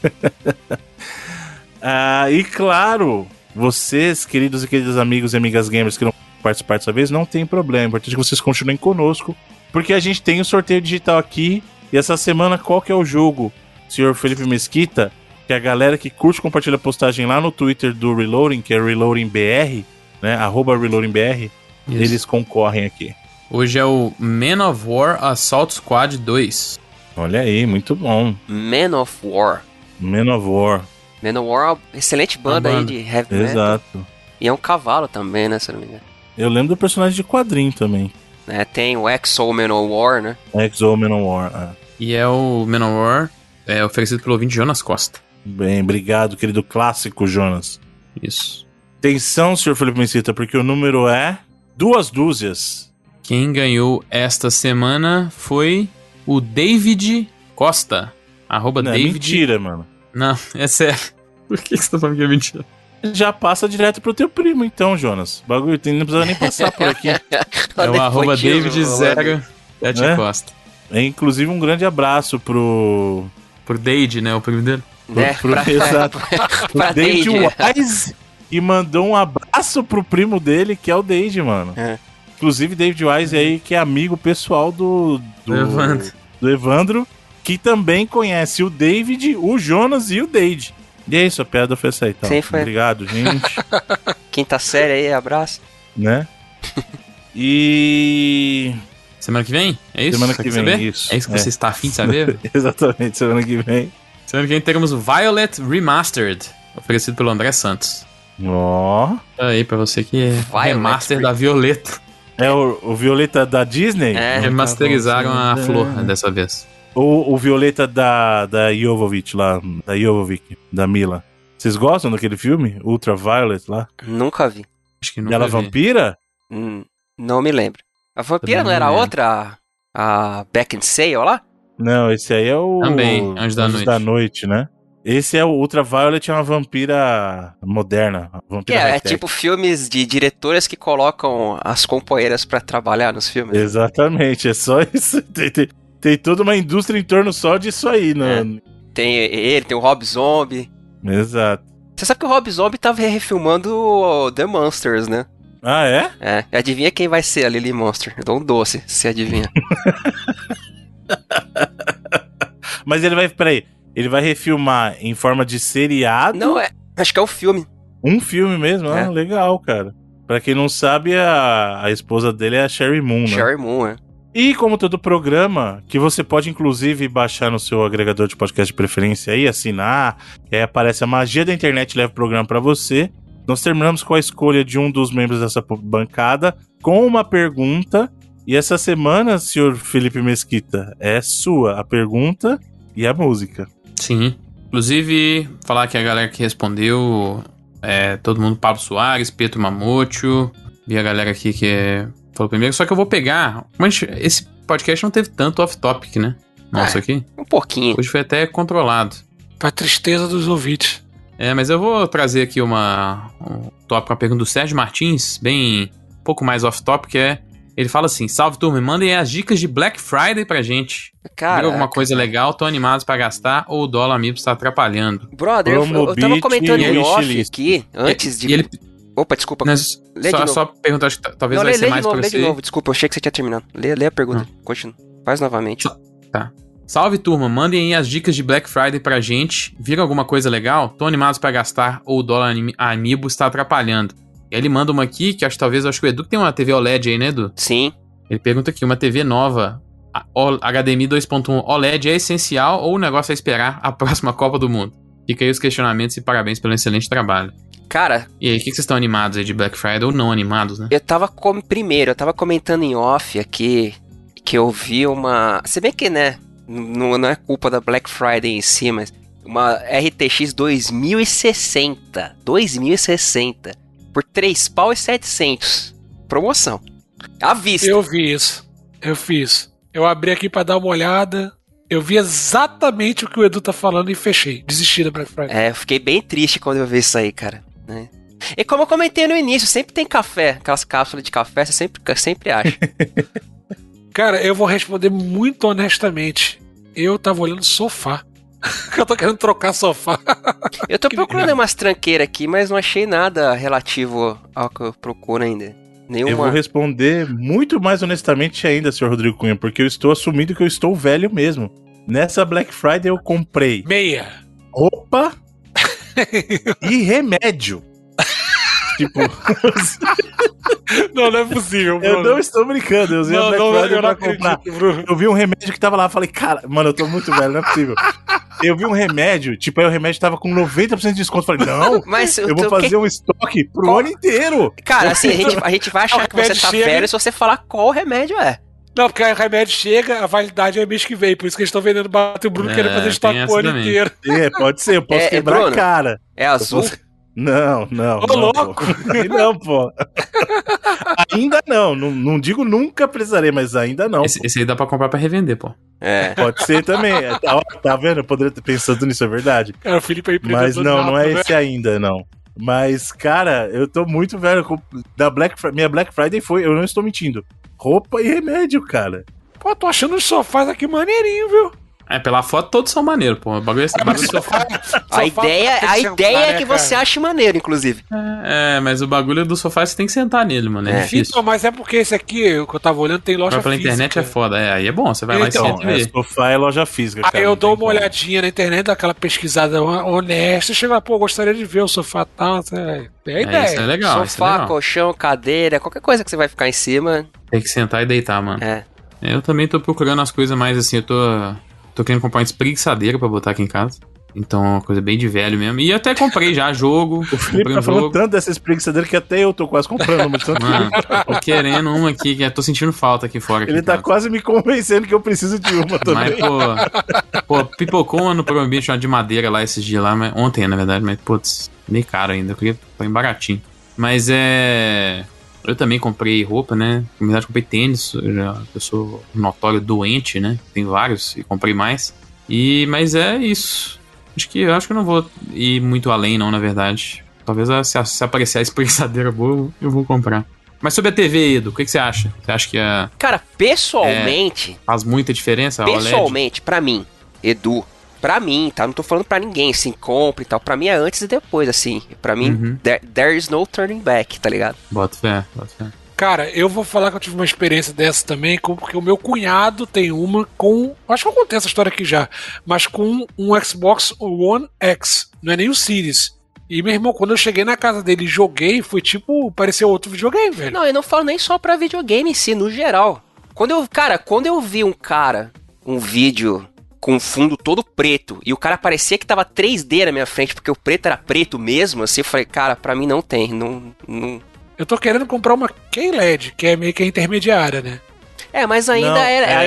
e claro, vocês, queridos e queridas amigos e amigas gamers que não participar dessa vez, não tem problema. É importante que vocês continuem conosco, porque a gente tem o sorteio digital aqui. E essa semana, qual que é o jogo, senhor Felipe Mesquita? Que a galera que curte compartilha a postagem lá no Twitter do Reloading, que é ReloadingBR, né? @ReloadingBR, eles concorrem aqui. Hoje é o Man of War Assault Squad 2. Olha aí, muito bom. Man of War. Man of War. Man of War é uma excelente banda aí de heavy metal. Exato. E é um cavalo também, né, se não me engano. Eu lembro do personagem de quadrinho também. Tem o Exo Man of War, né? Exo Man of War. E é o Man of War oferecido pelo ouvinte Jonas Costa. Bem, obrigado, querido clássico Jonas. Isso. Atenção, senhor Felipe Mesquita, porque o número é 2 dúzias. Quem ganhou esta semana foi o David Costa. Não, David... é mentira, mano. Não, é sério. Por que você tá falando que é mentira? Já passa direto pro teu primo, então, Jonas. O bagulho não precisa nem passar por aqui. É o @David0 Costa. É, inclusive, um grande abraço pro Deide, né? O primo dele. Exato. Pro Deide Wise. E mandou um abraço pro primo dele, que é o Deide, mano. Inclusive, David Wise aí, que é amigo pessoal do Evandro, que também conhece o David, o Jonas e o Deide. E é isso, a piada foi essa aí, tá? Sim, foi. Obrigado, gente. Quinta série aí, abraço. Né? E... Semana que vem? É isso? Semana que vem, saber? isso. É isso que você está afim de saber? Exatamente, semana que vem. Semana que vem teremos o Violet Remastered, oferecido pelo André Santos. Ó. Aí, pra você que é remaster da Violeta. É o Violeta da Disney? Remasterizaram a flor dessa vez. O Violeta da Jovovich lá, da Jovovic, da Mila. Vocês gostam daquele filme? Ultraviolet lá? Nunca vi. Acho que nunca Ela vi. vampira? Não me lembro. A vampira não era outra? A Beckinsale lá? Não, esse aí é o... Também, Anjos da Noite, né? Esse é o Ultraviolet, é uma vampira moderna. É tipo filmes de diretoras que colocam as companheiras pra trabalhar nos filmes. Exatamente, é só isso. Tem toda uma indústria em torno só disso aí. Tem o Rob Zombie. Exato. Você sabe que o Rob Zombie tava refilmando o The Monsters, né? Ah, é? É. Adivinha quem vai ser a Lily Monster? Eu dou um doce, se adivinha. Mas ele vai refilmar em forma de seriado? Não, acho que é um filme. Um filme mesmo? Ah, legal, cara. Pra quem não sabe, a esposa dele é a Sherry Moon, né? Sherry Moon, E como todo programa, que você pode inclusive baixar no seu agregador de podcast de preferência aí, assinar, aí aparece a magia da internet e leva o programa pra você. Nós terminamos com a escolha de um dos membros dessa bancada com uma pergunta. E essa semana, senhor Felipe Mesquita, é sua a pergunta e a música. Sim. Inclusive, falar que a galera que respondeu, todo mundo, Pablo Soares, Pedro Mamocho, vi a galera aqui que falou primeiro, só que eu vou pegar... Mas esse podcast não teve tanto off-topic, né? Nossa, aqui. Um pouquinho. Hoje foi até controlado. Pra tristeza dos ouvintes. Mas eu vou trazer aqui um tópico, uma pergunta do Sérgio Martins, bem um pouco mais off-topic, ele fala assim, salve turma, mandem as dicas de Black Friday pra gente. Viram alguma coisa legal, tô animados pra gastar ou o dólar amigo está atrapalhando? Brother, eu tava comentando em off aqui, antes de... Opa, desculpa. Só perguntar, acho que talvez vai ser mais pra você. Lê de novo, desculpa, eu achei que você tinha terminado. Lê a pergunta, continua. Faz novamente. Tá. Salve turma, mandem aí as dicas de Black Friday pra gente. Viram alguma coisa legal? Tô animados pra gastar ou o dólar amiibo está atrapalhando. E aí ele manda uma aqui, que acho que o Edu que tem uma TV OLED aí, né, Edu? Sim. Ele pergunta aqui, uma TV nova, HDMI 2.1 OLED é essencial ou o negócio é esperar a próxima Copa do Mundo? Fica aí os questionamentos e parabéns pelo excelente trabalho. Cara... E aí, o que vocês estão animados aí de Black Friday ou não animados, né? Eu tava comentando em off aqui que eu vi uma... Se bem que, né, não é culpa da Black Friday em si, mas uma RTX 2060 por R$3.700. Promoção. À vista. Eu vi isso. Eu fiz. Eu abri aqui pra dar uma olhada. Eu vi exatamente o que o Edu tá falando e fechei. Desisti da Black Friday. Eu fiquei bem triste quando eu vi isso aí, cara. Né? E como eu comentei no início, sempre tem café, aquelas cápsulas de café, você sempre acha. Cara, eu vou responder muito honestamente. Eu tava olhando sofá. Eu tô querendo trocar sofá. Eu tô procurando umas tranqueiras aqui, mas não achei nada relativo ao que eu procuro ainda. Nenhuma. Eu vou responder muito mais honestamente ainda, senhor Rodrigo Cunha, porque eu estou assumindo que eu estou velho mesmo. Nessa Black Friday eu comprei Meia. roupa e remédio. Tipo, Não é possível, Bruno. eu não estou brincando, eu usei a Black Friday pra comprar. Bruno. Eu vi um remédio que tava lá, falei, cara, mano, eu tô muito velho, não é possível. Eu vi um remédio, tipo, aí o remédio tava com 90% de desconto. Falei, não, Mas eu vou fazer um estoque pro ano inteiro. Cara, assim, a gente vai achar que você tá velho se você falar qual remédio é. Não, porque o remédio chega, a validade é mês que vem. Por isso que eles estão vendendo barato e o Bruno querendo fazer estoque pro ano inteiro. Pode ser, eu posso quebrar Bruno, a cara. É azul? Não. Ô, louco! Não, pô. Ainda não digo nunca precisarei, mas ainda não. Esse aí dá pra comprar pra revender, pô. Pode ser também. Tá vendo? Eu poderia ter pensado nisso, é verdade. Cara, o Felipe é mas não é esse ainda, não. Mas, cara, eu tô muito velho. Minha Black Friday foi, eu não estou mentindo, roupa e remédio, cara. Pô, tô achando os sofás aqui maneirinho, viu? Pela foto todos são maneiros, pô. O bagulho sofá, a ideia é que você ache maneiro, inclusive. Mas o bagulho do sofá você tem que sentar nele, mano. É difícil. Então, mas é porque esse aqui, o que eu tava olhando, tem loja pela física. internet é foda. Aí é bom, você vai lá e senta e vê. Sofá é loja física, cara. Aí eu dou uma olhadinha na internet, dou aquela pesquisada honesta, chega lá, pô, gostaria de ver o sofá e tal. É a ideia. Isso é legal. Sofá, colchão, cadeira, qualquer coisa que você vai ficar em cima. Tem que sentar e deitar, mano. Eu também tô procurando as coisas mais assim, eu tô querendo comprar uma espreguiçadeira pra botar aqui em casa. Então, uma coisa bem de velho mesmo. E até comprei já jogo. O Felipe tá falando tanto dessa espreguiçadeira que até eu tô quase comprando. Mas tanto mano, tô querendo uma aqui, que eu tô sentindo falta aqui fora. Ele tá quase me convencendo que eu preciso de uma também. Mas, pô, pipocou uma no Proibir chamado de madeira lá esses dias lá. Ontem, na verdade. Mas, putz, meio caro ainda. Eu queria bem baratinho. Mas eu também comprei roupa, né? Na verdade, comprei tênis. Eu sou notório doente, né? Tem vários e comprei mais. Mas é isso. Eu acho que eu não vou ir muito além, não, na verdade. Talvez se aparecer a espreguiçadeira boa, eu vou comprar. Mas sobre a TV, Edu, o que você acha? Você acha que Cara, pessoalmente... faz muita diferença a OLED? Pessoalmente, pra mim, Edu... Pra mim, tá? Não tô falando pra ninguém, assim, compre e tal. Pra mim é antes e depois, assim. Pra mim, there is no turning back, tá ligado? Bota fé. Cara, eu vou falar que eu tive uma experiência dessa também, porque o meu cunhado tem uma com... Acho que eu contei essa história aqui já. Mas com um Xbox One X. Não é nem o Series. E, meu irmão, quando eu cheguei na casa dele e joguei, foi tipo... Parecia outro videogame, velho. Não, eu não falo nem só pra videogame em si, no geral. Quando eu vi um vídeo... com o fundo todo preto, e o cara parecia que tava 3D na minha frente, porque o preto era preto mesmo, assim, eu falei, cara, pra mim não tem, não... Eu tô querendo comprar uma QLED, que é meio que a intermediária, né? Mas ainda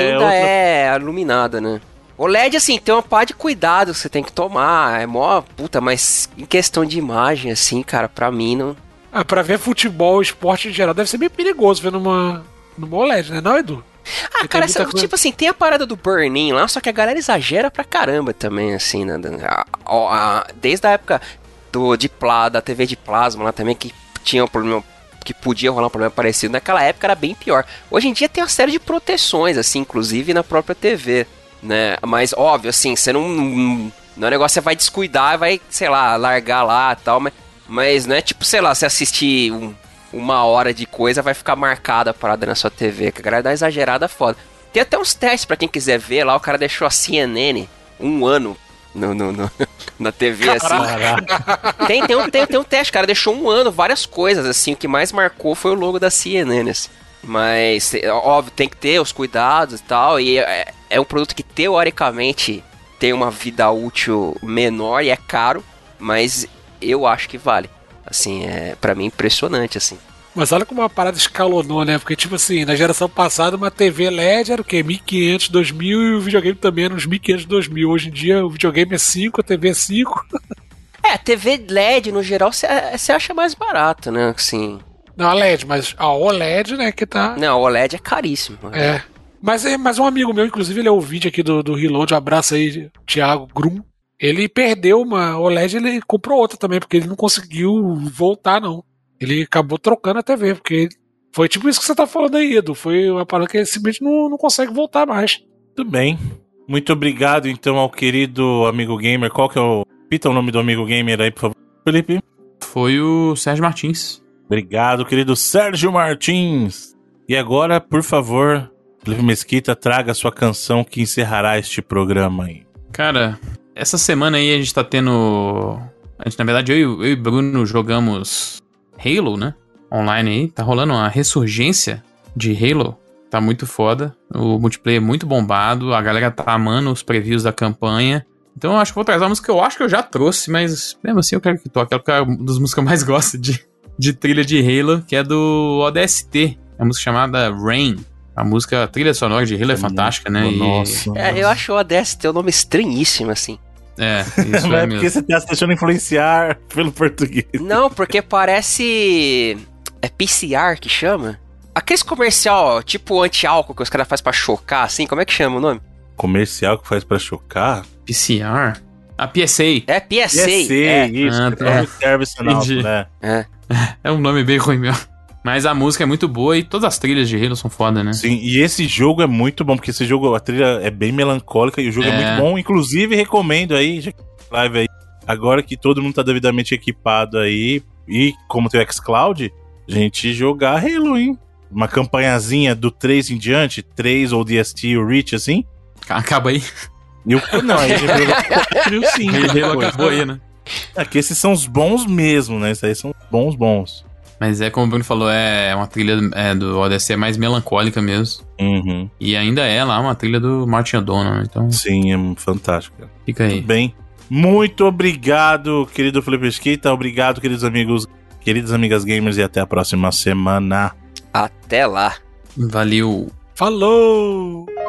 é iluminada, né? O LED, assim, tem uma pá de cuidado que você tem que tomar, mas em questão de imagem, assim, cara, pra mim não... Pra ver futebol, esporte em geral, deve ser bem perigoso ver numa OLED, né, não, Edu? Cara, tipo assim, tem a parada do burn-in lá, só que a galera exagera pra caramba também, assim, né? Desde a época da TV de plasma lá também, que tinha um problema, que podia rolar um problema parecido, naquela época era bem pior. Hoje em dia tem uma série de proteções, assim, inclusive na própria TV, né? Mas, óbvio, assim, você não é um negócio que você vai descuidar e vai, sei lá, largar lá e tal, mas não é tipo, sei lá, você assistir uma hora de coisa, vai ficar marcada a parada na sua TV, que a galera dá exagerada foda. Tem até uns testes pra quem quiser ver lá, o cara deixou a CNN 1 ano na TV, assim. Tem um teste, cara, deixou 1 ano, várias coisas, assim, o que mais marcou foi o logo da CNN, assim. Mas, óbvio, tem que ter os cuidados e tal, e é um produto que, teoricamente, tem uma vida útil menor e é caro, mas eu acho que vale. Assim, pra mim, impressionante, assim. Mas olha como uma parada escalonou, né? Porque, tipo assim, na geração passada, uma TV LED era o quê? 1500, 2000 e o videogame também era uns 1500, 2000. Hoje em dia, o videogame é 5, a TV é 5. TV LED, no geral, você acha mais barato, né? Assim... Não, a LED, mas a OLED, né, que tá... Não, a OLED é caríssimo. Mas um amigo meu, inclusive, ele é ouvinte aqui do Reload, um abraço aí, Thiago Grum. ele perdeu uma OLED, ele comprou outra também, porque ele não conseguiu voltar, não. Ele acabou trocando a TV, porque foi tipo isso que você tá falando aí, Edu. Foi uma parada que ele simplesmente não consegue voltar mais. Tudo bem. Muito obrigado, então, ao querido amigo gamer. Qual que é o... Repita o nome do amigo gamer aí, por favor, Felipe. Foi o Sérgio Martins. Obrigado, querido Sérgio Martins. E agora, por favor, Felipe Mesquita, traga a sua canção que encerrará este programa aí. Cara, essa semana aí a gente tá tendo... na verdade, eu e Bruno jogamos Halo, né? Online aí. Tá rolando uma ressurgência de Halo. Tá muito foda. O multiplayer é muito bombado. A galera tá amando os previews da campanha. Então eu acho que vou trazer uma música que eu acho que eu já trouxe, mas mesmo assim eu quero que toque. É uma das músicas que eu mais gosto de trilha de Halo, que é do ODST. É a música chamada Rain. A trilha sonora de Halo é fantástica, né? Nossa. Eu acho o ODST um nome estranhíssimo, assim. É, isso Não é mesmo. porque você tá se deixando influenciar pelo português. Não, porque parece... É PCR que chama? Aqueles comercial, tipo anti-álcool que os caras fazem pra chocar, assim, como é que chama o nome? Comercial que faz pra chocar? PCR? A PSA. É PSA. Isso. Ah, tá. Service Announcement, Entendi. né? É um nome bem ruim mesmo. Mas a música é muito boa e todas as trilhas de Halo são foda, né? Sim, e esse jogo é muito bom, porque esse jogo, a trilha é bem melancólica e o jogo é muito bom. Inclusive, recomendo aí, já que live aí, agora que todo mundo tá devidamente equipado aí, e como tem o xCloud, a gente jogar Halo, hein? Uma campanhazinha do 3 em diante, 3 ou DST ou Reach, assim. Acaba aí. Não, aí já sim. Halo acabou aí, né? É que esses são os bons mesmo, né? Esses aí são bons. Mas como o Bruno falou, é uma trilha do ODST mais melancólica mesmo. Uhum. E ainda é lá uma trilha do Martin O'Donnell, né? Então Sim, é fantástico. fica aí. Tudo bem. Muito obrigado, querido Felipe Mesquita. Obrigado, queridos amigos, queridas amigas gamers. E até a próxima semana. Até lá. Valeu. Falou!